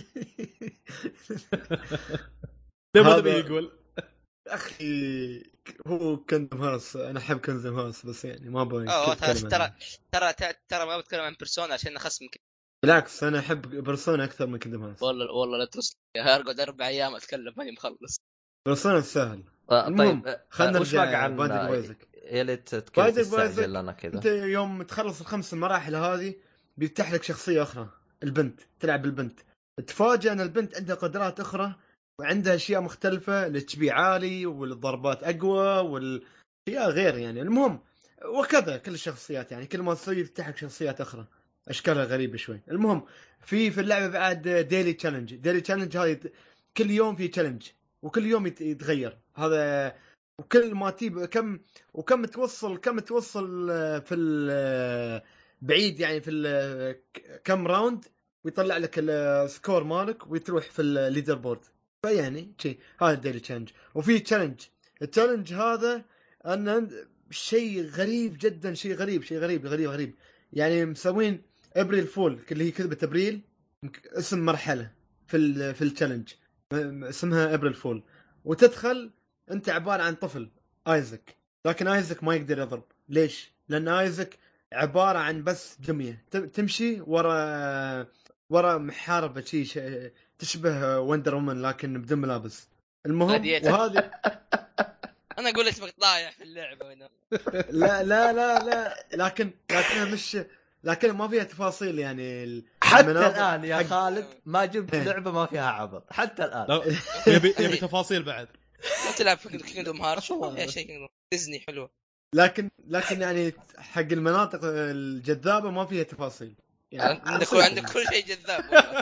تبغى تبي يقول اخي هو كندم هارس، انا احب كندم هارس بس يعني ما ابغى اه اتكلم ترى عنه. ترى ترى ترى ما بتكلم عن بيرسونا عشان نخصم كده. بالعكس انا احب بيرسونا اكثر من كندم هارس. والله والله لا ترسل يا ارقد اربع ايام اتكلم ماني مخلص. بيرسونا سهل. آه المهم طيب خلينا وش نرجع باقي عن بايندينج بايزك. يا ليت بايندينج تستعجل بايزك لنا كذا. انت يوم تخلص الخمس المراحل هذه بيفتح لك شخصيه اخرى، البنت تلعب بالبنت، تفاجئ ان البنت عندها قدرات اخرى وعندها اشياء مختلفه، الاتش بي عالي والضربات اقوى والاشياء غير يعني. المهم وكذا كل الشخصيات يعني كل ما تصير يفتح لك شخصيات اخرى اشكالها غريبه شوي. المهم في في اللعبه بعد ديلي تشالنج. ديلي تشالنج هاي كل يوم في تشالنج وكل يوم يتغير هذا، وكل ما تجيب كم وكم توصل كم توصل في بعيد يعني في كم راوند ويطلع لك السكور مالك وتروح في الليدر بورد. فيعني شيء هذا الديلي تشالنج. وفي تشالنج التشالنج هذا ان شيء غريب جدا، شيء غريب شيء غريب غريب غريب يعني مسوين ابريل فول اللي هي كذبه ابريل، اسم مرحله في ال في التشالنج اسمها ابريل فول. وتدخل انت عباره عن طفل ايزك، لكن ايزك ما يقدر يضرب. ليش؟ لان ايزك عباره عن بس دميه تمشي ورا ورا محاربه شيء تشبه وندر وومن لكن بدون ملابس. المهم وهذه انا اقول اسمك ضايع في اللعبه هنا. لا لا لا لا لكن لكنها مش لكن ما فيها تفاصيل يعني. حتى الان يا خالد ما جبت لعبه ما فيها عبط حتى الان. يبي يبي تفاصيل بعد. تلعب في كينجدوم هارت يا شيء ديزني حلوه، لكن لكن يعني حق المناطق الجذابه ما فيها تفاصيل يعني عندك عندك كل شيء جذاب.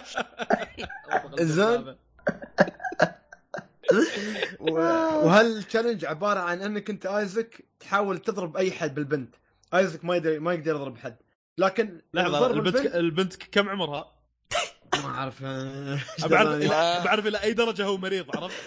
زين. وهل تشالنج عباره عن انك انت ايزك تحاول تضرب اي حد بالبنت. ايزك ما يقدر ما يقدر يضرب حد، لكن لحظه البنت البنت, البنت كم عمرها؟ ما اعرف. بعرف الى بعرف الى اي درجه هو مريض، عرفت؟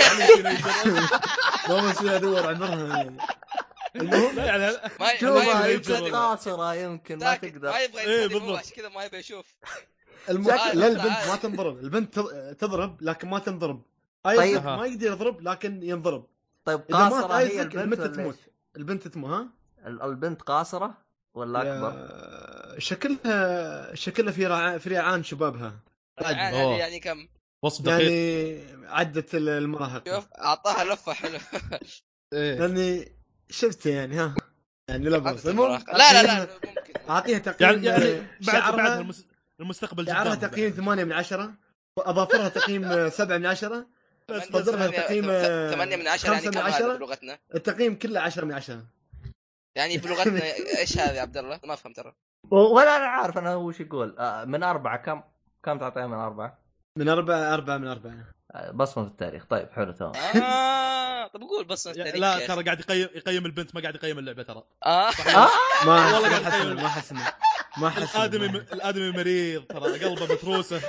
ما بصير ادور عمرها. المهم يعني ما يمكن قاصره يمكن ما تقدر. ما يبغى ايه بالضبط كذا ما يبغى يشوف. لا البنت ما تنضرب، البنت تضرب لكن ما تنضرب. طيب ما يقدر يضرب لكن ينضرب. طيب قاصره هي البنت تموت. البنت تموت. ها البنت قاصره ولا اكبر؟ شكلها شكلها في رع... في ريعان شبابها يعني يعني كم وصف دقيق يعني عدت المراهقه. شوف اعطاها لفه حلوه. يعني شفت يعني ها يعني لا بس لا لا لا ممكن اعطيها تقييم يعني بعد بعد المستقبل جدا شعرها تقييم ثمانية من عشرة، اضاف لها تقييم سبعة من عشرة، صدر لها تقييم ثمانية من عشرة يعني كم هذا بلغتنا؟ التقييم كله عشرة من عشرة يعني بلغتنا ايش هذا يا عبد الله؟ ما افهم ترى. ولا انا عارف انا وش يقول. من أربعة كم كم تعطيها من أربعة؟ من أربعة أربعة من أربعة. بصمة التاريخ. طيب حلو تمام. آه طب قول بصمة التاريخ. لا ترى قاعد يقيم يقيم البنت ما قاعد يقيم اللعبة ترى. آه ما والله ما حسن ما حسن ما حسن. الآدمي الآدمي مريض ترى قلبه متروسة.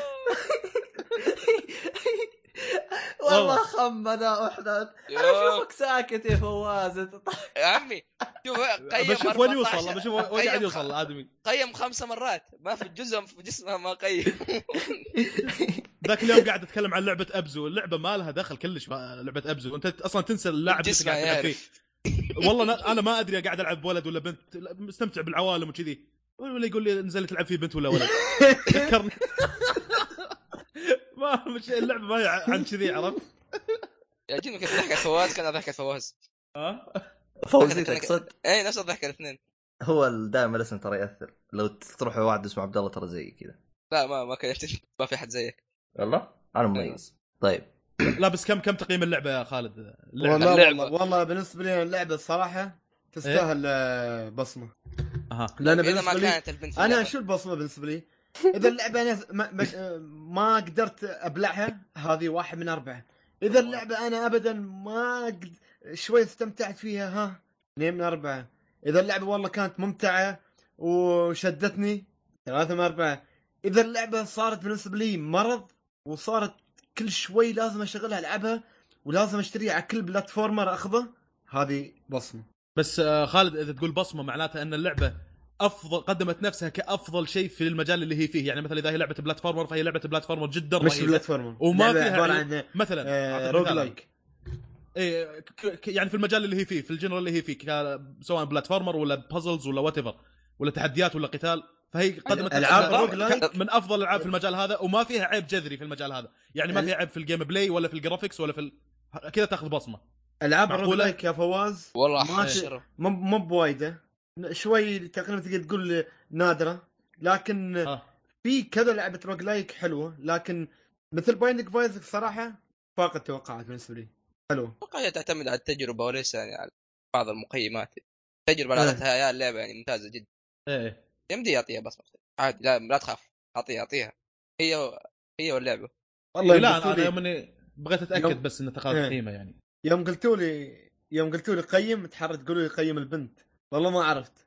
والله خمنا احدث. انا اشوفك ساكت يا فواز. يا عمي شوف قيم بشوف وين يوصل بشوف وين قاعد يوصل الآدمي. قيم خمسة مرات ما في جزء في جسمه ما قيم. ذاك اليوم قاعد اتكلم عن لعبة أبزو. اللعبة ما لها دخل كلش لعبة أبزو. انت اصلا تنسى اللاعب اللي قاعد تلعب فيه. والله انا ما ادري قاعد العب بولد ولا بنت، مستمتع بالعوالم وكذي، ولا يقول لي نزل تلعب فيه بنت ولا ولد. ذكرني ما مش اللعبه ما هي عن كذي، عرفت؟ يا جينا كيف ضحكة فواز كان ضحكة فواز. ها فوزي تقصد؟ اي نفس الضحكة الاثنين. هو دائما الاسم ترى ياثر. لو تروح واحد اسمه عبد الله ترى زي كذا. لا ما ما كان ما في حد زيك والله انا مميز. طيب لا بس كم كم تقييم اللعبه يا خالد؟ اللعبة والله, والله والله بالنسبه لي اللعبه الصراحه تستاهل إيه؟ بصمه اها لان اذا ما بالنسبه لي كانت البنت في انا اللعبة. شو البصمه بالنسبه لي اذا اللعبه انا ما, ما, ما قدرت ابلعها هذه واحد من اربعه. اذا اللعبه انا ابدا ما قد شوي استمتعت فيها ها اثنين من اربعه. اذا اللعبه والله كانت ممتعه وشدتني ثلاثه من اربعه. اذا اللعبه صارت بالنسبه لي مرض وصارت كل شوي لازم اشغلها العبها ولازم اشتريها على كل بلاتفورمر اخذه هذه بصمه. بس آه خالد اذا تقول بصمه معناتها ان اللعبه افضل قدمت نفسها كافضل شيء في المجال اللي هي فيه. يعني مثلا اذا هي لعبه بلاتفورمر فهي لعبه بلاتفورمر جدا مش رهيبه بلاتفورمر وما لعبة فيها عباره عيوب. عن مثلا آه روج لايك. ايه ك- يعني في المجال اللي هي فيه في الجنرال اللي هي فيه ك- سواء بلاتفورمر ولا بازلز ولا وات ايفر ولا تحديات ولا قتال فهي قدمت ألعاب نفسها روج لايك. من افضل الالعاب في المجال هذا وما فيها عيب جذري في المجال هذا. يعني ما ال- فيها عيب في الجيم بلاي ولا في الجرافيكس ولا في ال... كذا تاخذ بصمه. العاب معقولة؟ الروج لايك يا فواز والله ما شرف. مو مو بوايده شوي تقريبا تقدر تقول نادره لكن آه. في كذا لعبه روج لايك حلوه لكن مثل بايندينج فايز صراحه فاقت التوقعات بالنسبه لي حلوه. اتوقع هي تعتمد على التجربه وليس يعني على بعض المقيمات. التجربه اللي اعطتها يا اللعبه يعني ممتازه جدا. ايه يمدي يعطيها بصمه عادي. لا لا تخاف اعطيها اعطيها هي و... هي واللعبه. والله لا قلتوا انا لي يوم بغيت اتاكد يوم... بس ان تقاضى إيه. قيمه يعني يوم قلتوا لي يوم قلتوا لي قيم تحرر تقولوا لي قيم البنت والله ما عرفت.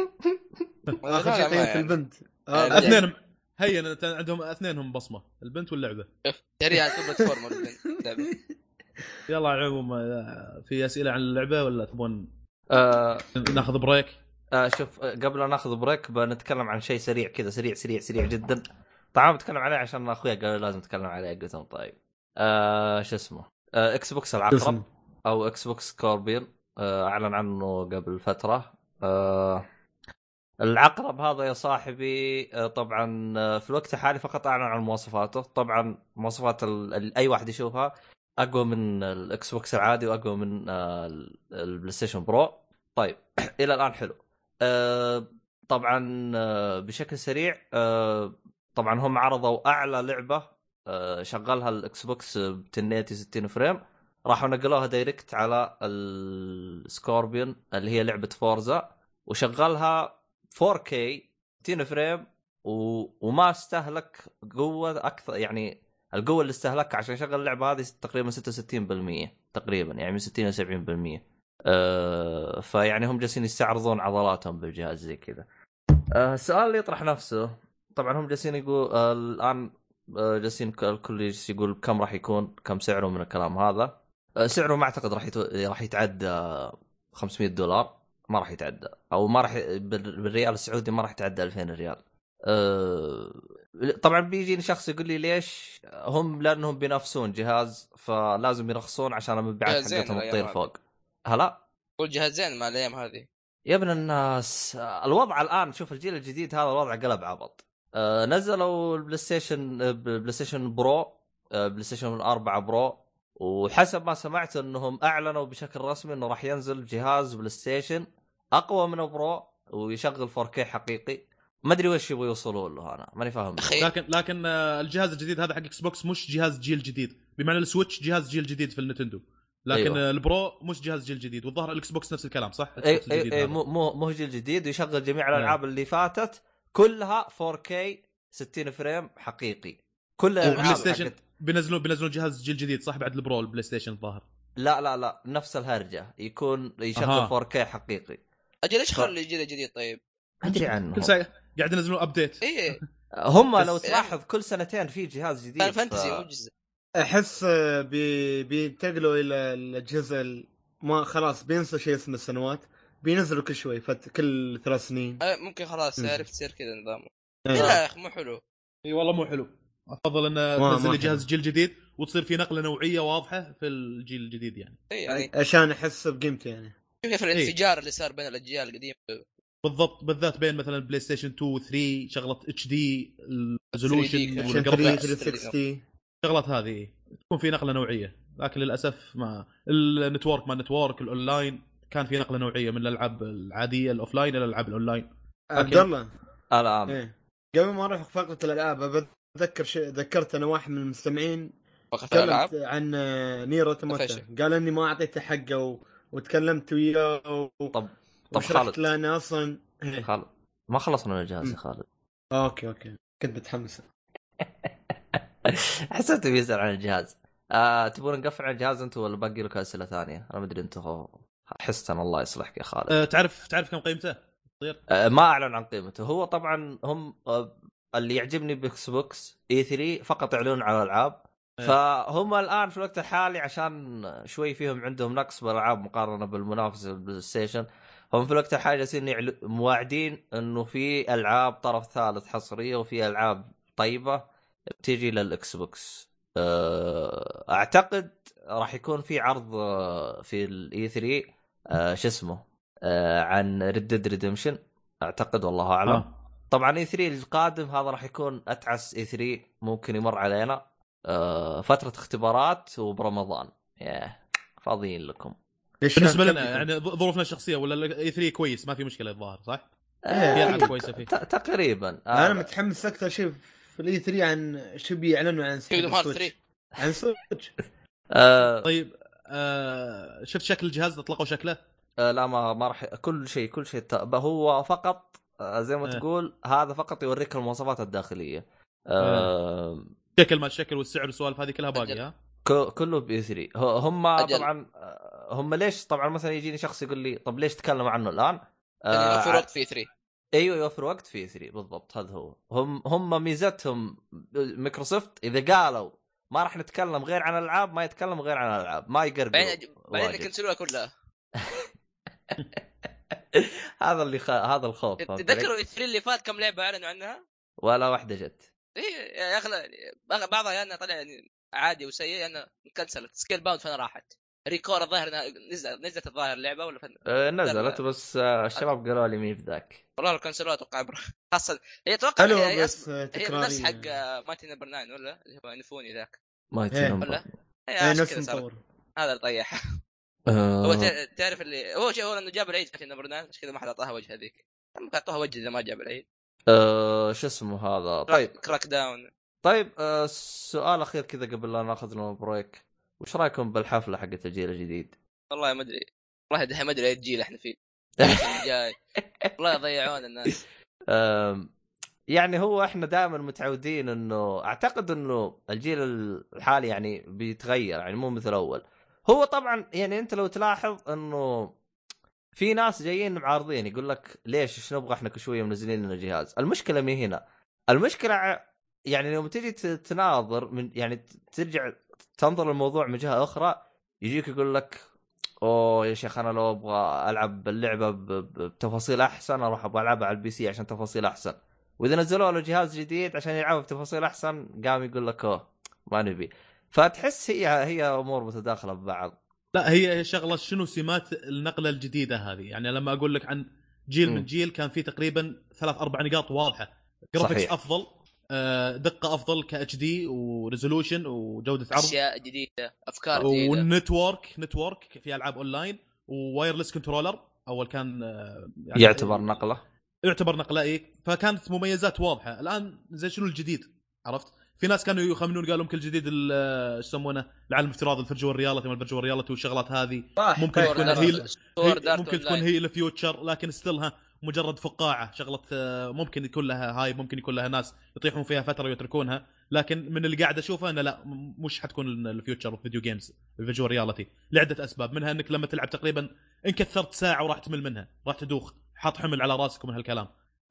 اخر شيء قيمت البنت يعني آه اثنين هي عندهم اثنينهم بصمه البنت واللعبه. ترى يعني كل بلاتفورم اللعبه. يلا على العموم في اسئله عن اللعبه ولا تبون آه ناخذ بريك؟ آه شوف قبل لا ناخذ بريك بنتكلم عن شيء سريع كذا سريع سريع سريع جدا. طبعا بتكلم عليه عشان اخويا قال لازم نتكلم عليه. قلت لهم طيب آه شو اسمه آه اكس بوكس العقرب او اكس بوكس سكوربيون آه اعلن عنه قبل فتره. آه العقرب هذا يا صاحبي آه طبعا آه في الوقت الحالي فقط اعلن عن مواصفاته. طبعا مواصفات ال... ال... اي واحد يشوفها اقوى من الاكس بوكس العادي واقوى من آه البلاي ستيشن برو. طيب الى الان حلو. أه طبعا أه بشكل سريع أه طبعا هم عرضوا اعلى لعبه أه شغلها الاكس بوكس ب ألف وعشرين ستين فريم. راحوا نقلوها دايركت على السكوربيون اللي هي لعبه فورزا وشغلها فور كي ستين فريم و... وما استهلك قوه اكثر. يعني القوه اللي استهلكها عشان يشغل اللعبه هذه تقريبا ستة وستين بالمية تقريبا يعني من ستين إلى سبعين بالمية. أه فيعني هم جالسين يستعرضون عضلاتهم بالجهاز زي كذا. أه السؤال اللي يطرح نفسه طبعا هم جالسين يقول أه الان أه جالسين الكل يقول كم راح يكون كم سعره من الكلام هذا. أه سعره ما اعتقد راح يتو... راح يتعدى خمسمية دولار. ما راح يتعدى او ما راح بالريال السعودي ما راح يتعدى ألفين ريال. أه طبعا بيجيني شخص يقول لي ليش هم لانهم بينافسون جهاز فلازم يرخصون عشان المبيعات حقتهم تطير فوق. هلا قول جهازين مع الايام هذه يا ابن الناس. الوضع الان شوف الجيل الجديد هذا الوضع قلب عبط. أه نزلوا البلاي ستيشن بلاي ستيشن برو أه بلاي ستيشن أربعة برو وحسب ما سمعت انهم اعلنوا بشكل رسمي انه راح ينزل جهاز بلاي ستيشن اقوى من برو ويشغل فور كي حقيقي. ما ادري وش يبغوا يوصلوا له انا ماني فاهم. لكن لكن الجهاز الجديد هذا حق اكس بوكس مش جهاز جيل جديد بمعنى السويتش جهاز جيل جديد في النينتندو لكن أيوة. البرو مش جهاز جيل جديد والظاهر الاكس بوكس نفس الكلام صح. اي اي اي مو مو جيل جديد ويشغل جميع الالعاب أيوة. اللي فاتت كلها فور كي ستين فريم حقيقي كل الالعاب حقت... بينزلوا بينزلوا جهاز جيل جديد صح بعد البرو البلاي ستيشن الظاهر. لا لا لا نفس الهرجه يكون يشغل أها. فور كي حقيقي. اجل ايش خلوا الجيل الجديد طيب ادري عنه كل ساعه قاعد ينزلون ابديت. ايه هم لو تلاحظ كل سنتين في جهاز جديد. كان فانتسي مو جزء. احس بي بينتقلوا الى الجزء ما خلاص بينسوا شيء اسمه السنوات بينزلوا كل شوي فت كل ثلاث سنين أه ممكن خلاص عرفت تصير كذا نظام. أه. لا يا اخي مو حلو. اي والله مو حلو. افضل ان تنزل لي جهاز جيل جديد وتصير في نقله نوعيه واضحه في الجيل الجديد يعني. اي يعني عشان احس بقيمته يعني. كيف الانفجار اللي صار بين الاجيال القديمه بالضبط بالذات بين مثلا بلاي ستيشن اثنين ثلاثة شغله اتش دي الريزولوشن والجرافيكس شغلات هذه تكون في نقله نوعيه لكن للاسف ما النتورك ما النتورك الاونلاين كان في نقله نوعيه من الالعاب العاديه الاوفلاين الى الالعاب اونلاين. عبد الله الان إيه. قبل ما اروح فقره الالعاب بتذكر شيء ذكرت انا واحد من المستمعين فقره الالعاب عن نير اوتوماتا قال اني ما اعطيته حقه و... وتكلمت وياه و... طب طب خالد لا انا اصلا إيه. خالد ما خلصنا من الجهاز يا خالد. اوكي اوكي كنت متحمس. حسيت بيسأل عن الجهاز. آه، تبون نقفل عن الجهاز انتوا ولا باقي لكم اسئله ثانيه؟ انا ما ادري انتوا حستن الله يصلحك يا خالد. أه تعرف تعرف كم قيمته؟ طير آه، ما اعلن عن قيمته. هو طبعا هم آه، اللي يعجبني باكس بوكس اي ثري فقط يعلنون على الالعاب. إيه. فهم الان في الوقت الحالي عشان شوي فيهم عندهم نقص بالالعاب مقارنه بالمنافس البلاي ستيشن. هم في الوقت الحالي جالسين يعل- مواعدين انه في العاب طرف ثالث حصريه وفي العاب طيبه بتيجي للاكس بوكس. آه، اعتقد راح يكون في عرض آه، في الاي ثري شو اسمه آه، عن ريد ديد ريدمشن اعتقد والله اعلم. آه. طبعا اي ثري القادم هذا راح يكون اتعس اي ثري ممكن يمر علينا. آه، فتره اختبارات وبرمضان ياه فاضيين لكم. ليش بالنسبه كم لنا يكون؟ يعني ظروفنا الشخصيه ولا اي ثري كويس ما في مشكله الظاهر صح؟ آه، في ألعاب تق- كويسة فيه. ت- تقريبا آه، انا متحمس اكثر شيء في الاي ثري عن شو بيعلنوا عن كينجدوم هارت السويتش. ثري. عن سويتش. آه، طيب آه شفت شكل الجهاز اطلقوا شكله؟ آه، لا ما ما راح كل شيء كل شيء ت- هو فقط آه، زي ما آه. تقول هذا فقط يوريك المواصفات الداخليه. آه، شكل ما الشكل والسعر والسوالف هذه كلها باقي ها؟ ك- كله بي ثري. هم أجل. طبعا آه، هم ليش طبعا مثلا يجيني شخص يقول لي طب ليش تكلم عنه الان؟ يعني آه، يوفر وقت في ثري. ايوه يوفر وقت في ثري بالضبط. هذا هو هم هم ميزتهم مايكروسوفت اذا قالوا ما راح نتكلم غير عن الالعاب ما يتكلم غير عن الالعاب ما يقرقوا بعدين بعدين كنسلوها كلها. هذا اللي خ... هذا الخوف. فهمت علي؟ تذكروا الثري اللي فات كم لعبه اعلنوا عنها؟ ولا واحده جت. ايه يا اخي بعضها يعني طلع يعني عادي وسيء يعني كنسلت. سكيل باوند فين راحت؟ ريكور الظاهر نزل نزلت الظاهر اللعبه ولا فين؟ آه، نزلت بس آه، الشباب قالوا لي مين في ذاك. والله كنسلوها اتوقع عبره خاصه هي اتوقع حلو هي بس هي تكرارية. نفس حق مايتي نمبر تسعة ولا اللي هو نفوني ذاك ما إيه. يتنمر. ولا اي هي نفس كذا صار. مطور. هذا اللي طيح. آه، هو تع- تعرف اللي هو شيء هو انه جاب العيد مايتي نمبر تسعة عشان كذا ما حد اعطاها وجه هذيك. ممكن اعطوها وجه اذا ما جاب العيد. آه، شو اسمه هذا. طيب كراك داون. طيب آه، سؤال اخير كذا قبل لا ناخذ لنا بريك. وش رايكم بالحفله حقت الجيل الجديد؟ والله ما ادري والله دحين ما ادري اي جيل احنا فيه جاي. والله ضيعون الناس. آم، يعني هو احنا دائما متعودين انه اعتقد انه الجيل الحالي يعني بيتغير يعني مو مثل اول. هو طبعا يعني انت لو تلاحظ انه في ناس جايين معارضين يقول لك ليش ايش نبغى احنا كشويه منزلين لنا جهاز. المشكله مي هنا. المشكله ع- يعني لو تجي تناظر من يعني ترجع تنظر الموضوع من جهه اخرى يجيك يقول لك اوه يا شيخ انا لو ابغى العب اللعبه ب- ب- بتفاصيل احسن اروح ابغى العبها على البي سي عشان تفاصيل احسن. واذا نزلوا له جهاز جديد عشان يلعبها بتفاصيل احسن قام يقول لك اوه ما نبي. فتحس هي هي امور متداخله ببعض. لا هي شغله شنو سمات النقله الجديده هذه يعني لما اقول لك عن جيل م. من جيل كان في تقريبا ثلاث اربع نقاط واضحه. جرافيكس صحيح. افضل آه، دقه افضل كاتش دي وريزولوشن وجوده عرض اشياء جديده افكار جديده والنتورك نتورك في العاب اونلاين ووايرلس كنترولر اول كان آه، يعني يعتبر نقله. يعتبر نقله ايه. فكانت مميزات واضحه. الان زي شنو الجديد عرفت؟ في ناس كانوا يخمنون قالوا ممكن الجديد ايش يسمونه العالم الافتراضي الفيرتشوال رياليتي ما الفيرتشوال رياليتي والشغلات هذه ممكن تكون هي هي- ممكن تكون هي الفيوتشر لكن ستيلها مجرد فقاعه شغله آه، ممكن يكون لها هاي ممكن يكون لها ناس يطيحون فيها فتره ويتركونها. لكن من اللي قاعد اشوفه انه لا م- مش حتكون الفيوتشر في فيديو جيمز الفيرتشوال رياليتي لعده اسباب منها انك لما تلعب تقريبا ان كثرت ساعه وراح تمل منها راح تدوخ حاط حمل على راسك ومن هالكلام.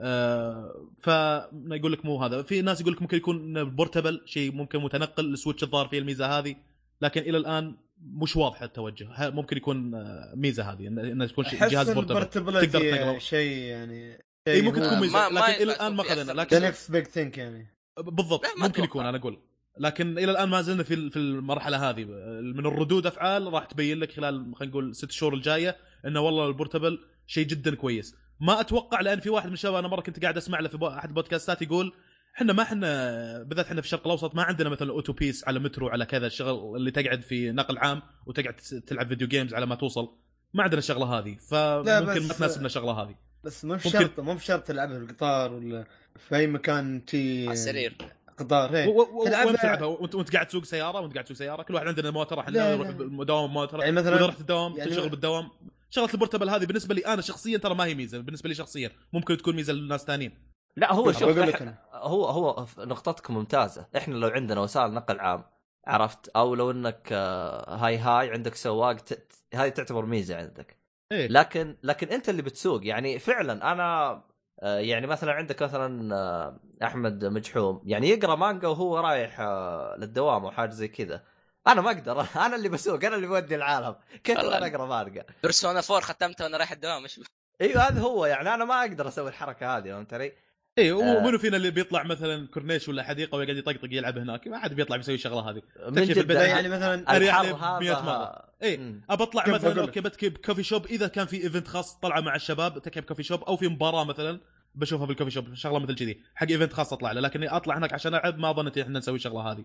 آه فيقول لك مو هذا. في ناس يقول لك ممكن يكون بورتبل شيء ممكن متنقل السويتش الظاهر فيه الميزه هذه لكن الى الان مش واضح التوجه. ممكن يكون ميزه هذه انه تكون جهاز بورتبل تقدر تنقله شيء يعني اي ممكن تكون ميزه ما لكن الى الان ما اخذنا. لكن نكست بيج ثينك يعني بالضبط ممكن يكون انا اقول لكن الى الان ما زلنا في في المرحله هذه من الردود افعال راح تبين لك خلال خلينا نقول ست شهور الجايه انه والله البورتبل شيء جدا كويس. ما اتوقع لان في واحد من الشباب انا مره كنت قاعد اسمع له في احد البودكاستات يقول احنا ما احنا بالذات احنا في الشرق الاوسط ما عندنا مثلا اوتو بيس على مترو على كذا الشغل اللي تقعد في نقل عام وتقعد تلعب فيديو جيمز على ما توصل ما عندنا الشغله هذه. فممكن ما تناسبنا الشغله هذه. بس مو شرط مو بشرط تلعبها في القطار ولا في اي مكان تي على السرير قطار هيك تلعبها تلعبها وانت وانت قاعد تسوق سياره وانت قاعد تسوق سياره كل واحد عندنا موتر احنا نروح بالدوام موتر يعني مثلا واذا رحت الدوام يعني تشتغل بالدوام شغله البورتبل هذه بالنسبه لي انا شخصيا ترى ما هي ميزه، بالنسبه لي شخصيا ممكن تكون ميزه للناس ثانيين. لا هو شوف أقول لك إح... أنا. هو هو نقطتك ممتازه. احنا لو عندنا وسائل نقل عام عرفت، او لو انك آه، هاي هاي عندك سواق ت... هذه تعتبر ميزه عندك. إيه؟ لكن لكن انت اللي بتسوق يعني فعلا. انا آه، يعني مثلا عندك مثلا آه، احمد مجحوم يعني يقرا مانجا وهو رايح آه، للدوام او حاجه زي كذا، انا ما اقدر. انا اللي بسوق، انا اللي بودي العالم، كيف والله. انا اقرا مانجا؟ بيرسونا فور ختمتها وانا رايح الدوام مش ايوه هذا هو يعني. انا ما اقدر اسوي الحركه هذه، فهمت علي؟ ايه آه. ومنو فينا اللي بيطلع مثلا كورنيش ولا حديقه ويقعد يطقطق يلعب هناك؟ ما حد بيطلع بيسوي الشغله هذه. من تكفي في جد البيت. لا يعني مثلا اريح الحر لي هذا مية مره. ايه مم. ابى اطلع كيف مثلا بقول لك؟ اوكي بتكي بكوفي شوب اذا كان في ايفنت خاص طلعه مع الشباب تكي بكوفي شوب، او في مباراه مثلا بشوفها بالكوفي شوب شغله مثل كذي حق ايفنت خاص اطلع له. لكن اطلع هناك عشان العب ما ظنيت احنا نسوي الشغله هذه.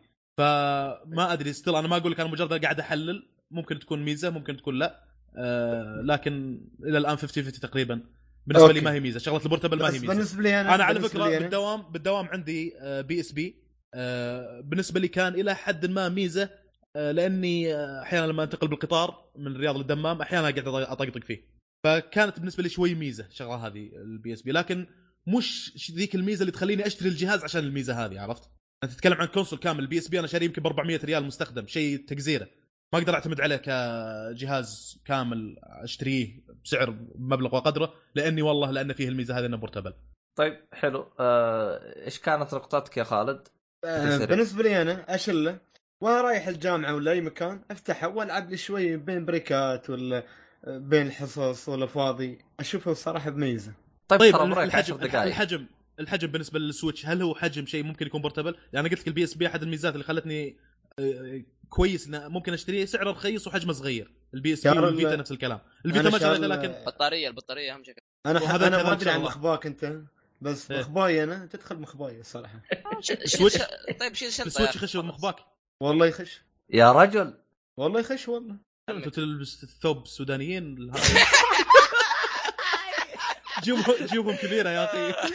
فما ادري ستيل انا ما اقول لك انا مجرد قاعد احلل، ممكن تكون ميزه ممكن تكون لا. آه لكن الى الان خمسين خمسين تقريبا بالنسبه أوكي. لي ما هي ميزه. شغله البورتبل ما هي بس ميزه. بالنسبه لي انا انا على بالنسبة فكره لي أنا- بالدوام بالدوام عندي بي اس بي. بالنسبه لي كان الى حد ما ميزه، آه، لاني آه، احيانا لما انتقل بالقطار من الرياض للدمام احيانا قاعد اطقطق فيه، فكانت بالنسبه لي شوي ميزه شغله هذه البي اس بي. لكن مش ذيك الميزه اللي تخليني اشتري الجهاز عشان الميزه هذه، عرفت؟ انت تتكلم عن كونسول كامل. البي اس بي انا شاريه يمكن ب أربعمية ريال مستخدم، شيء تقزيره، ما اقدر اعتمد عليه كجهاز كامل اشتريه بسعر مبلغ وقدره، لاني والله لان فيه الميزه هذه انه بورتبل. طيب حلو. آه، ايش كانت نقطتك يا خالد؟ آه، سريع. بالنسبه لي انا اشله وانا رايح الجامعه ولا اي مكان افتحه والعب لي شوي بين بريكات ولا آه، بين الحصص ولا فاضي، اشوفه الصراحه بميزه. طيب, طيب ترى بريك الحجم عشر دقائق. الحجم الحجم بالنسبه للسويتش هل هو حجم شيء ممكن يكون بورتبل؟ يعني قلت لك البي اس بي احد الميزات اللي خلتني آه، كويس انه ممكن اشتريه، سعره رخيص وحجمه صغير. البي اس بي شهر والفيتا ال- نفس الكلام. الفيتا أنا ما شهر شريته ال- لكن بطاريه البطاريه اهم شيء. انا ح... وهذا انا كذا ما إن ادري شاء عن الله. مخباك انت، بس إيه. مخباي انا تدخل مخباي الصراحه. سويتش طيب شيل شنطه السويتش يخش مخباك. والله يخش، يا رجل والله يخش والله. انتوا تلبس الثوب السودانيين جيوبهم جيوبهم كبيره يا اخي.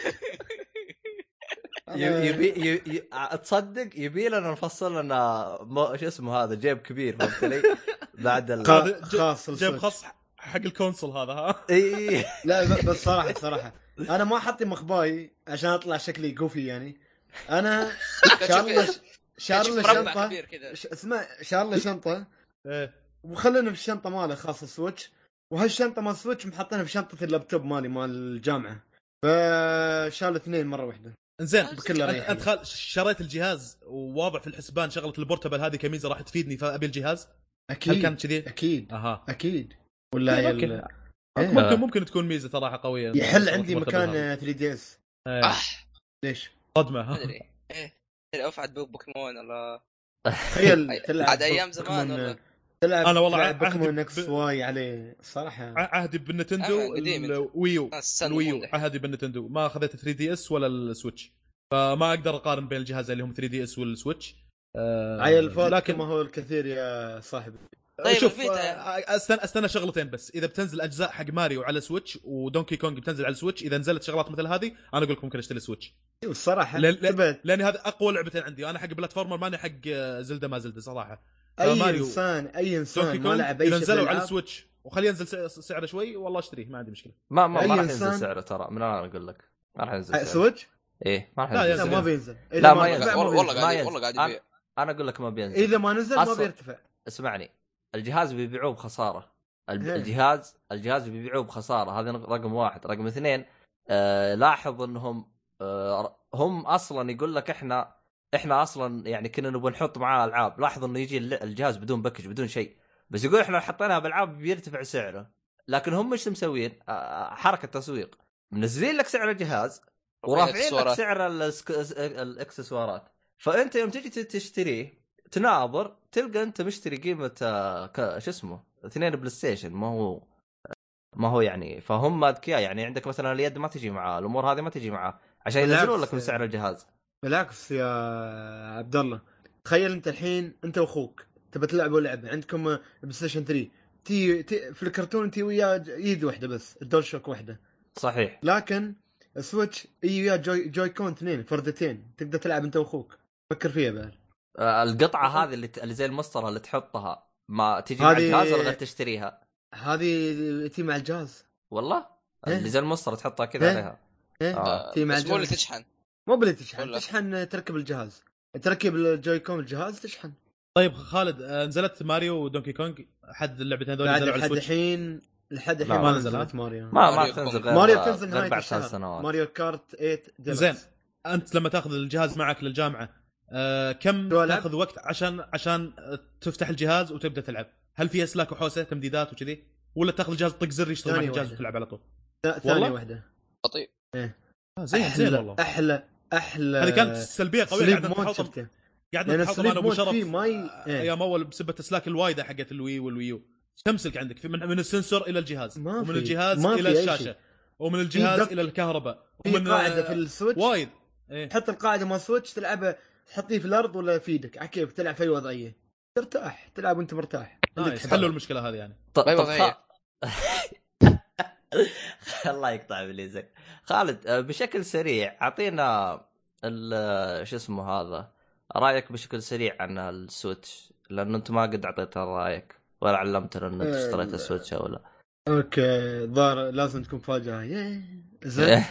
يبي يبي ي... تصدق يبي لنا نفصل لنا م... شو اسمه هذا جيب كبير، فهمت لي؟ بعد ال... هذا خ- خاص جيب السويتش. خاص حق الكونسول هذا ها. اي لا ب- بس صراحه صراحه انا ما حطي مخباي عشان اطلع شكلي جوفي يعني. انا شارله شارله مربع شنطه كبير كذا. ش... اسمع شارله شنطه ايه وخلنا في الشنطه ماله خاصه سويتش، وهالشنطه مال سويتش محطينها في شنطه اللابتوب مالي مال الجامعه، فشال اثنين مره واحده. انزين بكل انت اريحيه. انت خل... شريت الجهاز وواضع في الحسبان شغله البورتبل هذه كميزه راح تفيدني فابي الجهاز. اكيد هل كانت كذي؟ اكيد اها اكيد. ولا طيب، يا أوكي. ال- ممكن إيه. ممكن تكون ميزه صراحه قويه. يحل شغلة عندي البورتبل مكان هذه. ثري دي اس. إيه. اه ليش؟ صدمه ما ها. ادري ايه افعد بوكيمون الله. تخيل تلعب عاد ايام زمان بوكيمون- والله. تلعب أنا والله تلعب عهدي بوكيمون ب- اكس واي عليه الصراحه. ع- عهدي بالنتندو أنا قديم أنت. الويو آه، السن الويو ومونده. عهدي بالنتندو ما اخذت ثري دي اس ولا السويتش، فما اقدر اقارن بين الجهازين اللي هم ثري دي اس والسويتش. آه عيل فاتك لكن ما هو الكثير يا صاحبي. طيب شوف الفيتا. آه، استنى استنى شغلتين بس. اذا بتنزل اجزاء حق ماريو على سويتش ودونكي كونج بتنزل على السويتش، اذا نزلت شغلات مثل هذه انا اقول لك ممكن اشتري سويتش. والصراحه لأن, لأن, ثبت لان هذا اقوى لعبتين عندي. انا حق بلاتفورمر ماني حق آه، زلدة ما زلدة صراحه. اي ماريو انسان اي دونكي انسان ما كونج لعب اي اذا شيء نزلوا على بالألعاب، السويتش وخليه ينزل سع- سعره شوي والله اشتريه ما عندي مشكله. ما ما, أي ما راح إنسان- ينزل سعره ترى من انا اقول لك ما راح ينزل أه، سعره. سويتش ايه ما راح لا، ينزل لا ينزل. ما سعره. بينزل. إذا لا ما نزل ينزل. ما والله بينزل. ما قاعد ينزل. والله قاعد أنا- يبيع. انا اقول لك ما بينزل. اذا ما نزل ما أصلاً- بيرتفع. اسمعني الجهاز بيبيعوه بخساره. الب- إيه. الجهاز الجهاز بيبيعوه بخساره. هذا رقم واحد. رقم اثنين آه لاحظ انهم آه هم اصلا يقول لك احنا احنا اصلا يعني كنا نبغى نحط معاه العاب. لاحظ انه يجي الل- الجهاز بدون باكج بدون شيء، بس يقول احنا حطيناها بالعاب بيرتفع سعره. لكن هم مش مسوين آه حركه تسويق، منزلين لك سعر الجهاز ورافعين لك الإكسسوارات. سعر الاسك- الاكسسوارات. فانت يوم تجي تشتريه تناظر تلقى انت مشتري قيمه آه، ك- شو اسمه اثنين بلاي ستيشن. ما هو ما هو يعني فهم اذكياء. يعني عندك مثلا اليد ما تجي معاه، الامور هذه ما تجي معاه عشان بالعكس. ينزلوا لك من سعر الجهاز. بالعكس يا عبد الله، تخيل انت الحين انت واخوك تبى تلعبوا لعبه عندكم بلاي ستيشن ثري، تي, تي في الكرتون تي وياه ايد واحده بس الدول شوك واحده، صحيح. لكن السويتش اي وياه جوي, جوي كون اثنين فردتين تقدر تلعب انت واخوك. فكر فيها بعد. آه، القطعه هذه اللي, ت... اللي زي المسطره اللي تحطها ما تجي مع هذه- الجهاز ولا غير تشتريها؟ هذه تي مع الجهاز. والله إيه. اللي زي المسطره تحطها كذا إيه. عليها. ايه آه. تي مع بس مو اللي الجهاز. تشحن. مو بلي تشحن ولا. تشحن تركب الجهاز، تركب الجويكون الجهاز تشحن. طيب خالد، آه، نزلت ماريو ودونكي كونغ حد اللعبتين هذول بعد نزلوا على لحد السويتش؟ الحين لحد الحين لا، ما ما نزل، نزلت ماريو. ما ما ماريو تنزل كونغ. غير ماريو تنزل غير نهاية بعد ثلاث الشهر. سنوات. ماريو كارت ثمانية ديلكس. زين، انت لما تاخذ الجهاز معك للجامعه آه كم شو ألعب؟ تاخذ وقت عشان عشان تفتح الجهاز وتبدا تلعب؟ هل في اسلاك وحوسه تمديدات وكذي، ولا تاخذ الجهاز طق زر يشتغل معك ثانية الجهاز واحدة. وتلعب على طول؟ لا، ثانية والله؟ واحدة. بطيء. آه زين أحلى زين والله. احلى احلى هذه كانت سلبيه قويه سليب قاعد مود نتحوطم شفته. قاعد لأن نتحوطم السليب انا ابو مود شرف فيه ما ي- آه، إيه. ايام اول بسبه اسلاك الوايده حقت الوي والويو تمسك عندك في- من, من السنسور الى الجهاز، ما ومن في- الجهاز ما في الى أي الشاشه، شيء. ومن الجهاز دق- الى الكهرباء، في ومن قاعدة آه، في السويتش وايد إيه. تحط القاعدة مال سويتش تلعبها، تحطيه في الأرض ولا في يدك عكيف تلعب في أي وضعية ترتاح، تلعب وأنت مرتاح. اللي نايس، تحبه. حلوا المشكله هذه يعني. ط- باي طب وضعية. خ... الله يقطع بليزك. خالد، آه، بشكل سريع اعطينا ال- شو اسمه هذا، رايك بشكل سريع عن السويتش، لانه انت ما قد اعطيت رايك ولا علمتنا انك ال- اشتريت السويتش او لا. اوكي، ظاهر لازم تكون فاجأة. ياه. زين.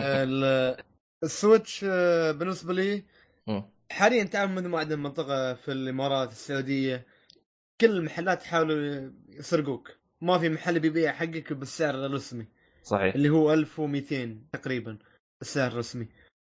ال- السويتش آه، بالنسبة لي مم. حاليا تعال من ما عندنا منطقة في الإمارات السعودية كل المحلات يحاولوا يسرقوك، ما في محل بيبيع حقك بالسعر الرسمي صحيح. اللي هو ألف ومئتين تقريبا السعر الرسمي.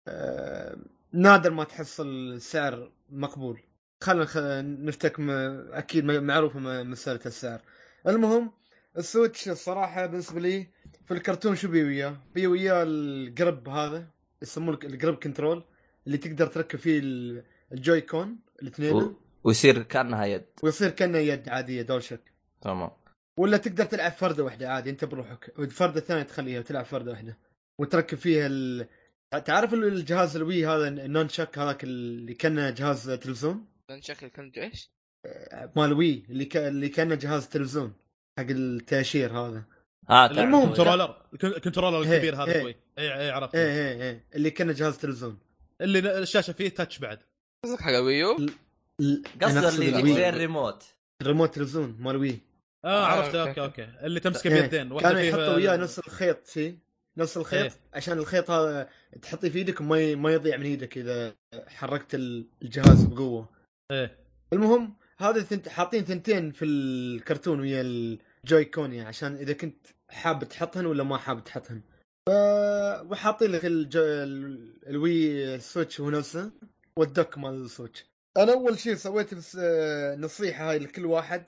آه، نادر ما تحصل سعر مقبول. خلنا خ... نفتك م... اكيد م- معروفه م- مساله السعر. المهم السويتش الصراحه بالنسبه لي في الكرتون شو بي وياه بي وياه القرب هذا يسمونه القرب كنترول اللي تقدر تركب فيه ال- الجويكون الاثنين و... ويصير كانها يد. ويصير كأنه يد عاديه دولشك. تمام. ولا تقدر تلعب فردة واحدة عادي انت بروحك، والفردة الثانية تخليها وتلعب فردة واحدة وتركب فيها ال... تعرف الجهاز الوي هذا النون شك هذاك اللي كان جهاز تلفزيون من شكل كنت ايش؟ مال وي اللي ك... اللي كان جهاز تلفزيون حق التاشير هذا. اه المهم. تعرف. كنترولر الكنترولر هي- الكبير هذا هي. شوي اي اي عرفت. ايه ايه ايه اللي كان جهاز تلفزيون. اللي الشاشه فيه تاتش بعد. قصدك حق ويو؟ ال- أنا قصد أقصد اللي يجيك الوي. زي الريموت. الريموت تلفزيون مال وي. اه آه، عرفت. أوكي، اوكي أوكي. اوكي اللي تمسكه إيه. بيدين واحده كانوا فيه يحطوا وياه نفس الخيط فيه نفس الخيط إيه. عشان الخيط هذا تحطيه في ايدك وما ي... ما يضيع من ايدك اذا حركت الجهاز بقوه. ايه. المهم هذا ثنت حاطين ثنتين في الكرتون ويا الجويكون يعني عشان اذا كنت حاب تحطهن ولا ما حاب تحطهن. ف وحاطين لك الجو... ال- الوي سويتش هو نفسه والدك مال السويتش. انا اول شيء سويت بس آه، نصيحه هاي لكل واحد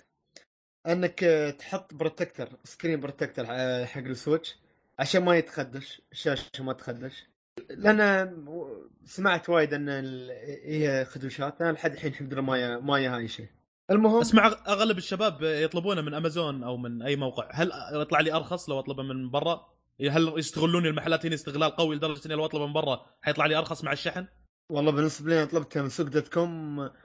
انك آه، تحط بروتكتر سكرين بروتكتر آه، حق السويتش عشان ما يتخدش الشاشه ما تخدش. لان سمعت وايد ان ال- هي خدوشات. انا لحد الحين الحمد لله ما ما هي هاي شيء. المهم اسمع، اغلب الشباب يطلبونه من امازون او من اي موقع، هل يطلع لي ارخص لو اطلبه من برا؟ هل يستغلون المحلات هنا استغلال قوي لدرجه اني لو اطلبه من برا حيطلع لي ارخص مع الشحن؟ والله بالنسبه لي أنا طلبتها من سوق دوت كوم آه،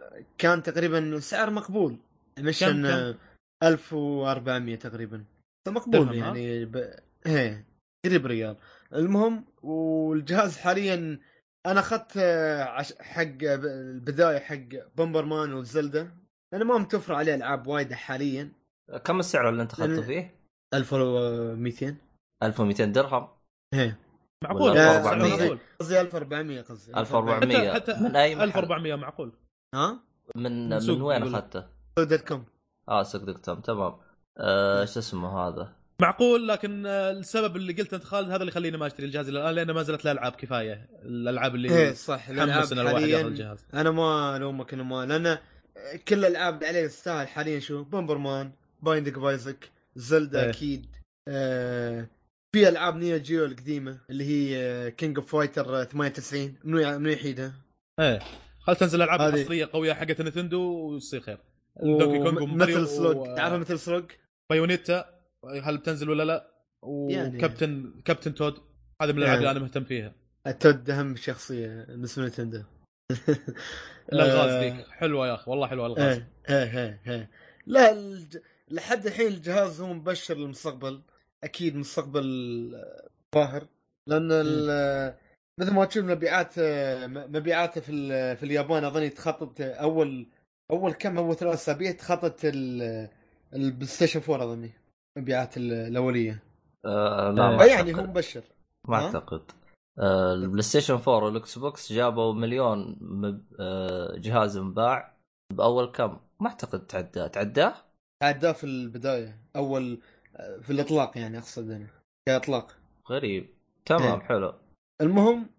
كان تقريبا سعر مقبول مش كم- ان ألف وأربعمية تقريبا مقبول درهم، ها؟ يعني ب... هي قريب ريال. المهم والجهاز حاليا انا اخذت آه، عش... حق ب- البدايه حق بومبرمان وزلدا انا ما متوفر عليه العاب وايده حاليا. كم السعر اللي انت اخذته لأن- فيه؟ ألف ومئتين. ألف ومئتين درهم. هي معقول. ولا سعر ألف وأربعمية. معقول. قصدي ألف وأربعمية قصدي ألف وأربعمية. حتى حتى من اي محل؟ ألف وأربعمية معقول. ها من من سوق من وين يقول لك. اخذته؟ سوق دوت كوم. اه سوق دكتور. تمام. آه شو اسمه هذا؟ معقول، لكن آه، السبب اللي قلت انت خالد هذا اللي يخليني ما اشتري الجهاز الى الان، لانه ما زالت الالعاب كفايه، الالعاب اللي ايه صح الالعاب حمسنا الواحد ياخذ حاليا الجهاز. انا ما الومك انه ما لان كل الالعاب اللي عليه تستاهل حاليا. شو بومبرمان بايندينج بايزك زلدا إيه. اكيد آه في العاب نيو جيو القديمه اللي هي كينج اوف فايتر ثمانية وتسعين منو منو يحيدها. ايه خل تنزل العاب هذه- اصليه قويه حقت نينتندو ويصير خير. دونكي كونغ وماريو مثل سلوج و- تعرف مثل سلوج بايونيتا هل بتنزل ولا لا؟ يعني. وكابتن كابتن تود هذا من الالعاب اللي انا مهتم فيها. التود اهم شخصيه بالنسبه نينتندو. الالغاز آه، ذيك حلوه يا اخي، والله حلوه الالغاز. ايه ايه ايه ايه لا الج... لحد الحين الجهاز هو مبشر للمستقبل اكيد مستقبل آه، ظاهر لان ال... مثل ما تشوف مبيعات آه، م- مبيعاته في ال... في اليابان اظن تخطط اول اول كم اول ثلاث اسابيع تخطط ال... البلاي ستيشن فور اظني مبيعات ال- الاوليه. آه لا ما يعني هو أعتقد. مبشر. ما ها؟ اعتقد. آه البلاي ستيشن فور والاكس بوكس جابوا مليون مب... آه جهاز انباع باول كم، ما اعتقد تعدى تعداه. عداه في البدايه اول في الاطلاق، يعني اقصد انا كاطلاق. غريب. تمام إيه. حلو. المهم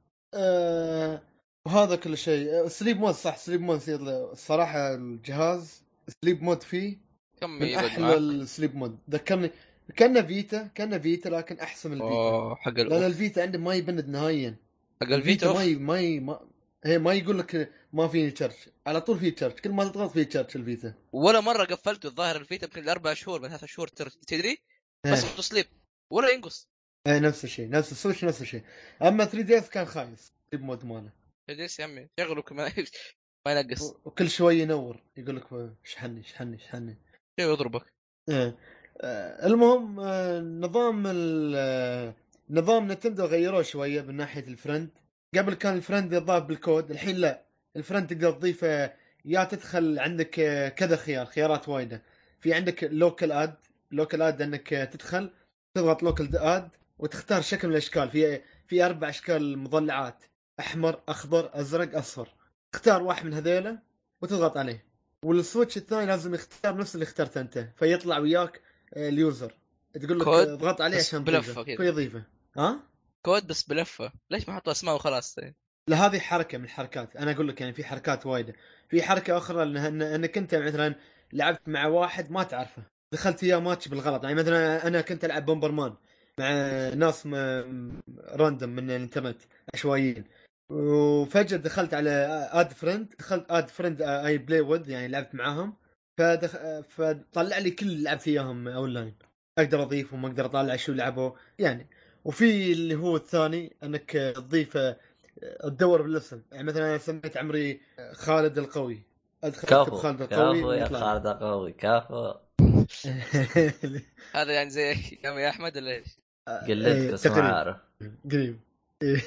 آه وهذا كل شيء. سليب مود صح، سليب مود الصراحه الجهاز سليب مود فيه كم من يقعد احلى معك؟ السليب مود. ذكرني كانه فيتا، كانه فيتا لكن احسن من الفيتا. اوه حق لان الاوف الفيتا عنده ما يبند نهائيا. حق الفيتا الفيتا ما اوف. ي... ما ي... ما هي ما يقول لك ما فيني تشارج، على طول في تشارج، كل ما تضغط في تشارج الفيتا. ولا مره قفلته الظاهر الفيتا يمكن اربع شهور من ثلاث شهور تر- تدري بس ايه تصليب ولا ينقص. ايه نفس الشيء، نفس السويتش نفس الشيء. اما ثري دي اس كان خايس سليب مود ماله، تدريس يا عمي شغله كمان ما ينقص و- وكل شوي ينور يقول لك شحني شحني شحني. شيء يضربك. إيه. آه، المهم آه، نظام ال آه، نظام نتندو غيروه شويه من ناحيه الفرند. قبل كان الفرند يضاف بالكود، الحين لا، الفرند تقدر تضيفه. يا تدخل عندك آه، كذا خيار، خيارات وايده. في عندك لوكال اد، لوكال اد انك آه، تدخل تضغط لوكال اد وتختار شكل من الاشكال. في في اربع اشكال مضلعات: احمر، اخضر، ازرق، اصفر. تختار واحد من هذيلا وتضغط عليه. والسويتش الثاني لازم يختار نفس اللي اخترته انت، فيطلع وياك آه، اليوزر تقول لك كود آه، اضغط عليه بس عشان بلفة تضيفه، كذا. فيضيفه. ها؟ كود بس بلفه، ليش ما حطوا اسماء وخلاص؟ لا هذه حركه من الحركات، انا اقول لك يعني في حركات وايده. في حركه اخرى انها إن- انك انت مثلا لعبت مع واحد ما تعرفه، دخلت اياه ماتش بالغلط. يعني مثلا انا كنت العب بومبرمان مع ناس م... راندوم من الانترنت عشوائيين، وفجاه دخلت على اد فريند، دخلت اد فريند اي بلاي وذ، يعني لعبت معاهم. فدخ... فطلع لي كل اللي لعبت اياهم اونلاين، اقدر اضيفهم، اقدر اطالع شو لعبوا يعني. وفي اللي هو الثاني انك تضيف تدور بالاسم. يعني مثلا انا سميت عمري خالد القوي، ادخل اكتب كفو خالد القوي كفو يا ويطلع لي. خالد قوي كفو. هذا يعني زي يا يا احمد ولا ايش؟ قلدك ايه بس ما تقريبا عارف. قريب. إيه.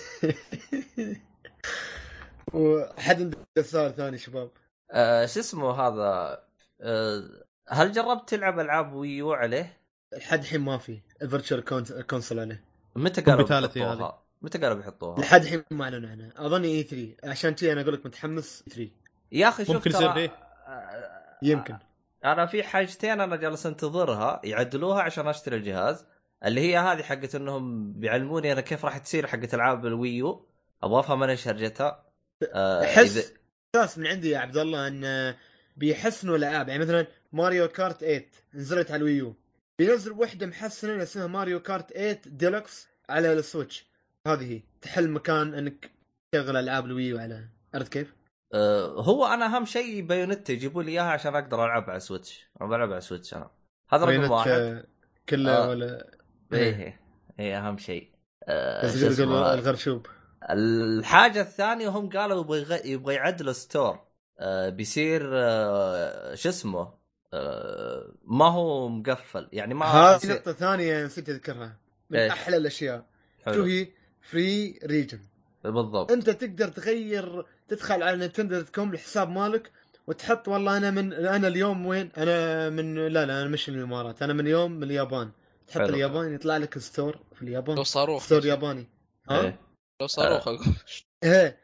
وحد عنده سؤال ثاني شباب؟ آه شو اسمه هذا. آه هل جربت تلعب العاب ويو عليه؟ لحد الحين ما في فيرتشوال كونسول عليه. متى قالوا Compatibility هذه. بيحطوها؟ متى قالوا بيحطوها؟ لحد الحين ما اعلنوا عنها، اظن اي ثري، عشان كذا انا اقول لك متحمس ثري. يا اخي شوف ممكن ترى يصير ليه؟ آه، يمكن انا في حاجتين انا جالس انتظرها يعدلوها عشان اشتري الجهاز، اللي هي هذه حقت انهم بيعلموني انا كيف راح تصير حقت العاب الويو. ابغى افهم انا ايش هرجتها. آه اذا احس احساس من عندي يا عبد الله ان بيحسنوا الالعاب. يعني مثلا ماريو كارت ثمانية نزلت على الويو، بينزل وحده محسنه اسمها ماريو كارت ثمانية ديلوكس على السويتش. هذه هي تحل مكان انك تشغل العاب الويو على، عرفت كيف؟ آه هو انا اهم شيء بايونيتا يجيبوا لي اياها عشان اقدر العب على سويتش. انا بلعب على سويتش انا، هذا رقم بينت واحد. كله آه ولا ايه ايه؟ ايه, إيه اهم شيء. آه بس شو يقول اسمه. الغرشوب. الحاجة الثانية هم قالوا يبغى يغ... يبغى يعدلوا ستور. آه بيصير آه شو اسمه آه ما هو مقفل، يعني ما راح هذه يصير. نقطة ثانية نسيت اذكرها، من ايش؟ احلى الاشياء. حلو. شو هي؟ فري ريجن. بالضبط. انت تقدر تغير، تدخل على نينتندو دوت كوم الحساب مالك وتحط والله انا من انا اليوم وين، انا من لا لا انا مش من الامارات، انا من اليوم من اليابان. تحط حلو. اليابان يطلع لك ستور في اليابان، لو صاروخ يا ستور شيخ. ياباني. ها؟ ايه. لو صاروخ أقول. ايه.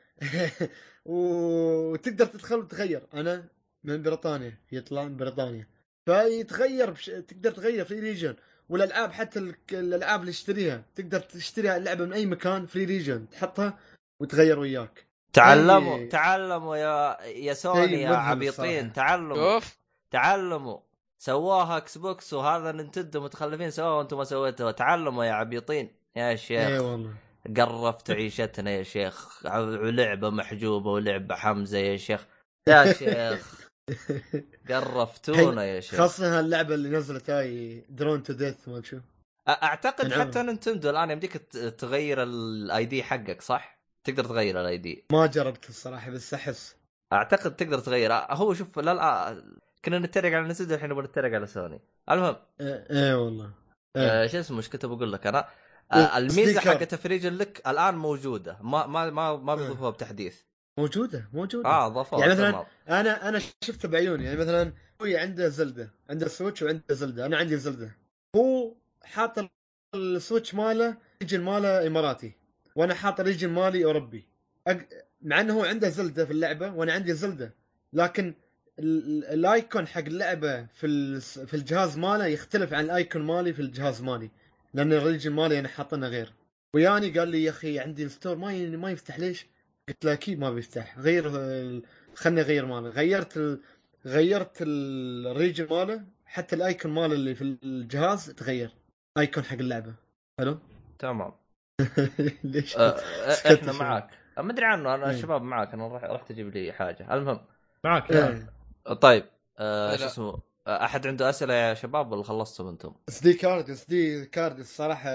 وتقدر تدخل وتغير انا من بريطانيا، يطلع من بريطانيا، فيتغير بش... تقدر تغير فري ريجن. والالعاب حتى ال... الالعاب اللي تشتريها تقدر تشتري اللعبه من اي مكان فري ريجن، تحطها وتغير وياك. تعلموا شيء تعلموا يا يا سوني يا مذهل عبيطين، الصراحة. تعلموا شوف تعلموا. سواها اكس بوكس وهذا نينتندو متخلفين سواها وانتم ما سويتوها. تعلموا يا عبيطين يا شيخ. اي والله. قرفت عيشتنا يا شيخ. لعبة محجوبة ولعبة حمزة يا شيخ. يا شيخ قرفتونا يا شيخ. خاصة هاللعبة اللي نزلت هاي درون تو ديث ما شو. اعتقد نعم. حتى نينتندو الان يمديك تغير الاي دي حقك، صح؟ تقدر تغير الاي دي. ما جربت الصراحة بس احس اعتقد تقدر تغير. هو شوف لا لا كنا نتريق على نينتندو الحين نبغى نتريق على سوني. المهم ايه, ايه والله. ايه. آه شو اسمه، ايش كنت بقول لك انا. آه الميزه ستيكر. حقت فريجن لك الان موجوده، ما ما ما ما بيضيفوها بتحديث. موجودة موجودة. اه ضافوها. يعني مثلا تمام. انا انا شفت بعيوني. يعني مثلا اخوي عنده زلدة، عنده سويتش وعنده زلدة، انا عندي زلدة. هو حاط السويتش ماله ريجن ماله اماراتي، وانا حاط ريجن مالي اوروبي. أق... مع انه هو عنده زلدة في اللعبه وانا عندي زلدة، لكن ال- الايكون حق اللعبه في ال... في الجهاز ماله يختلف عن الايكون مالي في الجهاز مالي، لان الريجن مالي انا حاطنه غير. وياني قال لي يا اخي عندي الستور ما ي... ما يفتح ليش؟ قلت له اكيد ما بيفتح، غير ال- خلني اغير ماله. غيرت ال... غيرت الريجن ماله، حتى الايكون ماله اللي في الجهاز تغير، ايكون حق اللعبه. حلو. تمام. ليش أه سكت احنا شوي؟ معاك، ما ادري عنه انا. إيه. الشباب معاك، انا راح رحت اجيب لي حاجه. المهم معك معك. ايه طيب أه شو لا. اسمه، أه احد عنده اسئله يا شباب ولا خلصتم انتم؟ اس دي كارد اس دي كارد الصراحه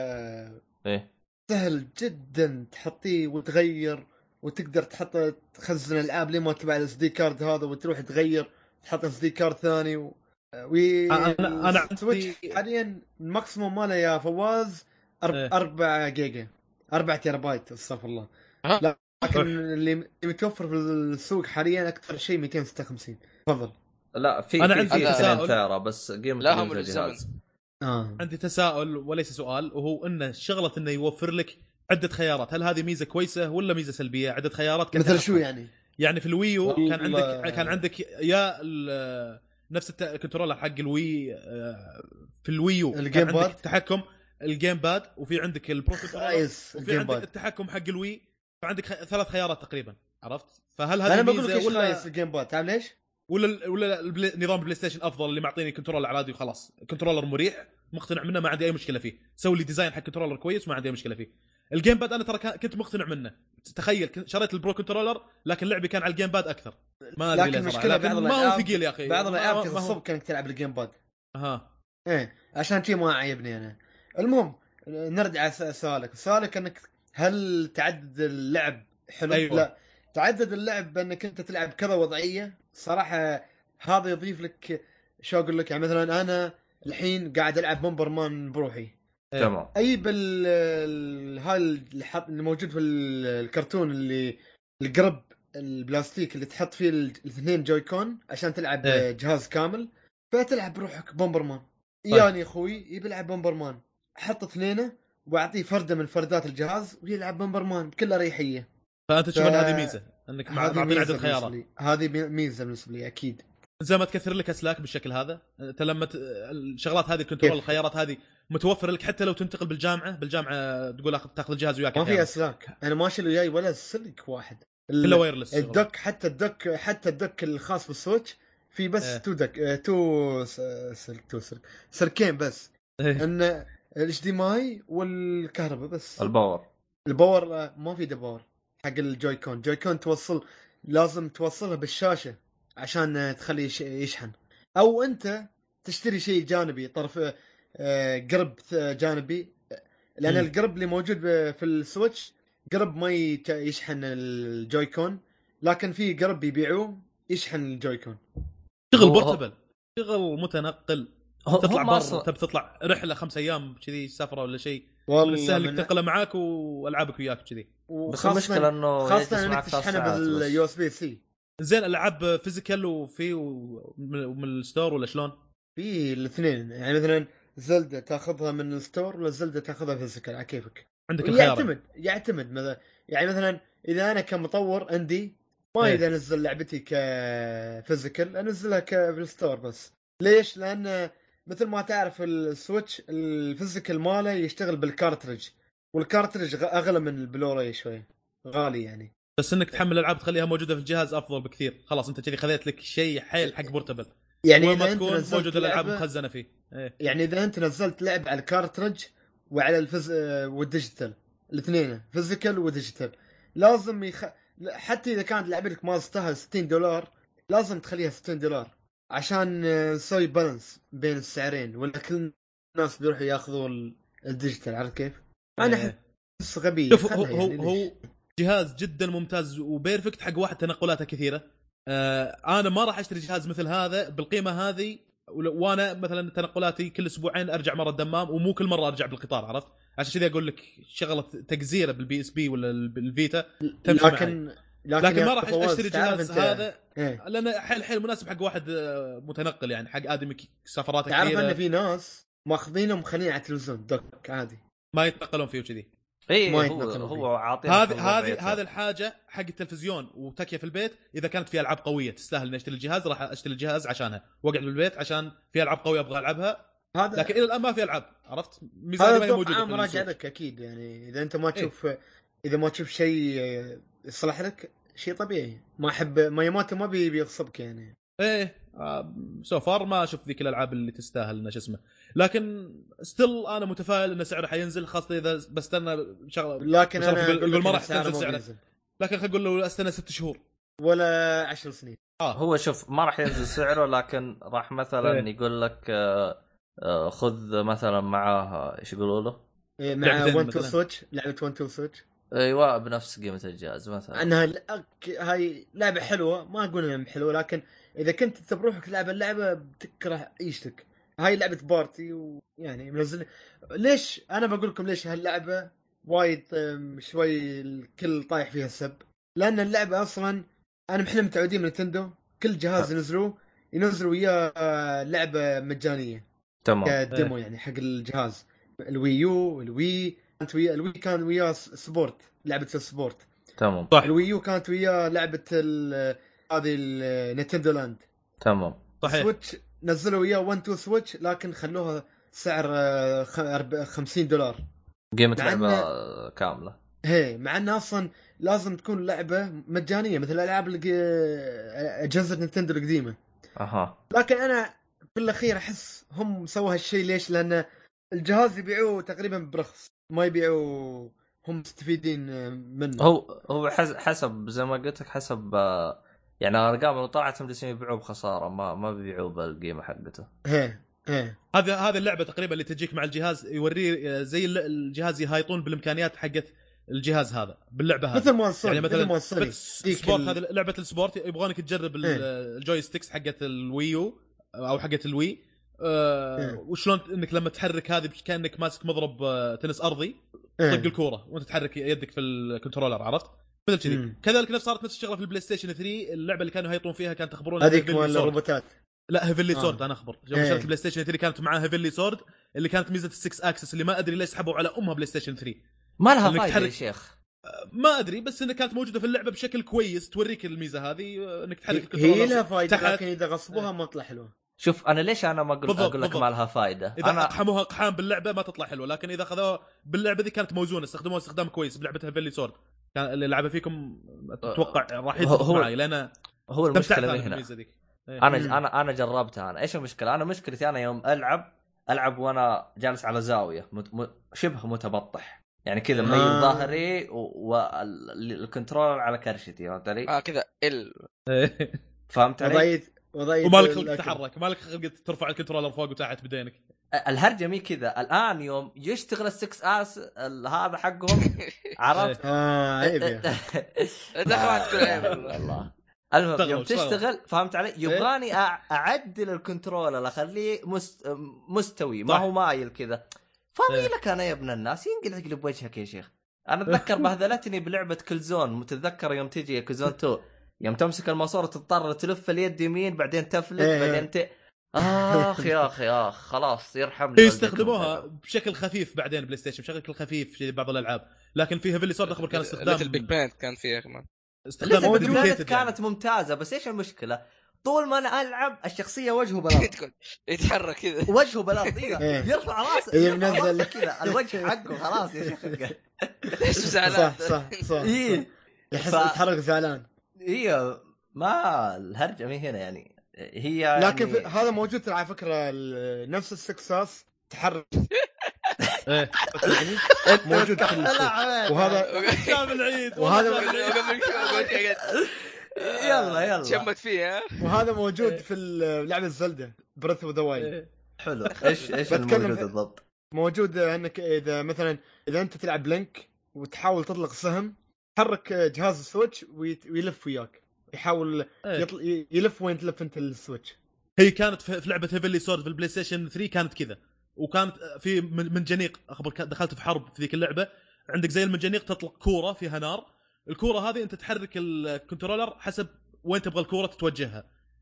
ايه سهل جدا تحطيه وتغير، وتقدر تحط تخزن العاب لين ما تبع الاس دي كارد هذا، وتروح تغير تحط اس دي كارد ثاني و... وي... انا انا السويتش عندي حاليا الماكسيموم ماله يا فواز أرب... إيه. أربعة جيجا، أربعة تيرا بايت استغفر الله. ها؟ لكن أوف. اللي متوفر في السوق حاليا اكثر شيء مئتين وستة وخمسين. تفضل. لا في أنا في عندي في تساؤل. اثنين تيرا بس قيمه لا هم قيمة الزمن. الجهاز. اه عندي تساؤل وليس سؤال، وهو ان شغله انه يوفر لك عده خيارات، هل هذه ميزه كويسه ولا ميزه سلبيه؟ عده خيارات كان مثل تحكم. شو يعني؟ يعني في الويو والله- كان عندك كان عندك يا ال- نفس الكنترولر حق الوي آه، في الويو كان الجيم عندك باد؟ التحكم الجيم باد، وفي عندك البرو كنترولر، خايس وفي الجيم عندك باد. التحكم حق الوي، فعندك خ- ثلاث خيارات تقريبا، عرفت؟ فهل انا هذه بقول لك ميزه ايش خايس ولا الجيم باد، تعرف ليش؟ ولا ال- ولا البلاي نظام البلاي ستيشن افضل اللي معطيني كنترولر عادي وخلاص؟ كنترولر مريح مقتنع منه، ما عندي اي مشكله فيه، سوي لي ديزاين حق كنترولر كويس وما عندي اي مشكله فيه. الجيم باد انا ترى كا- كنت مقتنع منه، تخيل كنت شريت البرو كنترولر لكن لعبي كان على الجيم باد اكثر، ما ادري لكن ليه صراحه، المشكله لكن بعض ما هو الالعاب ثقيل يا اخي، بعض ما- الالعاب ما هو تغصبك انك تلعب الجيم باد. اها ايه عشان شي ما عيبني انا. المهم نرجع على س- سؤالك. سؤالك انك هل تعدد اللعب حلو؟ أيوة. لا، تعدد اللعب بانك انت تلعب كذا وضعيه صراحه، هذا يضيف لك شو اقول لك. يعني مثلا انا الحين قاعد العب بومبر مان بروحي، إيه. تمام. اي بال ال- هاي اللي حط اللي موجود في ال- الكرتون اللي القرب البلاستيك اللي تحط فيه ال- الاثنين جويكون عشان تلعب إيه. جهاز كامل، فتلعب بروحك بومبرمان. طيب. يعني اخوي يبي يلعب بومبرمان، احط اثنينه واعطيه فرده من فردات الجهاز ويلعب بومبرمان بكل اريحيه. فانت تشوف ف- ان هذه ميزه انك مع- هذه معطينا ميزه عدد بالنسبه خيارات، لي، هذه مي- ميزه بالنسبه لي اكيد. زي ما تكثر لك اسلاك بالشكل هذا. انت لما ت... الشغلات هذه الكنترول كيف؟ الخيارات هذه متوفره لك حتى لو تنتقل بالجامعه بالجامعه تقول اخذ تاخذ الجهاز وياك ما في أحياناً. اسلاك، انا ما شيل وياي ولا سلك واحد. ال- كله وايرلس شغله. الدك حتى الدك حتى الدك الخاص بالسويتش في بس إيه. تو دك آه، تو س- سلك تو سلك سلكين بس، إيه. ان الاتش دي ماي والكهرباء بس. الباور الباور آه، ما في باور حق الجويكون. جويكون توصل لازم توصلها بالشاشه عشان آه، تخليه يش- يشحن، او انت تشتري شيء جانبي طرف آه، قرب جانبي، لان مم. القرب اللي موجود ب- في السويتش قرب ما يت- يشحن الجويكون، لكن في قرب يبيعوه يشحن الجويكون. شغل هو- بورتبل، شغل متنقل، هو- تطلع هم بر أصلاً- تبي تطلع رحله خمسة ايام كذي سفره ولا شيء، من والله السهل انك من تنقله معاك والعابك وياك كذي. بس وخاصة المشكله انه خاصة يجلس انك معك ثلاث تشحنه ساعات بس. باليو اس بي سي. زين العاب فيزيكال وفي ومن الستور ولا شلون؟ في الاثنين، يعني مثلا زلدة تاخذها من الستور ولا زلدة تاخذها فيزيكال على كيفك. عندك الخيار. يعتمد يعتمد مثلا، يعني مثلا اذا انا كمطور عندي ما إيه. اذا انزل لعبتي كفيزيكال انزلها كفيلستور بس. ليش؟ لان مثل ما تعرف السويتش الفيزيكال ماله يشتغل بالكارتريج، والكارتريج غ- اغلى من البلوراي شوي، غالي يعني. بس انك تحمل العاب تخليها موجوده في الجهاز افضل بكثير، خلاص انت كذي خذيت لك شيء حيل حق بورتبل، يعني وين ما اذا انت تكون نزلت موجوده الالعاب لعبة- مخزنه فيه. ايه. يعني اذا انت نزلت لعب على الكارتريج وعلى الفز والديجيتال الاثنين فيزيكال وديجيتال، لازم يخ... حتى اذا كانت لعبتك ما تستاهل ستين دولار لازم تخليها ستين دولار عشان آه، نسوي بالانس بين السعرين، ولا كل الناس بيروحوا ياخذوا ال- الديجيتال. عارف كيف؟ انا إيه. احس غبي. شوف هو خلها هو, يعني هو ليش؟ جهاز جدا ممتاز وبيرفكت حق واحد تنقلاته كثيره. آه انا ما راح اشتري جهاز مثل هذا بالقيمه هذه، ول- وانا مثلا تنقلاتي كل اسبوعين ارجع مره الدمام، ومو كل مره ارجع بالقطار، عرفت؟ عشان كذا اقول لك شغله تجزيره بالبي اس بي ولا بالفيتا تمشي معي. لكن لكن, لكن يا ما راح فواز اشتري تعرف جهاز أنت- هذا إيه. لانه حيل حيل مناسب حق واحد آه، متنقل، يعني حق ادمي سفرات تعرف كثيره. ان في ناس ماخذينه ومخلينه على التلفزيون دوك عادي. ما يتنقلون فيه وكذي. اي ما هو يتنقلون فيه. هو عاطينا هذه هذه هذه الحاجه حق التلفزيون وتكيه في البيت. اذا كانت في العاب قويه تستاهل اني اشتري الجهاز راح اشتري الجهاز عشانها واقعد بالبيت عشان في العاب قويه ابغى العبها. هذا لكن الى الان ما في العاب، عرفت؟ ميزانيه ما هي موجوده. هذا مراجع لك اكيد يعني. اذا انت ما تشوف إيه؟ اذا ما تشوف شيء يصلح لك شيء طبيعي. ما احب ما يماته ما بي بيغصبك يعني. ايه آه سو فار ما اشوف ذيك الالعاب اللي تستاهل انه شو اسمه. لكن ستيل انا متفائل ان سعره حينزل، خاصه اذا بستنى شغله. لكن انا اقول ما راح تنزل سعره، لكن خلينا نقول له استنى ست شهور ولا عشر سنين. آه. هو شوف ما راح ينزل سعره، لكن راح مثلا يقول لك آه آه خذ مثلا معاه ايش يقولوا له إيه مع وان تو سويتش، لعبه وان تو سويتش ايوه بنفس قيمه الجهاز مثلا. انها هاي لعبه حلوه، ما اقول انها حلوه، لكن اذا كنت انت بروحك تلعب اللعبه بتكره عيشتك. هاي لعبه بارتي ويعني منزل. ليش انا بقول لكم ليش هاللعبه وايد شوي الكل طايح فيها السب؟ لان اللعبه اصلا انا احنا متعودين من نينتندو كل جهاز ينزلوه ينزلوا وياه لعبه مجانيه تمام كديمو يعني حق الجهاز. الويو الوي كانت ويا الوي كان وياه سبورت، لعبه السبورت تمام. الويو كانت وياه لعبه هذه النينتندو لاند. تمام صحيح. سويتش نزلوا وياه وان تو سويتش لكن خلوها سعر خمسين دولار قيمه لعبه كامله. هي مع انه اصلا لازم تكون لعبه مجانيه مثل الالعاب اللي اجهزه نينتندو القديمه. اها لكن انا في الاخير احس هم سووا هالشيء ليش؟ لان الجهاز يبيعوه تقريبا برخص، ما يبيعوا هم مستفيدين منه. هو هو حسب زي ما قلت لك حسب يعني ارقام اللي طلعت هم جالسين يبيعوه بخساره، ما ما بيبيعوه بالقيمه حقته. ايه ايه هذا هذا اللعبه تقريبا اللي تجيك مع الجهاز يوريه زي الجهاز يهايطون بالامكانيات حقت الجهاز هذا باللعبه هذه. مثل ما يعني مثلا ما سبورت ال... هذه لعبه السبورت يبغونك تجرب إيه؟ الجويستكس حقت الويو او حقت الوي أه... إيه؟ وشلون انك لما تحرك هذه كانك ماسك مضرب تنس ارضي إيه؟ طق الكوره وانت تحرك يدك في الكنترولر، عرفت مثل كذي. كذلك نفس صارت نفس الشغله في البلاي ستيشن ثري. اللعبه اللي كانوا يهيطون فيها كانت تخبرونها هذيك مال الروبوتات. لا هيفلي سورد. آه. انا اخبر لما إيه؟ شريت البلاي ستيشن ثري كانت معها هيفلي سورد اللي كانت ميزه السكس اكسس اللي ما ادري ليش سحبوا على امها بلاي ستيشن ثري. ما لها فايده يا شيخ. ما ادري بس انها كانت موجوده في اللعبه بشكل كويس توريك الميزه هذه انك تحرك الكنترولر. هي لها فايده تحت... لكن اذا غصبوها ما تطلع حلوه. شوف انا ليش انا ما اقول اقول لك ما لها فايده. اذا انا اقحموها اقحام باللعبه ما تطلع حلوه، لكن اذا اخذوها باللعبه دي كانت موزونه، استخدموها استخدام كويس بلعبتها هيفلي سورد. كان اللي لعبه فيكم اتوقع راح يتفق معي لان هو المشكله هنا. إيه. انا ج... انا انا جربتها. انا ايش المشكله؟ انا مشكلتي انا يوم العب العب وانا جالس على زاويه مت... م... شبه متبطح يعني كذا ميل آه. ظهري والكنترولر على كرشتي، فهمت علي؟ اه كذا ال فهمت علي؟ وضيت وضيت ومالك خلق تتحرك، مالك خلق ترفع الكنترولر فوق وتحت بدينك. الهرجه مي كذا. الان يوم يشتغل السكس اس هذا حقهم عرفت؟ اه عيب يا دخلت تقول عيب والله. المهم يوم تشتغل فهمت علي يبغاني اعدل الكنترولر اخليه مست... مستوي ما هو مايل كذا. فاضي لك انا يا ابن الناس ينقلع لي بوجهك يا شيخ. انا اتذكر بهذلتني بلعبه كلزون، متذكر يوم تجي كلزون تو يوم تمسك الماسوره تضطر تلف اليد يمين بعدين تفلت بعدين ت... اخ يا اخي اخ خلاص يرحمني. يستخدموها بشكل خفيف بعدين بلاي ستيشن بشكل خفيف في بعض الالعاب، لكن فيها فيلي صار اخبر كان استخدام البيج باند كان فيها كمان استخدام كانت يعني. ممتازه بس ايش المشكله؟ طول ما انا العب الشخصيه وجهه بلاط يتحرك كذا وجهه بلاط يرفع راسه ينزل كذا الوجه حقه خلاص يا شيخ تحس زعلان. صح صح صح إيه. يحس يتحرك زعلان. هي ما الهرجه من هنا يعني هي لكن يعني... هذا موجود على فكره نفس السكساس تحرك ايه موجود في وهذا شام العيد وهذا يلا يلا شمت فيه. وهذا موجود في لعبه زلدة بريث اوف ذا وايلد. حلو. ايش ايش الموجود بالضبط؟ موجود انك اذا مثلا اذا انت تلعب بلينك وتحاول تطلق سهم تحرك جهاز السويتش ويلف وياك يحاول يطل... يلف وين تلف انت السويتش. هي كانت في لعبه هيفلي سورد في البلاي ستيشن ثري كانت كذا، وكانت في منجنيق اخبر دخلت في حرب في ذيك اللعبه عندك زي المنجنيق تطلق كوره فيها نار. الكوره هذه انت تحرك الكنترولر حسب وين تبغى الكوره تتوجهها.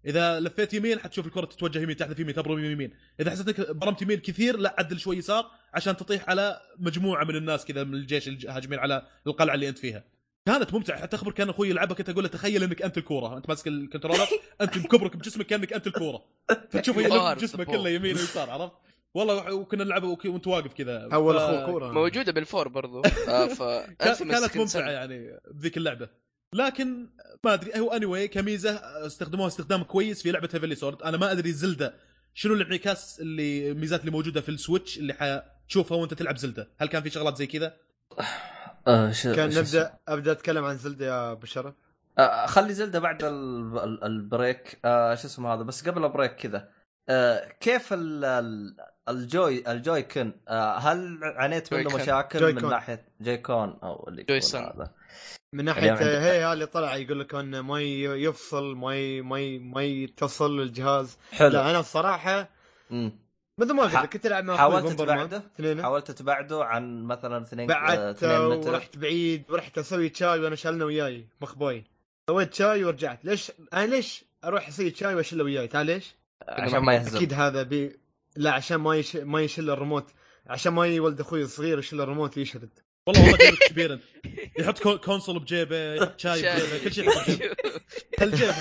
اذا لفيت يمين حتشوف الكره تتوجه يمين تحذف يمين تبرم يمين، اذا حسيتك برمت يمين كثير لا عدل شوي يسار عشان تطيح على مجموعه من الناس كذا من الجيش الهاجمين على القلعه اللي انت فيها. كانت ممتعه حتى اخبر كان اخوي يلعبها كنت اقول له تخيل انك انت الكوره، انت ماسك الكنترولر انت مكبرك بجسمك كانك انت الكوره فتشوف يلف جسمك كله يمين ويسار عرفت والله. وكنا نلعبه وانت واقف كذا اول ف... اخو كوره موجوده بالفور برضو. آه ف كانت ممتعه يعني بذيك اللعبه. لكن ما ادري هو اني anyway كميزه استخدموها استخدام كويس في لعبه هيفلي سورد. انا ما ادري زلدة شنو الانعكاس اللي الميزات اللي موجوده في السويتش اللي حتشوفها وانت تلعب زلدة، هل كان في شغلات زي كذا؟ آه ش... كان ش... نبدا ابدا اتكلم عن زلدة يا بشرف. آه خلي زلدة بعد ال... ال... البريك. آه شو اسمه هذا بس قبل البريك كذا. آه كيف ال... ال... الجوي الجوي كن آه هل عانيت منه مشاكل من ناحيه جايكون او اللي هذا من ناحيه هي اللي طلع يقول لك انه ما يفصل ما ي... ما ي... ما يتصل الجهاز. حلو. لا انا الصراحه امم مثل ما قلت لك كنت العب مع حاولت تبعده حاولت تبعده عن مثلا اثنين بعدته ورحت بعيد ورحت اسوي شاي وانا شالنا وياي مخباين سويت شاي ورجعت. ليش انا ليش اروح اسوي شاي واشله وياي؟ تعال ليش؟ عشان ما يهزم. اكيد هذا بي... لا عشان ما يش... ما يشيل الريموت، عشان ما يولد اخوي الصغير يشيل الريموت ويشرد. والله والله جيبك كبير انت. يحط كونسول بجيبه يحط شاي بجيبه كل شيء بجيبه الجيب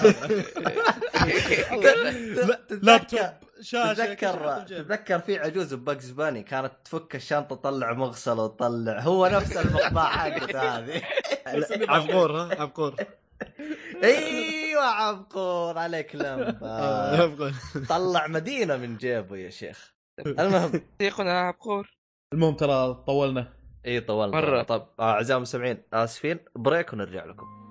لابتوب شاشه. تذكر تذكر في عجوز بباكس باني كانت تفك الشنطه تطلع مغسل وتطلع هو نفس المقطع حقته هذه. عبقور ها عبقور. ايوه عبقور عليك لمبه. طلع مدينه من جيبه يا شيخ. المهم يقولنا عبقور. المهم ترى طولنا. اي طولنا مرة. طب اعزائي المستمعين اسفين بريك ونرجع لكم.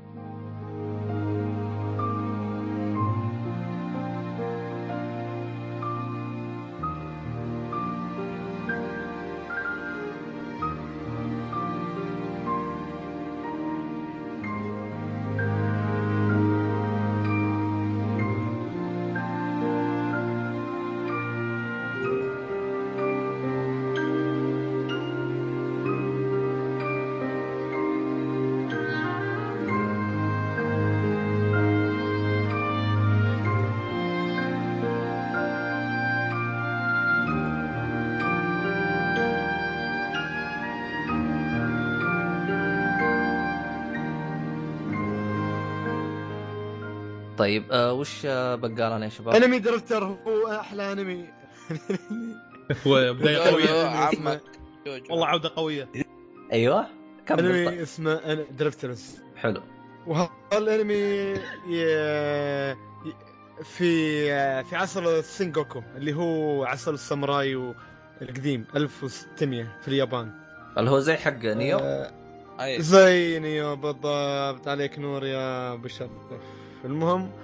طيب آه وش بقالنا يا شباب؟ انمي درفتر هو احلى انمي. هو بدايه قويه عمك والله عوده قويه. ايوه كمل. انمي اسمه أنا درفترز. حلو. وهذا الانمي ي... في في عصر السينجوكو اللي هو عصر الساموراي القديم ألف وستمية في اليابان اللي هو زي حق نيو. آه زي نيو بالضبط. عليك نور يا بشر. المهم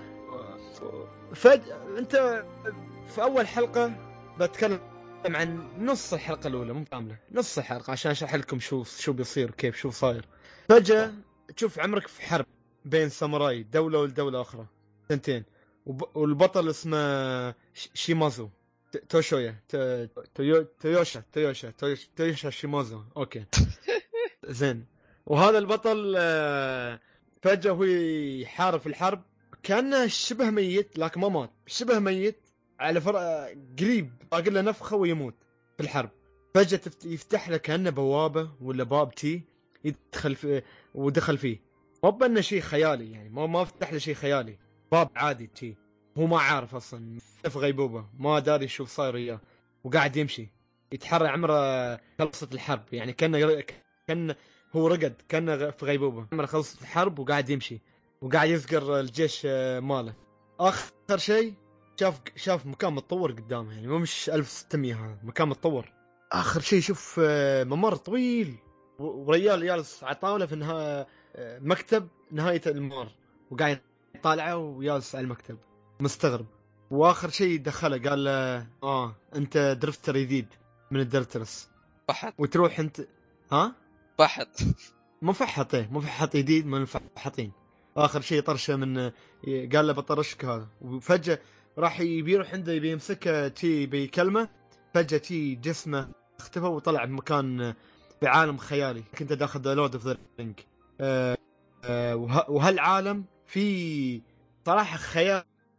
فجأة انت في اول حلقة بتكلم عن نص الحلقة الاولى مو كاملة نص الحلقة عشان اشرح لكم شو شو بيصير كيف شو صاير. فجأة تشوف عمرك في حرب بين ساموراي دولة والدولة اخرى سنتين والبطل اسمه شيمازو توشويا تويوشا تويوشا تويوشا شيمازو اوكي زين. وهذا البطل فجأة هو يحارب في الحرب كأنه شبه ميت لكن ما مات شبه ميت على فرق قريب أقول له نفخه ويموت في الحرب. فجأة يفتح له كأنه بوابة ولا باب تي يدخل فيه ودخل فيه ما بأنه شيء خيالي يعني ما ما فتح له شيء خيالي باب عادي تي هو ما عارف أصلا في غيبوبة ما داري شو صاير إياه وقاعد يمشي يتحرى عمره خلصت الحرب يعني كأنه كأنه هو رقد كأنه في غيبوبة عمره خلصت الحرب وقاعد يمشي وقاعد يذكر الجيش ماله. آخر شيء شاف شاف مكان متطور قدامه يعني مو مش ألف وستمية هذا مكان متطور. آخر شيء شوف ممر طويل وريال جالس على طاولة في نهاية مكتب نهاية الممر وقاعد يطالعه ويالس على المكتب مستغرب. وآخر شيء دخله قال له آه أنت درفتر جديد من الدرترس فحط وتروح أنت ها فحط مفحط ايه مفحط جديد من الفحطين. آخر شيء طرشه من قال له بطرشك هذا وفجأة راح يبيروح عنده يبي يمسكه تي بيكلمه فجأة تي جسمه اختفى وطلع بمكان بعالم خيالي كنت داخل ذا لورد اوف ذا رينج. أه أه وهالعالم في صراحة خيال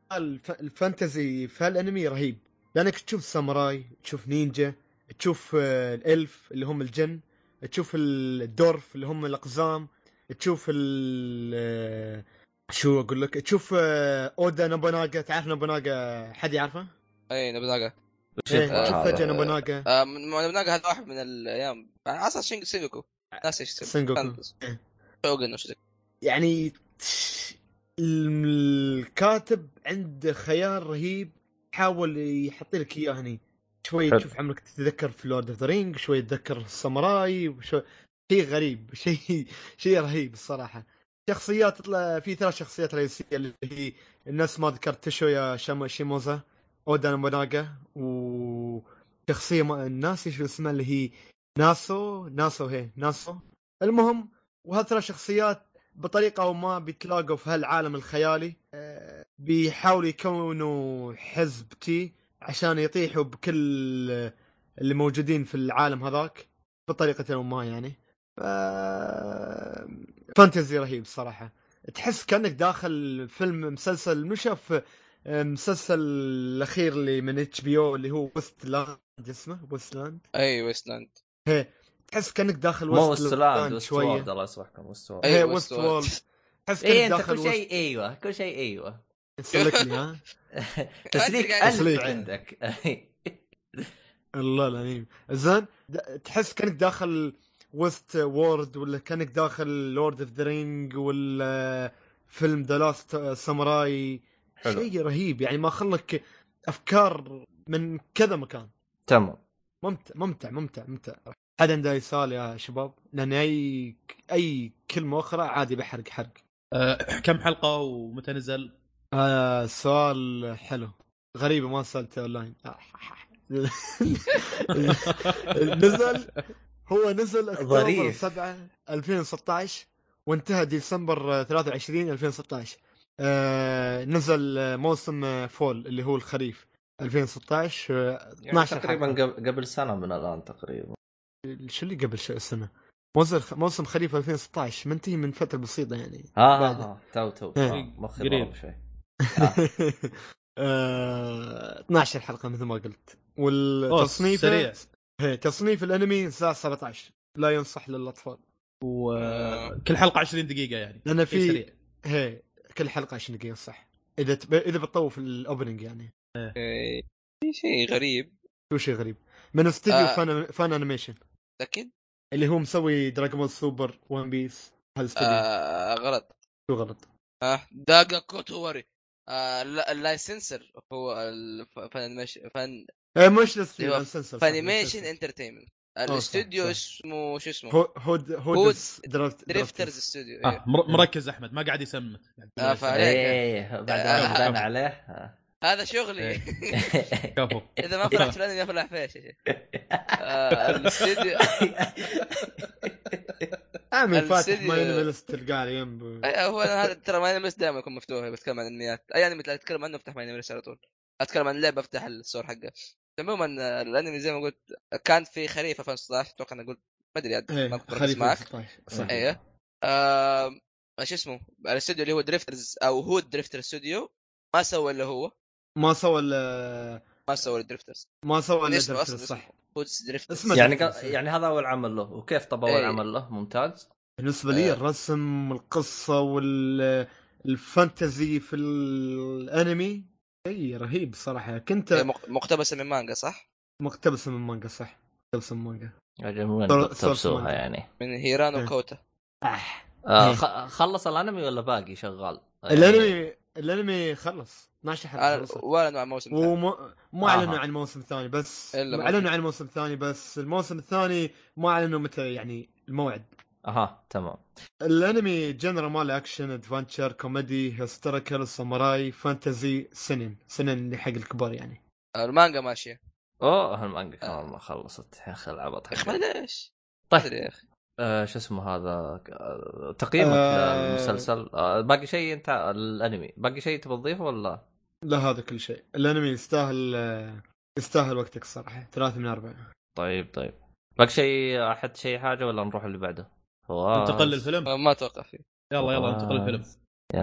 الف... الفانتزي في هالانمي رهيب، لانك تشوف ساموراي، تشوف نينجا، تشوف آه، الالف اللي هم الجن، تشوف الدورف اللي هم الاقزام، تشوف ال آه، شو اقول لك، تشوف آه، اودا نوبوناغا. تعرف نوبوناغا؟ حد يعرفه؟ اي نبناغا. وش ايه يطلع تشوف هذا؟ فجأة نوبوناغا آه من نبناغا هذا واحد من الايام عصر شينج سينجوكو، ناس ايش يسمى سينجوكو. شوغن وش ذا. يعني تش- الكاتب عنده خيال رهيب، حاول يحط لك اياه هني. شوي حلو. تشوف عمرك تتذكر في لورد اوف ذا رينج، شوي تتذكر الساموراي، وشوي شيء غريب، شيء شيء رهيب الصراحه. شخصيات تطلع في ثلاث شخصيات رئيسيه اللي هي الناس ما ذكرت، تشويا شاما شيموزا، اودا نوبوناغا، وشخصيه ما الناس ايش اسمها اللي هي ناسو ناسو هي ناسو. المهم، وهالثلاث شخصيات بطريقة أو ما بيتلاقوا في هالعالم الخيالي، أه بيحاولوا يكونوا حزب تي عشان يطيحوا بكل اللي موجودين في العالم هذاك بطريقة أو ما يعني. ف... فانتزي رهيب صراحة. تحس كأنك داخل فيلم مسلسل مشاف مسلسل الأخير اللي من اتش بي او اللي هو ويست لاند، اسمه ويست لاند. اي ويستلاند. هي تحس كأنك داخل مو ويست وستلاند، لاند وست شوية. وورد، الله يسمحكم، وست وورد. أي هي ويست ويست وورد. وورلد. تحس ايه كأنك انت داخل كل ويست. شيء ايوه، كل شيء ايوه. سلك لي ها. تسليك قاعد ألف تسليك. عندك. الله العظيم زين. د- تحس كأنك داخل ويست وورد، ولا كأنك داخل لورد اوف ذا رينج، ولا فيلم ذا لاست ساموراي. حلو. شيء رهيب يعني، ما خلك افكار من كذا مكان. تمام. ممتع ممتع ممتع ممتع. حد عنده اي سؤال يا شباب؟ لان اي اي كلمه اخرى عادي بحرق حرق. أه كم حلقه ومتى نزل؟ آه سؤال حلو، غريبة ما سألته اونلاين. نزل، هو نزل اكتوبر ظريف. سبعة ألفين وستة عشر وانتهى ديسمبر ثلاثة وعشرين ألفين وستة عشر. آه نزل موسم فول اللي هو الخريف ألفين وستة عشر. آه يعني اثناشر تقريبا حلقة. قبل قبل سنه من الان تقريبا. شو اللي قبل شيء سنة؟ موسم موسم خريف ألفين وستة عشر منتهي من فترة بسيطة يعني. ها ها بعد. ها تو تو إيه. آه، مخي قريب. ضرب شوي. آه، اثناشر حلقة مثل ما قلت. أوه، والتصنيف سريع. هي تصنيف الانمي الساعة سبعة عشر، لا ينصح للاطفال، وكل حلقه عشرين دقيقه يعني لان شيء في سريع. هي كل حلقة عشرين دقيقة صح، اذا تب... اذا بتطوف الاوبننج يعني. إيه، شيء غريب. شو شيء غريب من استوديو آه. فان فان انيميشن اكيد. اللي هو مسوي دراغون بول سوبر وان بيس. هالاستوديو آه غلط. شو غلط؟ اه داغا كوتوري. آه لا- اللايسنسر هو الفان مش فان ايه مش الاستوديو، هو السلسلة، صح، فانيميشن السلسلة. انترتينمنت. صح، الاستوديو صح. اسمه شو اسمه؟ هو هود هود درافت دريفترز استوديو. آه مر- مركز احمد ما قاعد يسمت. آه فعليك. ايه بعد آه، ما بدأنا عليه. آه. هذا شغلي. كفو. اذا ما فرحت في الانمي افلح فيش يا شيخ. آه، الاستوديو عامل فاتح الاستديو- ما ينملس تلقاه على جنب. أي- هو أنا هذا ترى ما انمي دائما يكون مفتوح. بتكلم عن انميات اي انمي تلاقي اتكلم عنه افتح ما انمي على طول. اتكلم عن لعبه افتح الستور حقه. عموما آه، الانمي زي ما قلت كان في خريف ألفين وستة عشر اتوقع. انا قلت ما ادري عاد ما ايه كنت مركز خليفة معك. ستة عشر صح. ايوه. آه، ايش اسمه الاستوديو اللي هو دريفترز او هو دريفتر استوديو ما سوى الا هو ما سوى ال ما سوى الدريفترز. ما سوى الا اسمه درفتر اصلا صح. اسمه هو دريفترز. اسمه يعني درفتر، ق- صح. يعني هذا اول عمل له، وكيف طب اول إيه. عمل له؟ ممتاز. بالنسبة لي آه. الرسم والقصة والفانتزي في الانمي شيء رهيب صراحة. كنت هي مق- مقتبسه من مانجا صح؟ مقتبسة من مانجا صح، مقتبسة من مانجا. اجل من وين صار- تبسوها صار يعني؟ من هيرانو إيه. كوتا. آه. آه إيه. خ- خلص الانمي ولا باقي شغال؟ يعني- الانمي الانمي خلص اثناشر حلقة انا خلصت. ولا نوع موسم ثاني. وما ما اعلنوا آها. عن الموسم الثاني، بس إلا ما اعلنوا في. عن الموسم الثاني، بس الموسم الثاني ما اعلنوا متى يعني الموعد. اها تمام. الانمي جنرا مال اكشن ادفنتشر كوميدي هيستوريكال ساموراي فانتزي سنن سنن اللي حق الكبار يعني. المانجا ماشيه. اوه المانجا كمان ما خلصت يا اخي العبط يا اخي ما حقه. ادري ليش. طيب. ما ادري يا اخي. آه شو اسمه هذا آه، تقييمك آه. للمسلسل؟ آه باقي شيء انت الانمي باقي شيء تبي تضيفه ولا؟ لا هذا كل شيء. الانمي يستاهل آه، يستاهل وقتك الصراحه. ثلاثة من أربعة. طيب طيب باقي شيء احد شيء حاجه ولا نروح اللي بعده؟ فواز. انتقل للفيلم. ما اتوقع فيه. يلا يلا انتقل فواز. للفيلم. يلا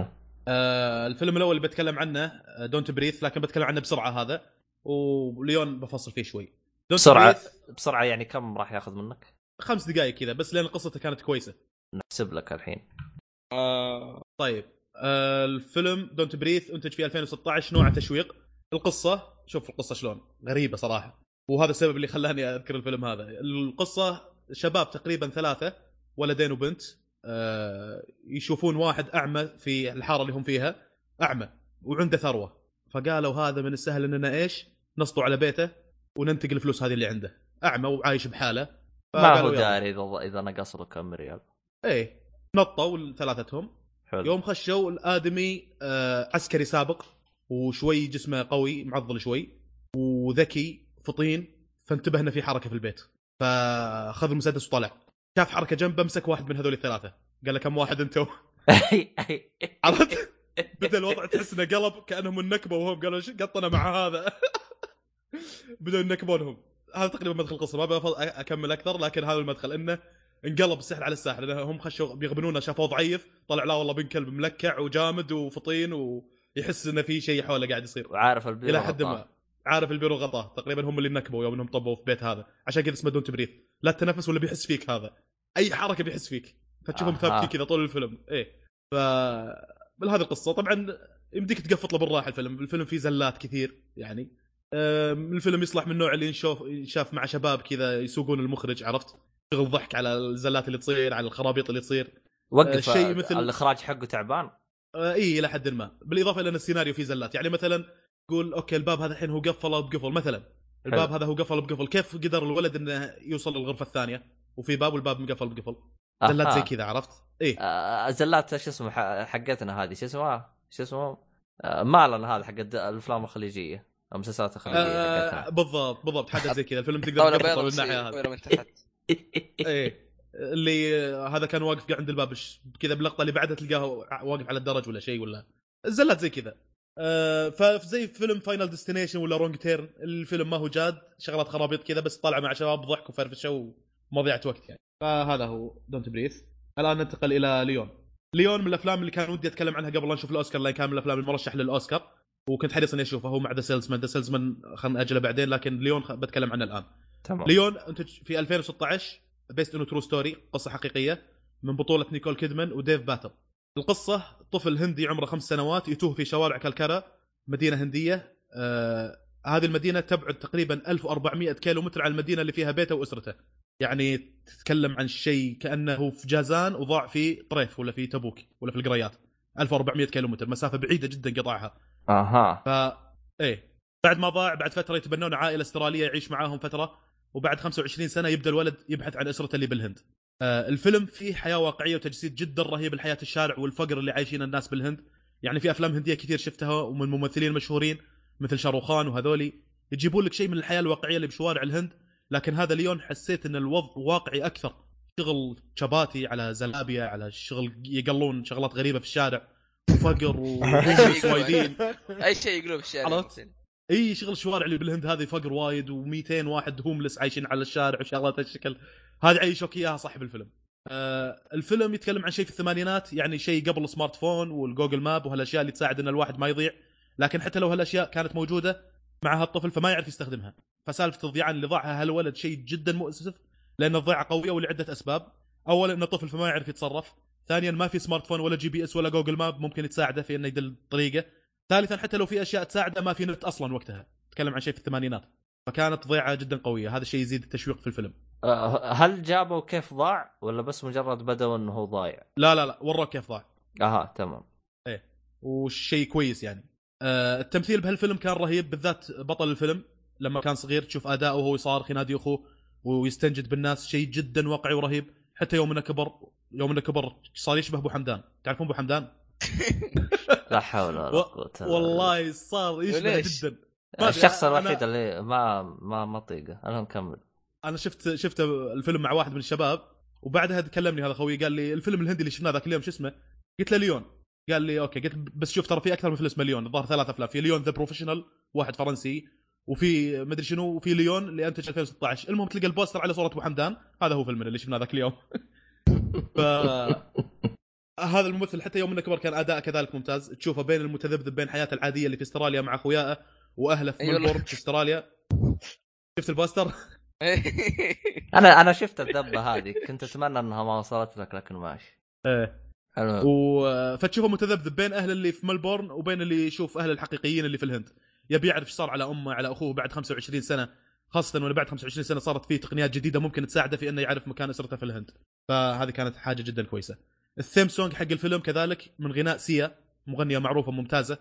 آه الفيلم الاول اللي بتكلم عنه دونت بريث، لكن بتكلم عنه بسرعه هذا، وليون بفصل فيه شوي. بسرعه بسرعه يعني كم راح ياخذ منك؟ خمس دقائق كذا بس، لان قصته كانت كويسه. نحسب لك الحين. آه... طيب آه الفيلم دونت بريث انتج في ألفين وستة عشر، نوع تشويق. القصه، شوف القصه شلون غريبه صراحه، وهذا السبب اللي خلاني اذكر الفيلم هذا. القصه شباب تقريبا ثلاثه، ولدين وبنت، آه يشوفون واحد اعمى في الحاره اللي هم فيها، اعمى وعنده ثروه، فقالوا هذا من السهل اننا ايش نسطو على بيته وننتقل الفلوس هذه اللي عنده، اعمى وعايش بحاله. ما هو داري اذا اذا نقص له كم ريال. ايه نطوا ثلاثتهم. حلو. يوم خشوا الادمي آه عسكري سابق، وشوي جسمه قوي معضل شوي وذكي فطين، فانتبهنا في حركه في البيت، فاخذ المسدس وطلع، شاف حركه جنبه، مسك واحد من هذول الثلاثه، قال له كم واحد انتوا؟ عرفت بدا الوضع تحس انه قلب كانهم النكبه، وهم قالوا شو قطنا مع هذا. بدأوا ينكبونهم. هذا تقريبا مدخل القصه، ما بفضل اكمل اكثر، لكن هذا المدخل انه انقلب السحر على الساحر، لانهم خشوا بيغبنونه، شافوه ضعيف، طلع لا والله بن كلب ملكع وجامد وفطين، ويحس انه في شيء حوله قاعد يصير، وعارف البيرو الى حد ما عارف البيرو غطاه. تقريبا هم اللي نكبوا يوم انهم طبوا في بيت هذا، عشان كذا اسمه دونت بريث، لا التنفس ولا بيحس فيك، هذا اي حركه بيحس فيك، فتشوفهم آه. ثابتين كذا طول الفيلم. ايه ف بهذه القصه طبعا يمديك تقفط له بالراحه. الفيلم الفيلم فيه زلات كثير يعني. الفيلم يصلح من النوع اللي نشوف شاف مع شباب كذا يسوقون المخرج، عرفت، شغل ضحك على الزلات اللي تصير، على الخرابيط اللي تصير. وقف شيء مثل الاخراج حقه تعبان. آه اي الى حد ما، بالاضافه الى ان السيناريو فيه زلات. يعني مثلا قول اوكي الباب هذا الحين هو قفل بقفل، مثلا الباب حلو. هذا هو قفل بقفل، كيف قدر الولد انه يوصل للغرفه الثانيه وفي باب والباب مقفل بقفل؟ زلات زي كذا، عرفت. ايه آه زلات ايش اسمه حقتنا هذه، شو اسمها شو اسمه آه مالنا هذا حق الافلام الخليجيه، المسلسلات الخليجيه آه حقتنا. بالضبط بالضبط، حاجه زي كذا. الفيلم تقدر تقفل من الناحيه هذه من تحت. ايه اللي هذا كان واقف عند الباب كذا، باللقطه اللي بعدها تلقاه واقف على الدرج ولا شيء، ولا الزلات زي كذا. آه فزي فيلم فاينل ديستنيشن ولا رونج تيرن، الفيلم ما هو جاد، شغلات خرابيط كذا بس، طالع مع شباب ضحك وفرفشه ومضيعه وقت يعني. فهذا هو دونت بريث. الان ننتقل الى ليون. ليون من الافلام اللي كان ودي اتكلم عنها قبل لا نشوف الاوسكار، لان كان من الافلام المرشح للاوسكار، وكنت حريص اني اشوفه. هو مع ذا سيلزمان. ذا سيلزمان خلنا اجله بعدين، لكن ليون خ... بتكلم عنه الان. تمام. ليون انتج في ألفين وستة عشر، بيست انه ترو ستوري، قصه حقيقيه من بطوله نيكول كيدمان وديف باتل. القصه طفل هندي عمره خمس سنوات يتوه في شوارع كالكارا، مدينه هنديه. آه... هذه المدينه تبعد تقريبا ألف وأربعمائة كيلومتر عن المدينه اللي فيها بيته واسرته. يعني تتكلم عن شيء كانه في جازان وضاع في طريف ولا في تبوك ولا في القريات. ألف وأربعمائة كيلومتر، مسافه بعيده جدا قطعها. اها. ف ايه بعد ما ضاع، بعد فتره يتبنون عائله استراليه يعيش معاهم فتره، وبعد خمسة وعشرين سنه يبدا الولد يبحث عن اسرته اللي بالهند. آه الفيلم فيه حياه واقعيه وتجسيد جدا رهيب لحياه الشارع والفقر اللي عايشين الناس بالهند. يعني في افلام هنديه كثير شفتها ومن ممثلين مشهورين مثل شاروخان وهذولي يجيبون لك شيء من الحياه الواقعيه اللي بشوارع الهند، لكن هذا ليون حسيت ان الوضع واقعي اكثر. شغل شباتي على زلابيا، على شغل يقلون شغلات غريبه في الشارع، وفقر وسويدين، اي شيء يقولوا في الشارع. اي شغل الشوارع اللي بالهند هذه فقر وايد، ومئتين واحد هوملس عايشين على الشارع وشغلات هالشكل هذه عيشوك اياها صاحب الفيلم. آه الفيلم يتكلم عن شيء في الثمانينات، يعني شيء قبل السمارت فون والجوجل ماب وهالاشياء اللي تساعد ان الواحد ما يضيع، لكن حتى لو هالاشياء كانت موجوده مع هالطفل فما يعرف يستخدمها. فسالفه الضياع اللي ضاعها هالولد شيء جدا مؤسف، لان الضيعه قويه ولعده اسباب. اولا انه طفل فما يعرف يتصرف، ثانيا ما في سمارت فون ولا جي بي اس ولا جوجل ماب ممكن تساعده في انه يدل طريقه، ثالثا حتى لو في اشياء تساعده ما في نت اصلا وقتها. تكلم عن شيء في الثمانينات، فكانت ضيعه جدا قويه. هذا الشيء يزيد التشويق في الفيلم. هل جابوا كيف ضاع ولا بس مجرد بدأوا انه هو ضايع؟ لا لا لا وروك كيف ضاع. اها تمام. ايه والشيء كويس يعني. آه التمثيل بهالفيلم كان رهيب، بالذات بطل الفيلم لما كان صغير تشوف اداؤه وهو يصارخ ينادي اخوه ويستنجد بالناس، شيء جدا واقعي ورهيب. حتى يوم انه كبر يوم انه كبر صار يشبه ابو حمدان. تعرفون ابو حمدان؟ لا حول ولا قوه و... والله صار يشبه جدا. الشخص الوحيد أنا... اللي ما ما ما طيقه. انا نكمل. انا شفت شفت الفيلم مع واحد من الشباب، وبعدها كلمني هذا خوي قال لي الفيلم الهندي اللي شفناه ذاك اليوم شو اسمه؟ قلت له ليون. قال لي اوكي. قلت بس شوف ترى في اكثر من فيلم اسمه ليون، الظاهر ثلاث افلام، في ليون ذا بروفيشنال واحد فرنسي، وفي مدري شنو، وفي ليون اللي انتج ألفين وستة عشر. المهم تلقى البوستر على صوره ابو حمدان، هذا هو فيلمنا اللي شفناه ذاك اليوم. ف هذا الممثل حتى يوم انه كبر كان اداء كذلك ممتاز، تشوفه بين المتذبذب بين حياته العاديه اللي في استراليا مع اخوياه واهله في أيوة ملبورن في استراليا. شفت البوستر؟ انا انا شفت الذبه هذه، كنت اتمنى انها ما وصلت لك لكن ماشي. ايه حلو. و... فتشوفه متذبذب بين اهل اللي في ملبورن وبين اللي يشوف اهل الحقيقيين اللي في الهند، يبي يعرف ايش صار على امه على اخوه بعد خمسة وعشرين سنه، خاصه ولا بعد خمسة وعشرين سنه صارت فيه تقنيات جديده ممكن تساعده في انه يعرف مكان اسرته في الهند. فهذه كانت حاجه جدا كويسه. الثيم سونج حق الفيلم كذلك من غناء سيا، مغنيه معروفه ممتازه.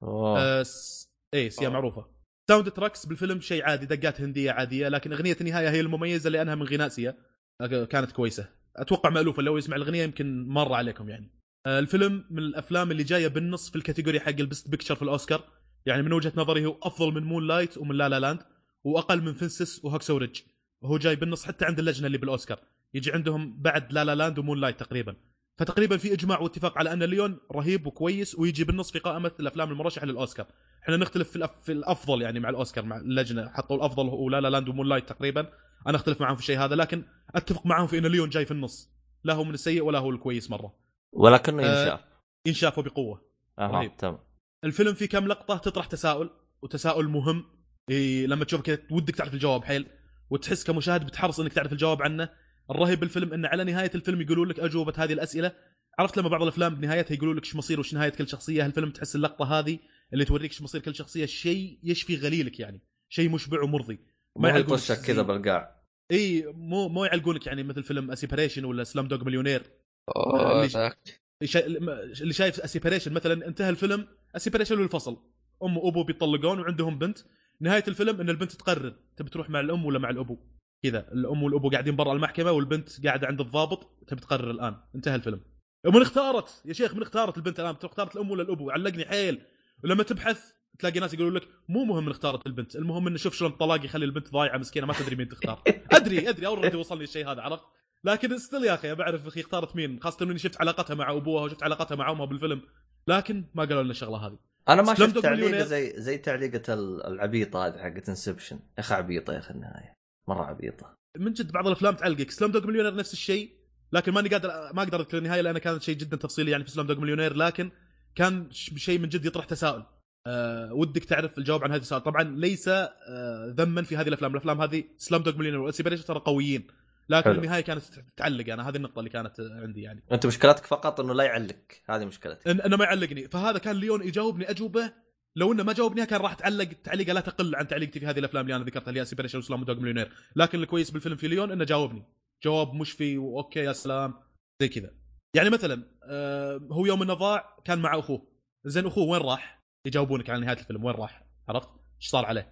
أه س... ايه سيا أوه. معروفه. ساوند تراكس بالفيلم شيء عادي، دقات هنديه عاديه، لكن اغنيه النهايه هي المميزه لانها من غناء سيا، كانت كويسه. اتوقع مألوفه، لو يسمع الاغنيه يمكن مر عليكم يعني. الفيلم من الافلام اللي جايه بالنص في الكاتيجوري حق البست بيكتشر في الاوسكار، يعني من وجهه نظري هو افضل من مون لايت ومن لا لا لاند، واقل من فينسس وهوكسو ريدج، وهو جاي بالنص حتى عند اللجنه اللي بالاوسكار، يجي عندهم بعد لا لا لاند ومون لايت تقريبا. فتقريبا في اجماع واتفاق على ان ليون رهيب وكويس ويجي بالنص في قائمه الافلام المرشحه للاوسكار. احنا نختلف في, الأف... في الافضل يعني مع الاوسكار، مع اللجنه حطوا الافضل هو لا لا لاند ومون لايت تقريبا، انا اختلف معهم في الشيء هذا، لكن اتفق معهم في ان ليون جاي في النص، لا هو من السيء ولا هو الكويس مره، ولكنه ينشاف. أه ينشافه بقوه. اها تمام. الفيلم فيه كم لقطه تطرح تساؤل، وتساؤل مهم، إيه لما تشوف كذا ودك تعرف الجواب حيل، وتحس كمشاهد بتحرص انك تعرف الجواب عنه. الرهيب بالفيلم ان على نهايه الفيلم يقولوا لك اجوبه هذه الاسئله. عرفت لما بعض الافلام بنهايتها يقولوا لك ايش مصير وش نهايه كل شخصيه، هالفيلم تحس اللقطه هذه اللي توريك ايش مصير كل شخصيه شيء يشفي غليلك، يعني شيء شيء ومرضي، ما يطشك كذا بالقاع. اي مو مو يعلقونك يعني مثل فيلم اسيبريشن ولا سلام دوغ مليونير. اللي, شا... اللي شايف اسيبريشن مثلا، انتهى الفيلم اسيبريشن والفصل، ام وابو بيطلقون وعندهم بنت، نهايه الفيلم ان البنت تقرر تبي تروح مع الام ولا مع الابو، كذا الام والابو قاعدين برا المحكمه والبنت قاعده عند الضابط تبي تقرر الان. انتهى الفيلم. من اختارت يا شيخ، من اختارت البنت الان، اختارت الام ولا الابو؟ علقني حيل. ولما تبحث تلاقي ناس يقولوا لك مو مهم من اختارت البنت، المهم انه شوف شلون الطلاق يخلي البنت ضايعه مسكينه ما تدري مين تختار. ادري ادري اوريدي وصلني الشيء هذا، عرفت؟ لكن استل يا اخي بعرف اخي اختارت مين، خاصه اني شفت علاقتها مع ابوها وشفت علاقتها مع امها بالفيلم، لكن ما قالوا لنا الشغله هذه. انا ما شفت تعليقه زي زي تعليقه العبيطه هذه حقت انسبشن، يا اخي عبيطه يا اخي النهايه مره عبيطه من جد. بعض الافلام تعلقك. سلام دوغ مليونير نفس الشيء، لكن ماني قادر ما اقدر اذكر النهايه لانها كانت شيء جدا تفصيلي يعني في سلام دوغ مليونير، لكن كان شيء من جد يطرح تساؤل. أه ودك تعرف الجواب عن هذا السؤال. طبعا ليس أه ذما في هذه الافلام، الافلام هذه سلام دوغ مليونير والاسيبريشن ترى قويين، لكن حلو. النهايه كانت تعلق. انا هذه النقطه اللي كانت عندي يعني. انت مشكلتك فقط انه لا يعلق، هذه مشكلتك. إن انا ما يعلقني، فهذا كان ليون يجاوبني اجوبه لو انه ما جاوبني كان راح تعلق تعليقه لا تقل عن تعليقتي في هذه الافلام اللي انا ذكرتها اللي هي سيبريشن وسلام دوغ مليونير. لكن الكويس بالفيلم في ليون انه جاوبني جواب مشفي واوكي يا سلام زي كذا. يعني مثلا آه هو يوم انه ضاع كان مع اخوه، زين اخوه وين راح؟ يجاوبونك على نهايه الفيلم وين راح، عرفت ايش صار عليه.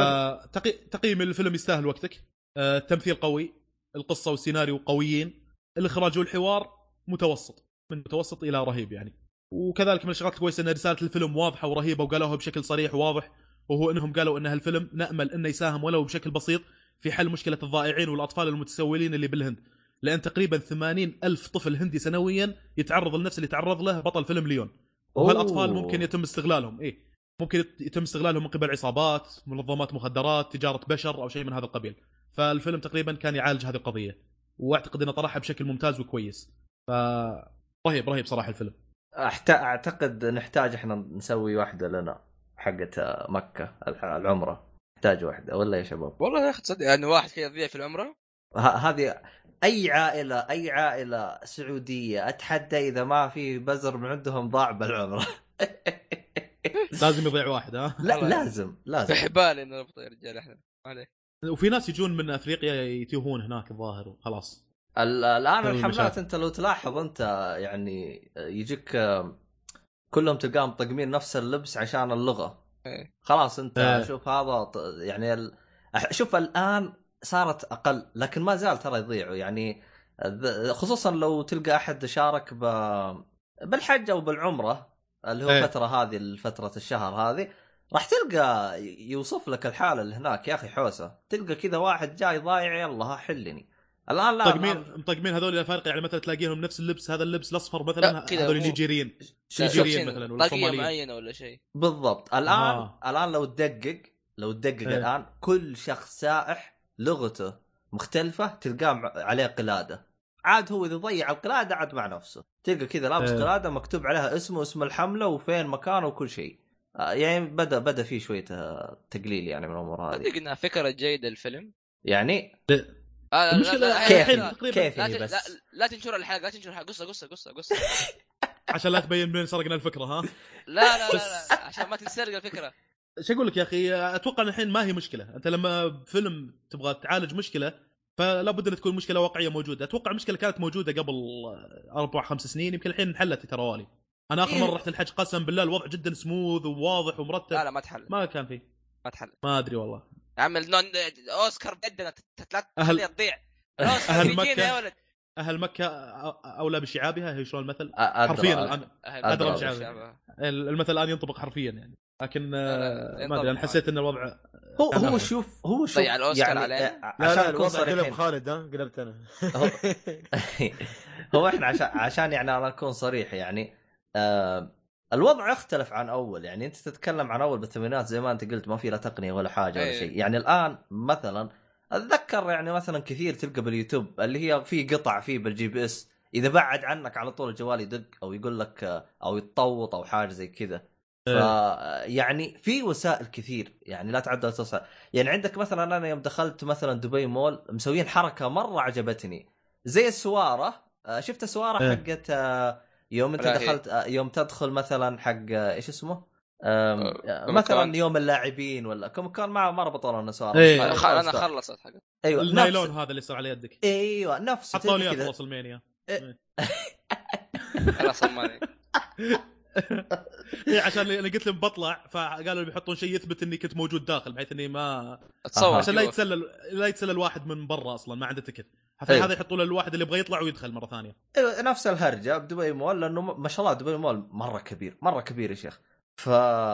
فتقييم الفيلم يستاهل وقتك. آه التمثيل قوي، القصه والسيناريو قويين، الاخراج والحوار متوسط، من متوسط الى رهيب يعني. وكذلك من الشغلات الكويسه ان رساله الفيلم واضحه ورهيبه وقالوها بشكل صريح وواضح، وهو انهم قالوا ان هالفيلم نامل انه يساهم ولو بشكل بسيط في حل مشكله الضائعين والاطفال المتسولين اللي بالهند، لان تقريبا ثمانين ألف طفل هندي سنويا يتعرض لنفس اللي تعرض له بطل فيلم ليون، وهالاطفال ممكن يتم استغلالهم. ايه ممكن يتم استغلالهم من قبل عصابات، منظمات مخدرات، تجاره بشر او شيء من هذا القبيل. فالفيلم تقريبا كان يعالج هذه القضيه، واعتقد انه طرحها بشكل ممتاز وكويس. ف رهيب رهيب صراحه الفيلم. اعتقد نحتاج احنا نسوي واحده لنا حقه مكه العمره، نحتاج واحده ولا يا شباب؟ والله يا اخي تصدق يعني واحد كذا يضيع في العمره هذه. اي عائله اي عائله سعوديه اتحدى اذا ما في بزر من عندهم ضاع بالعمره. لازم يضيع واحد. ها لا لازم لازم بحبالي انه نبطي يا رجال احنا عليه. وفي ناس يجون من افريقيا يتيهون هناك الظاهر وخلاص. الان الحملات انت لو تلاحظ انت يعني يجيك كلهم تلقاهم طقمين نفس اللبس عشان اللغه. خلاص انت اه. شوف هذا يعني ال... شوف الان صارت اقل لكن ما زال ترى يضيعوا يعني، خصوصا لو تلقى احد شارك ب... بالحج او بالعمره اللي هو فتره هذه الفتره الشهر هذه، راح تلقى يوصف لك الحاله اللي هناك. يا اخي حوسه تلقى كذا واحد جاي ضايع يلا حلني. الان لا طقمين مطقمين هذول الافارقه يعني مثلا تلاقيهم نفس اللبس، هذا اللبس الاصفر مثلا هذول النيجيريين نيجيريين مثلا ولا صوماليين معينه ولا شيء بالضبط. الان آه. الان لو تدقق لو تدقق ايه. الان كل شخص سائح لغته مختلفه تلقاه عليه قلاده، عاد هو اذا ضيع القلاده عاد مع نفسه، تلقى كذا لابس إيه. قلاده مكتوب عليها اسمه اسم الحمله وفين مكانه وكل شيء. آه، يعني بدا بدا في شويه آه، تقليل يعني من الامور هذه. صدق انها فكره جيده الفيلم. يعني آه المشكلة لا لا كيف لا الحين تقريبا كيف لا, يعني لا, بس لا, لا تنشر الحلقه، لا تنشر الحلقه، قصه قصه قصه قصه عشان لا تبين من سرقنا الفكره. ها لا لا لا, لا عشان ما تنسرق الفكره. ايش اقول لك يا اخي، اتوقع ان الحين ما هي مشكله. انت لما فيلم تبغى تعالج مشكله فلا بد ان تكون مشكله واقعيه موجوده. اتوقع المشكله كانت موجوده قبل اربع خمس سنين، يمكن الحين انحلت تروالي. انا اخر إيه. مره رحت الحج قسم بالله الوضع جدا سموث وواضح ومرتب. لا لا ما تحل، ما كان فيه، ما تحل ما ادري والله. يا عم النون اوسكار بدنا لا أهل- تخليها تضيع. الاوسكار أهل بيجينا مكة. يا ولد. اهل مكه اولى بشعابها، هي شلون المثل؟ أدرى حرفيا أدرى. الان أهل أدرى مكة بشعب. والشعب. المثل الان ينطبق حرفيا يعني. لكن لا، ما ادري، انا ينطبق حسيت ان الوضع هو كان هو أفضل. شوف هو شوف ضيع الأوسكار يعني علينا. آه، لا عشان لا نكون الوضع قلب صريحين. خالد. ها قلبت انا. هو, هو احنا عشان عشان يعني انا اكون صريح يعني آه الوضع يختلف عن اول. يعني انت تتكلم عن اول بالثمانينات زي ما انت قلت، ما في لا تقنيه ولا حاجه ولا أيه. شيء. يعني الان مثلا اتذكر يعني مثلا كثير تلقى باليوتيوب اللي هي في قطع فيه بالجي بي اس، اذا بعد عنك على طول الجوال يدق او يقول لك آه، او يتطوط او حاجه زي كذا. ف يعني في وسائل كثير يعني لا تعد ولا تحصى. يعني عندك مثلا انا يوم دخلت مثلا دبي مول مسويين حركه مره عجبتني زي السواره. آه، شفت السواره إيه. حقت آه، يوم انت لا، هي- دخلت آه، يوم تدخل مثلا حق آه، ايش اسمه آم، آه، آه، كوميكون. مثلا يوم اللاعبين ولا كم كان ما ما ربطوا لنا سواره. إيه. انا بس- خ- انا خلصت حاجه. ايوه النايلون نفس هذا اللي صار على يدك ايوه نفس حطوا لي تلقى اياه في كذا. راس المانيا. خلاص الماني اي عشان انا قلت لهم بطلع فقالوا بيحطون شيء يثبت اني كنت موجود داخل بحيث اني ما تصور عشان لا جوا. يتسلل لا يتسلل واحد من برا اصلا ما عنده تكت. حتى أيوة. هذا يحطوا له الواحد اللي يبغى يطلع ويدخل مره ثانيه. ايوه نفس الهرجه بدبي مول، لانه ما شاء الله دبي مول مره كبير مره كبير يا شيخ. ف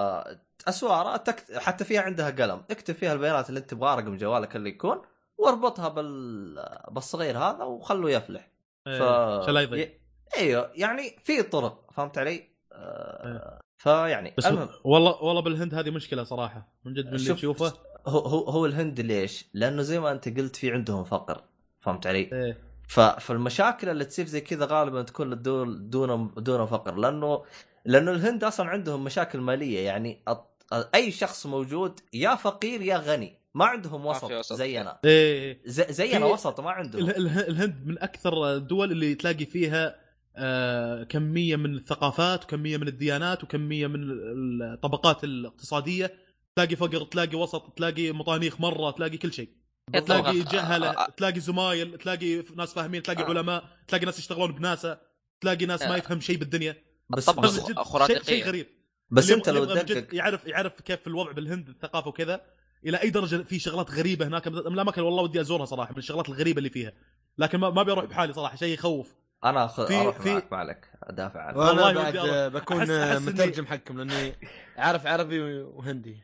اسواره تكت... حتى فيها عندها قلم اكتب فيها البيانات اللي انت تبغاه، رقم جوالك اللي يكون، واربطها بال بالصغير هذا وخلوه يفلح. ف عشان لا يضيع. ي... ايوه يعني في طرق، فهمت علي؟ آه... فيعني بس المهم والله والله بالهند هذه مشكله صراحه من جد من اللي شوف، تشوفه. هو هو هو الهند ليش؟ لانه زي ما انت قلت في عندهم فقر، فهمت علي؟ ايه ف... فالمشاكل اللي تصير زي كذا غالبا تكون للدول دون دون فقر، لانه لانه الهند اصلا عندهم مشاكل ماليه. يعني أط... اي شخص موجود يا فقير يا غني، ما عندهم وسط, في وسط. زينا. ايه ز... زينا في- وسط ما عندهم. اله- اله- الهند من اكثر الدول اللي تلاقي فيها آه، كميه من الثقافات وكميه من الديانات وكميه من الطبقات الاقتصاديه. تلاقي فقر، تلاقي وسط، تلاقي مطانيخ مره، تلاقي كل شيء. تلاقي جهله، تلاقي زمايل، تلاقي ناس فاهمين، تلاقي آه. علماء، تلاقي ناس يشتغلون بناسا، تلاقي ناس ما آه. يفهم شيء بالدنيا. بس الطبقة بس, من جد خرافية. شيء, شيء غريب. بس اللي انت لو يبغى من جد تدقق يعرف يعرف كيف الوضع بالهند الثقافه وكذا الى اي درجه في شغلات غريبه هناك. لا مكان والله ودي ازورها صراحه من الشغلات الغريبه اللي فيها، لكن ما, ما بيروح بحالي صراحه. شيء يخوف. انا أخ... في- اروح في- معك معك ادافع عنه. والله وانا ودي بعد أروح. بكون أحس- أحس إني- مترجم حقكم لاني عارف عربي وهندي.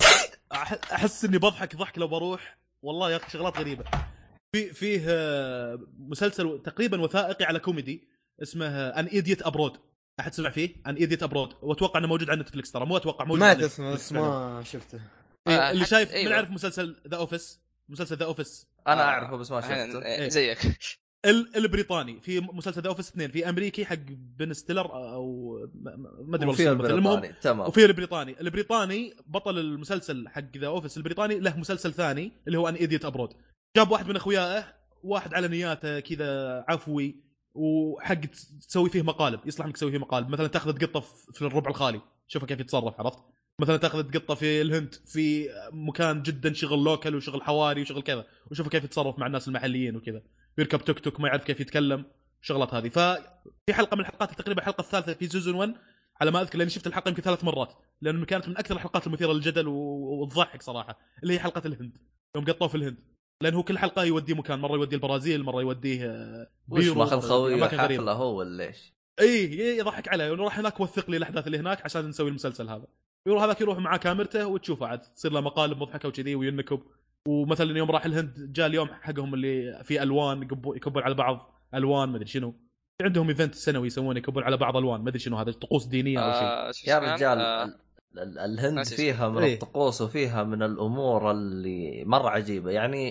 أح- احس اني بضحك ضحك لو بروح. والله يا اخي شغلات غريبه. في فيه آه، مسلسل تقريبا وثائقي على كوميدي اسمه ان ايديت ابرود. احد سمع فيه ان ايديت ابرود؟ واتوقع انه موجود على نتفلكس. ترى مو اتوقع موجود ما على اسمه نتفلكس بس ما شفته. إيه، آه، اللي حت- شايف أيوة. من يعرف مسلسل ذا اوفيس؟ مسلسل ذا اوفيس انا آه، اعرفه بس ما شفته. إيه، زيك. ال- البريطاني. في مسلسل ذا اوفيس اثنين، في امريكي حق بن ستيلر او ما- ما ادري وفي والله. المهم البريطاني تمام. وفي البريطاني. البريطاني بطل المسلسل حق ذا اوفيس البريطاني له مسلسل ثاني اللي هو ان ايديت ابرود. جاب واحد من اخوياه، واحد على نياته كذا عفوي، وحق تسوي فيه مقالب. يصلح انك تسوي فيه مقالب. مثلا تاخذ قطه في الربع الخالي، شوف كيف يتصرف، عرفت؟ مثلا تاخذ قطه في الهند في مكان جدا شغل لوكال وشغل حواري وشغل كذا، وشوف كيف يتصرف مع الناس المحليين وكذا. يركب توك توك ما يعرف كيف يتكلم، شغلات هذه. ففي حلقه من الحلقات تقريبا الحلقه الثالثه في سيزون واحد على ما اذكر، لاني شفت الحلقه يمكن ثلاث مرات، لانه كانت من اكثر الحلقات المثيره للجدل و- وتضحك صراحه، اللي هي حلقه الهند. يوم قطوه في الهند، لانه كل حلقه يوديه مكان، مره يوديه البرازيل، مره يوديه آه، وش بيرو، ماخذ مرة خويه أماكن غريبة. حفله هو ولا ايش؟ اي يضحك عليه، ونروح هناك وثق لي الاحداث اللي هناك عشان نسوي المسلسل هذا. يروح هذاك يروح مع كاميرته وتشوفه عاد تصير له مقالب مضحكه وكذي وينكب. ومثلا يوم راح الهند جاء اليوم حقهم اللي فيه الوان يكبون يكبون على بعض الوان ما ادري شنو. في عندهم ايفنت سنوي يسوونه يكبون على بعض الوان ما ادري شنو هذا، طقوس دينيه او شيء. آه، شو يا اسمه؟ رجال آه، ال- ال- الهند ناسي فيها من إيه. الطقوس وفيها من الامور اللي مره عجيبه. يعني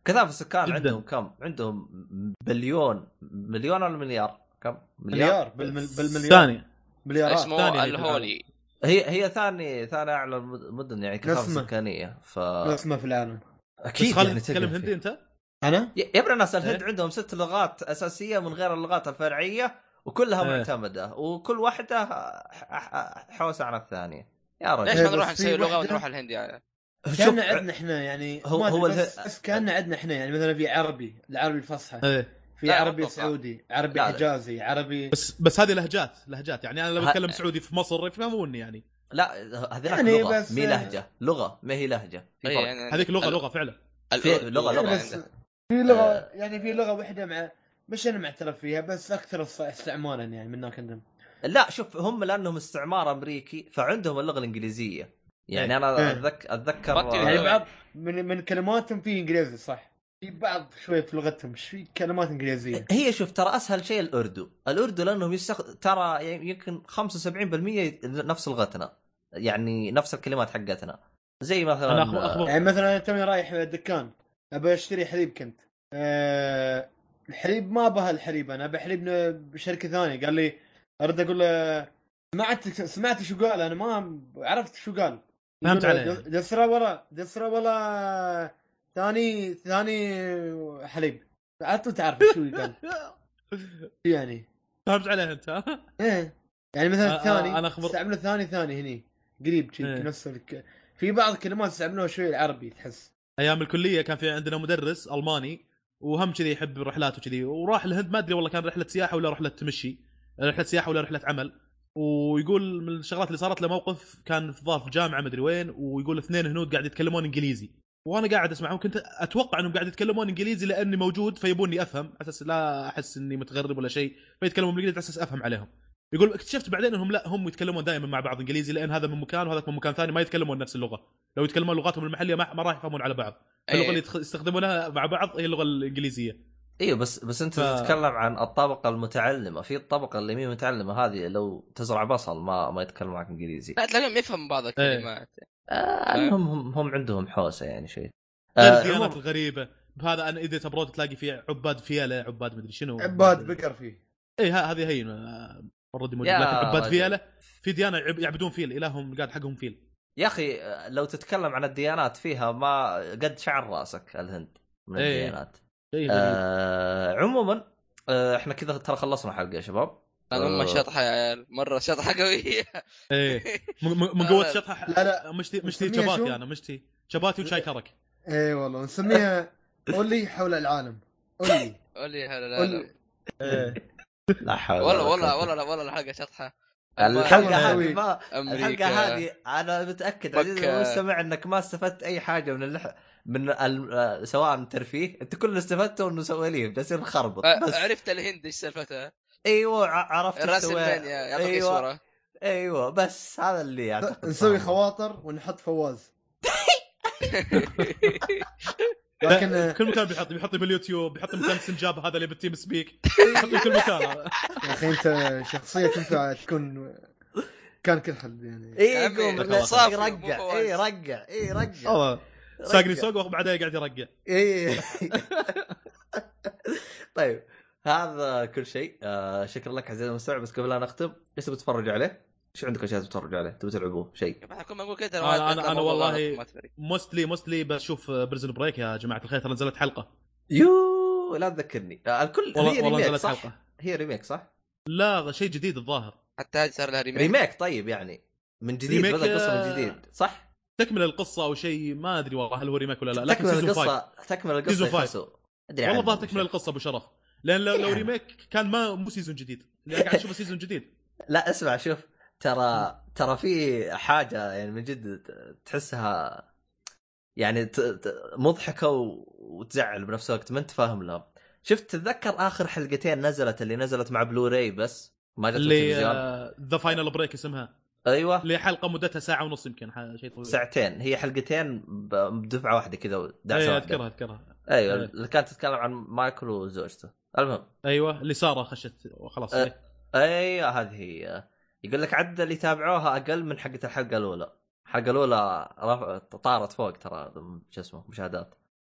كثافه السكان جداً. عندهم كم؟ عندهم بليون مليون ولا مليار؟ كم؟ مليار بالمل... بالمليار ثاني مليارات اسمه ثاني هي في الهولي. هي هي ثاني ثاني اعلى المدن يعني كثافه نسمة. سكانيه. ف اسمه في العالم. اكيد بس خالد يعني تتكلم تقرا هندي فيه. انت؟ انا يا ابن الناس الهند إيه؟ عندهم ست لغات اساسيه من غير اللغات الفرعيه وكلها إيه. معتمده وكل واحده ح- ح- حوسه عن الثانيه يا رجل. ليش إيه ما بس نروح في نسوي لغه وحدة- ونروح الهند يعني؟ كان عندنا احنا يعني هو- ما أدري، هو بس, اله- بس كان عندنا احنا يعني مثلا في عربي، العربي الفصحى، ايه في لا، ما عربي أتوقع. سعودي، عربي لا، لا. حجازي، عربي بس بس هذه لهجات لهجات يعني انا لو ه- اتكلم سعودي في مصر يفهموني يعني. لا هذيك يعني لغه بس- مي لهجه لغه ما هي لهجه في إيه فرق. يعني هذيك لغه ال- لغه فعلا. في الأردو لغة- يعني لغة. بس عنده. في لغه آه. يعني في لغه واحده مع مش انا معترف فيها، بس اكثر الص- استعمالا يعني من هناك عندهم. لا شوف هم لانهم استعمار امريكي فعندهم اللغه الانجليزيه يعني إيه. انا إيه. اتذكر اتذكر بطيء آه، يعني وين؟ بعض من من كلماتهم في انجليزي صح، في بعض شويه في لغتهم مش في كلمات انجليزيه. هي شوف ترى اسهل شيء الاردو الاردو لانهم يستخ... ترى يمكن خمسة وسبعين بالمية نفس لغتنا يعني نفس الكلمات حقتنا زي مثلا انا أخبر أخبر يعني مثلا انا توني رايح الدكان ابى اشتري حليب، كنت أه الحليب ما بها الحليب، انا ابى حليب بشركه ثانيه، قال لي ارد اقول له سمعت سمعت شو قال، انا ما عرفت شو قال. فهمت يقول عليه. د- دسرة ولا دسرة ولا ثاني ثاني حليب، عرفت تعرف شو قال يعني. فهمت عليه انت ها؟ ايه يعني مثلا آه، آه، الثاني أنا أخبر- استعمله ثاني ثاني هني قريب شيء إيه. نفس الك... في بعض الكلمات استعملوها شوي العربي تحس. ايام الكليه كان في عندنا مدرس الماني وهم كذي يحب الرحلات وكذي وراح الهند ما ادري والله كان رحله سياحه ولا رحله تمشي رحله سياحه ولا رحله عمل. ويقول من الشغلات اللي صارت له موقف كان في ظرف جامعه مدري وين ويقول اثنين هنود قاعد يتكلمون انجليزي وانا قاعد اسمعهم كنت اتوقع انهم قاعد يتكلمون انجليزي لاني موجود فيبوني افهم على اساس لا احس اني متغرب ولا شيء فيتكلمون انجليزي على اساس افهم عليهم. يقول اكتشفت بعدين انهم لا هم يتكلمون دائما مع بعض انجليزي لان هذا من مكان وهذاك من مكان ثاني ما يتكلمون نفس اللغه. لو يتكلمون لغاتهم المحليه ما, ما راح يفهمون على بعض. اللغه أيه. اللي يتخ- يستخدمونها مع بعض هي اللغه الانجليزيه. ايوه بس بس انت ف- تتكلم عن الطبقه المتعلمه في الطبقه اللي مي متعلمه هذه لو تزرع بصل ما ما يتكلم معك انجليزي. لا تلاقيهم يفهم بعض الكلمات. آه انهم هم, هم عندهم حوسه يعني شيء. غير آه الديانات عموم- الغريبه بهذا انا اذا تبرود تلاقي فيه عباد فيله عباد مدري شنو عباد بقر فيه. اي ها هذه هي اوريدي موجود يا لكن عباد رجل. فيله في ديانه يعب- يعبدون فيل الههم قاعد حقهم فيل. يا اخي لو تتكلم عن الديانات فيها ما قد شعر راسك الهند من إيه. الديانات. شيء غريب. آه عموما آه احنا كذا ترى خلصنا حلقه يا شباب. انا آه. ام شطحه يا عيال مره شطحه قويه. ايه من, من من قوه شطحه. لا لا مشتي مشتي نسميها شباتي شو؟ انا مشتي شباتي وشاي كرك. ايه والله نسميها قولي حول العالم. قولي قولي هلا لا قولي لا. إيه. لا حول والله ولا والله قوة. والله والله الحلقه شطحه. الحلقه والله هذه سوي. ما أمريكا. الحلقه هذه انا متاكد عزيزي مكة. المستمع انك ما استفدت اي حاجه من اللح... من ال... آه، سواء ترفيه انت كل اللي استفدته انه سواليف جالسين نخربط بس. عرفت الهند ايش سالفتها؟ ايوه ع- عرفت راس السوا- المانيا يعطيك ايوه صوره. ايوه بس هذا اللي اعتقد نسوي فهمه. خواطر ونحط فواز. لكن كل مكان بيحط بيحط باليوتيوب بيحط مكان سنجاب هذا اللي بالتيم سبيك بيحط في كل مكان. يا اخي انت شخصيه تنفع تكون كان كل حد يعني. اي يا عمي، يقوم لا، يرجع صافي، مو اي فواز. يرجع اي يرجع والله ساقني سوق وبعدين قاعد يرقع. اي طيب هذا كل شيء. آه شكرا لك عزيزي المستمع بس قبل لا نختم ايش تبي تتفرج عليه؟ شو عندك اشياء تتفرج عليه تبي تلعبوه شيء؟ كنا بنقول كذا. انا انا, أنا والله موستلي موستلي بشوف بريزن بريك يا جماعه الخير ترى نزلت حلقه. يو لا تذكرني. آه الكل والله هي والله ريميك نزلت صح؟ حلقه. هي ريميك صح؟ لا شيء جديد الظاهر. حتى هذه صار لها ريميك. ريميك طيب يعني من جديد ريميك، بدأ قصة من آه، جديد صح؟ تكمل القصه او شيء ما ادري والله هل هو ريميك ولا لا لكن تكمل سيزون فايف. القصة تكمل سيزون القصة فايف. يخسوا ادري والله عنه ظاهر تكمل القصه ابو شرف لان لو, لو ريميك كان ما مو سيزون جديد اللي قاعد اشوفه سيزون جديد. لا اسمع شوف ترى ترى في حاجة يعني من جد تحسها يعني ت... ت... مضحكة و... وتزعل بنفس الوقت ما انت فاهم لها. شفت تتذكر اخر حلقتين نزلت اللي نزلت مع بلوراي بس ما جت التلفزيون. اللي ذا فاينل بريك اسمها. ايوه اللي حلقه مدتها ساعه ونص يمكن شيء طويل. ساعتين هي حلقتين ب- بدفعة واحدة كذا دعسة اي واحدة. اذكرها اذكرها. ايوه أيه. اللي كانت تتكلم عن مايكل وزوجته. المهم ايوه اللي ساره خشت وخلاص. أه. إيه. ايوه هذه هي. يقول لك عدد اللي تابعوها اقل من حقة الحلقة الاولى. الحلقة الاولى رفع طارت فوق ترى شو اسمه مشاهدات.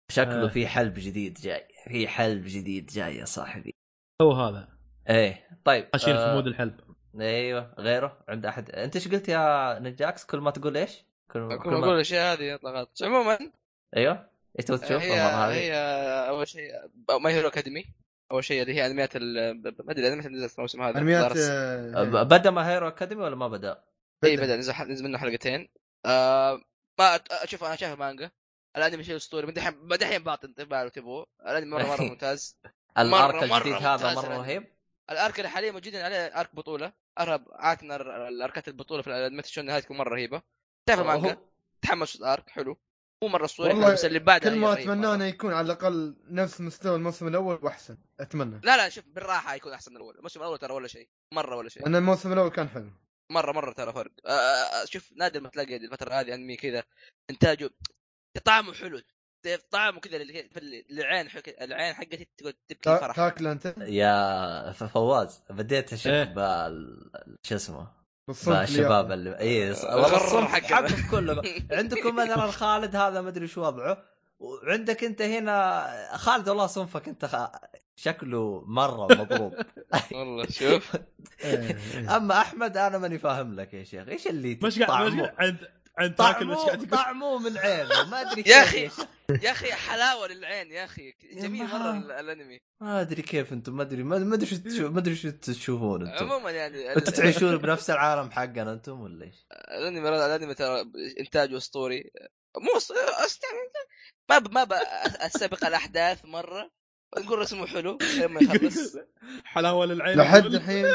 شكله آه. في حلب جديد جاي، في حلب جديد جاي يا صاحبي. هو هذا ايه طيب اشيل آه... في مود الحلب. ايوه غيره عند احد. انت ايش قلت يا نجاكس؟ كل ما تقول ايش كل, اكون كل اقول ما الاشياء هذه يطلع غلط. عموما ايوه ايش تبغى تشوف هي المره هذه؟ هي اول شيء ماي هيرو اكاديمي. اول شيء اللي هي انميات ما ادري انميات نزلت في الموسم هذا. انميات دارس. آه، أه، بدا ما هيرو اكاديمي ولا ما بدا؟ اي بدأ. بدا نزل نزل منه حلقتين. آه ما أت- اشوف انا شايف مانجا. الانمي شيء اسطوري. بدحين بدحين باطن انطباع لو تبغوا. الانمي مره مره ممتاز. الارك مره الجديد مره هذا ممتاز مره الأنمي. رهيب. الارك اللي حاليا موجودين عليه ارك بطوله. ارهب عادنا الاركات البطوله في الانميات الشون هذه تكون مره رهيبه. تعرف المانجا هو تحمس الارك حلو. مو مره اسطوري حلو والله بس اللي بعدها كل هي ما رهيب اتمناه مرة. انه يكون على الاقل نفس مستوى الموسم الاول واحسن. اتمنى لا لا شوف بالراحه يكون احسن من الاول. الموسم الاول ترى ولا شيء مره ولا شيء. لان الموسم الاول كان حلو. مره مره ترى فرق. آه، آه، شوف نادر ما تلاقي الفتره هذه انمي كذا انتاجه طعمه حلو. طعمه كذا اللي- في العين حك... العين حقتي تقعد تبكي تا- فرح. تاكل انت يا ف- فواز بديت اشك إيه. بال شو اسمه بالصنف بالشباب اللي اللي اي آه، والله غر الصنف حقنا. حقكم كله. عندكم مثلا خالد هذا ما ادري شو وضعه، وعندك انت هنا خالد والله صنفك انت خ... شكله مره مضروب. والله شوف اما احمد انا ماني فاهم لك يا شيخ ايش اللي مش قاعد مش طعمه قاعد عند عند تاكل مش طعمه قاعد تقول طعمه من عينه ما ادري يا كيف اخي يا شيخ. يا اخي حلاوه للعين يا اخي جميل يا مره ما- ال- الانمي. ما ادري كيف انتم ما ادري ما ما ادري شو تشوف- ما ادري شو تشوفون انتم. عموما يعني ال- انتم تعيشون بنفس العالم حقنا انتم ولا ايش؟ الانمي الانمي ترى انتاجه اسطوري. مو أس... أس... ما ب... ما ب... استبق الاحداث مره. نقول رسمه حلو لما يخلص. حلاوه للعين لحد الحين.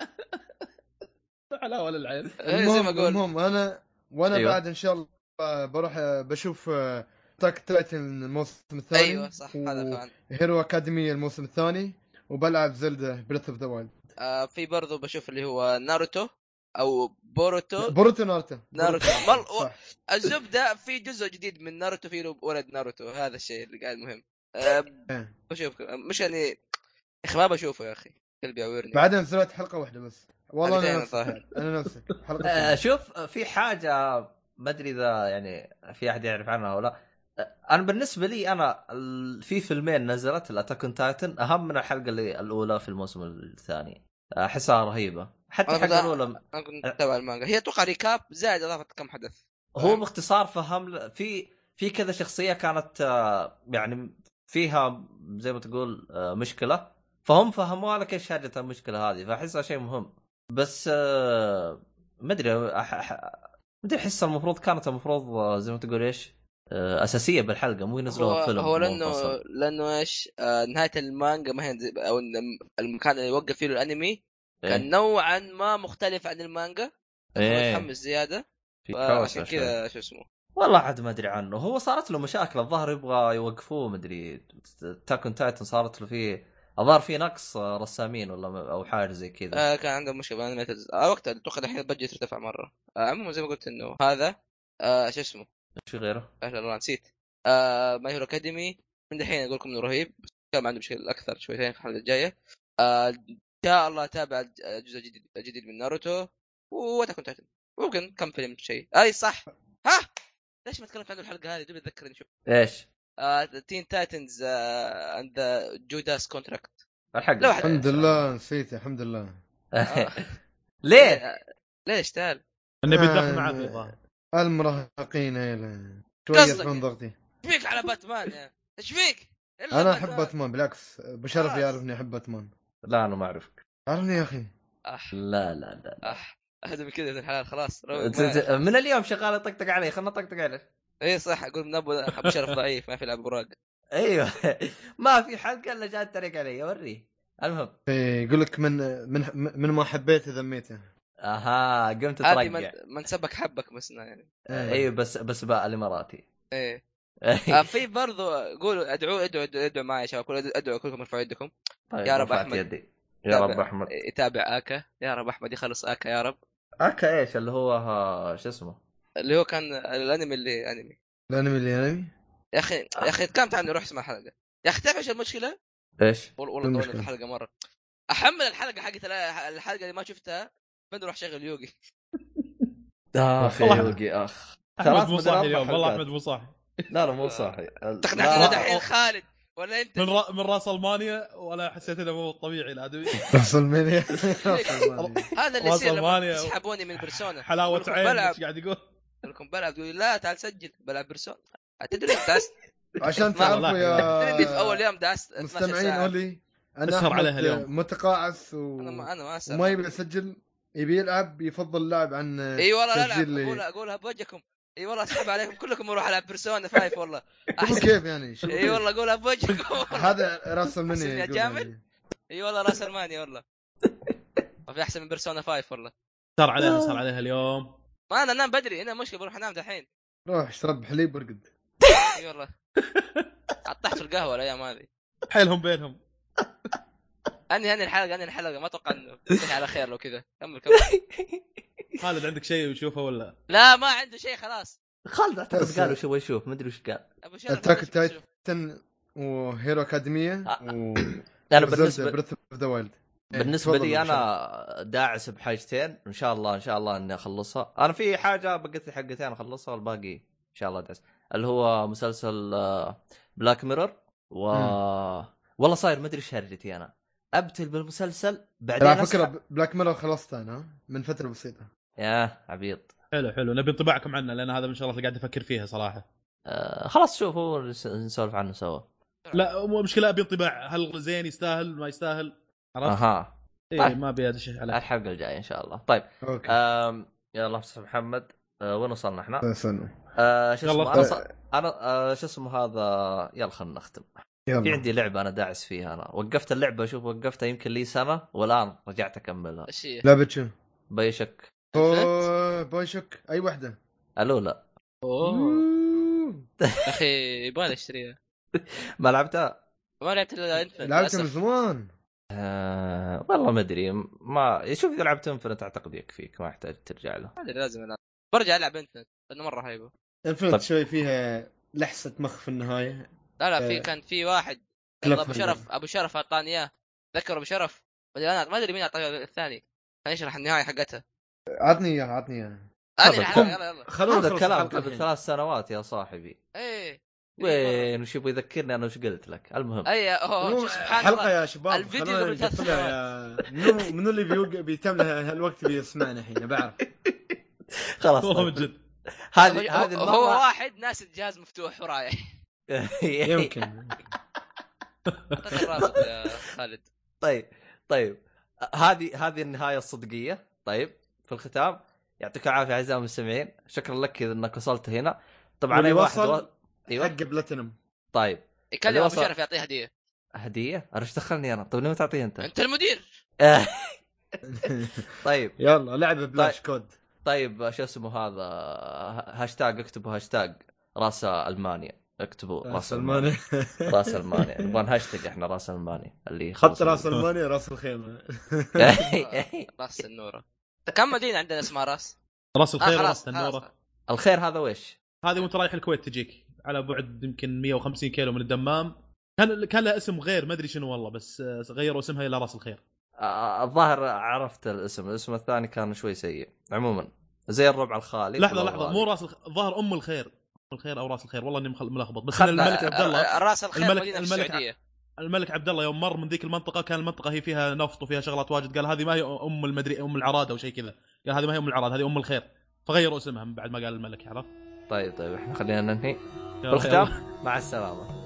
حلاوه للعين. إيه زي ما المهم اقول. المهم انا وانا أيوة. بعد ان شاء الله بروح بشوف تاك تايتن الموسم الثاني. ايوه صح هذا فعلا. هيرو اكاديمي الموسم الثاني وبلعب زلدا بريث اوف ذا وايلد. آه في برضو بشوف اللي هو ناروتو او بوروتو. بوروتو ناروتو ناروتو. بوروتو. مال- صح. الزبده في جزء جديد من ناروتو في له ولد ناروتو. هذا الشيء اللي قاعد مهم. آه إيه. بشوف مش يعني يا اخي ما بشوفه يا اخي قلبي يعورني. بعدين نزلت حلقه واحده بس. والله حلقتين انا نفسك الظاهر. انا نفسك حلقه آه، واحدة. شوف في حاجه ما ادري اذا يعني في احد يعرف عنها ولا. آه، انا بالنسبه لي انا ال- في فيلمين نزلت الاتاك اون تايتن اهم من الحلقه اللي الاولى في الموسم الثاني. احسها رهيبه حتى أنا الحلقه كنت- الاولى. انا كنت اتابع المانجا. هي اتوقع ريكاب زائد اضافه كم حدث. هو باختصار فهم ل- في في كذا شخصيه كانت آه، يعني فيها زي ما تقول آه، مشكله، فهم فهموا لك ايش هرجه المشكله هذه، فاحسها شيء مهم. بس آه، ما ادري أح- أح- ما ادري احس المفروض كانت المفروض آه، زي ما تقول ايش آه، اساسيه بالحلقه مو ينزلوها هو فيلم هو لانه منفصل. لانه ايش آه نهايه المانجا ما هي زي- او الم- المكان اللي يوقف فيه الانمي كان إيه؟ نوعا ما مختلف عن المانجا. إيه. متحمس زياده. في فعشان كوسه شوي. كذا شو اسمه. والله عاد ما ادري عنه. هو صارت له مشاكل الظاهر يبغى يوقفوه ما ادري. تاكون تايتن صارت له فيه الظاهر في نقص آه، رسامين ولا او حاجه زي كذا. آه كان عنده مشكله بالانميات آه وقتها اتوقع الحين البادجت ارتفع مره. آه عموما زي ما قلت انه هذا آه شو اسمه. شو غيره؟ آه والله نسيت. آه ماي هيرو اكاديمي من دحين اقول لكم انه رهيب. بس كان عنده مشكله اكثر شويتين في الحلقه الجايه. آه ان شاء الله تابع جزء جديد جديد من ناروتو واتاك تايتن. ممكن كم فيلم شيء اي صح. ها ليش ما تكلمت عن الحلقه هذه؟ دوبي اتذكر نشوف. ايش آه تين تايتنز اند ذا جوداس كونتراكت. الحق لا واحد- الحمد لله نسيت الحمد لله. آه. ليه؟ آه، ليش تعال النبي آه، داخل معاه في الظاهر. المراهقين هيلا شويه قصدك يرفعون إيه؟ ضغطي. ايش فيك على باتمان يا ايش فيك؟ إلا انا احب باتمان. باتمان بالعكس بشرف خلاص. يعرفني احب باتمان. لا انا ما اعرفك. عرفني يا اخي. اح لا لا لا اح هذا من كذا الحلال خلاص روق ت- معي. ت- من اليوم شغال يطقطق علي. خلنا نطقطق عليه. اي صح اقول من ابو ابو شرف ضعيف ما في لعب براق. ايوه ما في حلقه الا جات تريق علي اوريه. المهم إيه، يقول لك من من من ما حبيته ذميته. اها قمت هذه من, ترقع. من سبك حبك مسنا يعني. ايوه بس بس بقى الاماراتي. ايه آه في برضو قولوا ادعوا ادعوا ادعوا, ادعوا معي يا شباب. كل ادعوا كلكم ارفعوا يدكم. طيب يا رب رفعت أحمد. يدي. يا رب يتابع- احمد. يتابع اكا. يا رب احمد يخلص اكا يا رب. اكا ايش اللي هو ها شو اسمه؟ اللي هو كان الانمي اللي انمي. الانمي اللي انمي يا اخي يا اخي تكلمت عنه روح اسمع الحلقه. يا اخي تعرف ايش المشكله؟ ايش؟ والله شو والله طولت المشكلة؟ الحلقه مره. احمل الحلقه حقت الحلقه اللي ما شفتها بعدين اروح شغل يوغي. اخ والله يا يوغي اخ. احمد ثلاث مو مدري صاحي أربع اليوم والله. حلقات. احمد مو صاحي. لا لا مو صاحي. تقنعنا دحين خالد ولا انت؟ من را... من راس المانيا ولا حسيت انه مو طبيعي الادمي. راس المانيا هذا اللي راس يصير لما المانيا تسحبوني من بيرسونا. حلاوه عين ايش قاعد يقول؟ لكم بلعب تقول لا تعال سجل بلعب بيرسونا. تدري داست عشان تعرفوا تدري في يا اول يوم داست مستمعين اولي انا اسهر عليها أحمد اليوم. متقاعس و... انا ما انا ما اسال وما يبي يسجل، يبي يلعب، يفضل اللعب عن اي والله لا لا تسجيل لي. اقولها اقولها بوجهكم. اي والله اسحب عليكم كلكم اروح العب بيرسونا فايف والله شوفوا كيف يعني شوفوا اي كيف. والله اقولها بوجهكم. هذا راس المانيا يا يقول جامد. يعني. اي والله راس المانيا والله ما في احسن من بيرسونا فايف والله. صار عليها صار عليها اليوم. ما انا انام بدري هنا مشكله بروح انام دحين. روح اشرب حليب وارقد. اي والله عطحت القهوه الايام هذه حيلهم بينهم. اني اني الحلقه اني الحلقه ما اتوقع انه تنتهي على خير لو كذا. كمل كمل. خالد عندك شيء وشوفه ولا؟ لا ما عنده شيء خلاص. خالد اعتقد قالوا شو يشوف ما ادري وش قال. ابو شرف اتاك تايتن وهيرو اكاديميه و انا بالنسبه بريث اوف ذا وايلد بالنسبه لي انا داعس بحاجتين ان شاء الله ان شاء الله اني اخلصها. انا في حاجه بقيت لي حقتين اخلصها والباقي ان شاء الله داعس اللي هو مسلسل بلاك ميرور و م. والله صاير ما ادري ايش هرجتي انا ابتل بالمسلسل بعدين على فكره أسحب... بلاك ميرور خلصت انا من فتره بسيطه. يا عبيط حلو حلو نبي انطباعكم عنه لان هذا ان شاء الله اللي قاعد افكر فيها صراحه. آه خلاص شوفوا نسولف عنه سوا. لا مو مشكله ابي انطباع هل زين يستاهل ما يستاهل عرفت. اها إيه طيب. ما ابي هذا الشيء على الحلقه الجايه ان شاء الله. طيب آم... يلا استاذ محمد أه وين وصلنا احنا؟ أه شو اسمه انا, ص... أنا أه شو اسمه هذا يلا خلينا نختم. يلا. في عندي لعبه انا داعس فيها انا وقفت اللعبه اشوف وقفتها يمكن لي سنه والان رجعت اكملها. ايش هي؟ لعبه شو؟ بايشك. اوه بايشك اي وحده؟ الو لا اوه اخي يبغى اشتريها. ما لعبتها؟ ما لعبت انفنت. لعبتها من زمان. أه... والله ما ادري ما شوف اذا لعبت انفنت اعتقد يكفيك ما يحتاج ترجع له. هذا لازم انا برجع العب انفنت لانه مره هايبه. انفنت طب... شوي فيها لحسه مخ في النهايه. لا لا في كان في واحد ابو شرف ابو شرف اعطاني اياه. ذكر ابو شرف انا ما ادري مين اعطاني الثاني كان يشرح النهايه حقتها. عطني اياه عطني اياه. يلا يلا خلونا هذا الكلام قبل ثلاث سنوات يا صاحبي. ايه وين وش يبغى يذكرني انا وش قلت لك. المهم اي اوه سبحان حلقه الله. يا شباب الفيديو قبل ثلاث سنوات منو منو اللي بيوق بيتم له الوقت بيسمعنا الحين بعرف. خلاص والله جد هذه هذه هو واحد ناس الجهاز مفتوح ورايح. يمكن راسك يا خالد. طيب طيب هذه هذه النهايه الصدقيه. طيب في الختام يعطيك العافيه اعزائي المستمعين شكرا لك اذا انك وصلت هنا. طبعا اي واحد و... ايوه حق بلاتينم. طيب يكلم ابو شرف يعطيه هديه. هديه انا ايش دخلني انا؟ طيب ليه ما تعطيه انت؟ انت المدير. طيب يلا لعبه بلاش كود. طيب شو اسمه هذا هاشتاج اكتبوا هاشتاج راس المانيا اكتبوا راس المانيا راس المانيا نبغى هاشتاج احنا راس المانيا اللي خط راس المانيا راس الخيمه. راس النوره. كم مدينه عندنا اسمها راس؟ راس الخير راس النوره. الخير هذا ويش؟ هذه وانت رايح الكويت تجيك على بعد يمكن مية وخمسين كيلو من الدمام. كان كان لها اسم غير ما ادري شنو والله بس غيروا اسمها الى راس الخير. الظاهر عرفت الاسم الاسم الثاني كان شوي سيء. عموما زي الربع الخالي. لحظه لحظه مو راس الظاهر ام الخير الخير او راس الخير والله اني ملخبط. بس الملك عبد الله راس الخير الملك مدينه الملك السعوديه. الملك عبد الله يوم مر من ذيك المنطقه كان المنطقه هي فيها نفط وفيها شغلات واجد قال هذه ما هي ام المدري ام العراد او شيء كذا. قال هذه ما هي ام العراد هذه ام الخير فغيروا اسمها بعد ما قال الملك. عرفت؟ طيب طيب احنا خلينا ننهي بالختام. مع السلامه.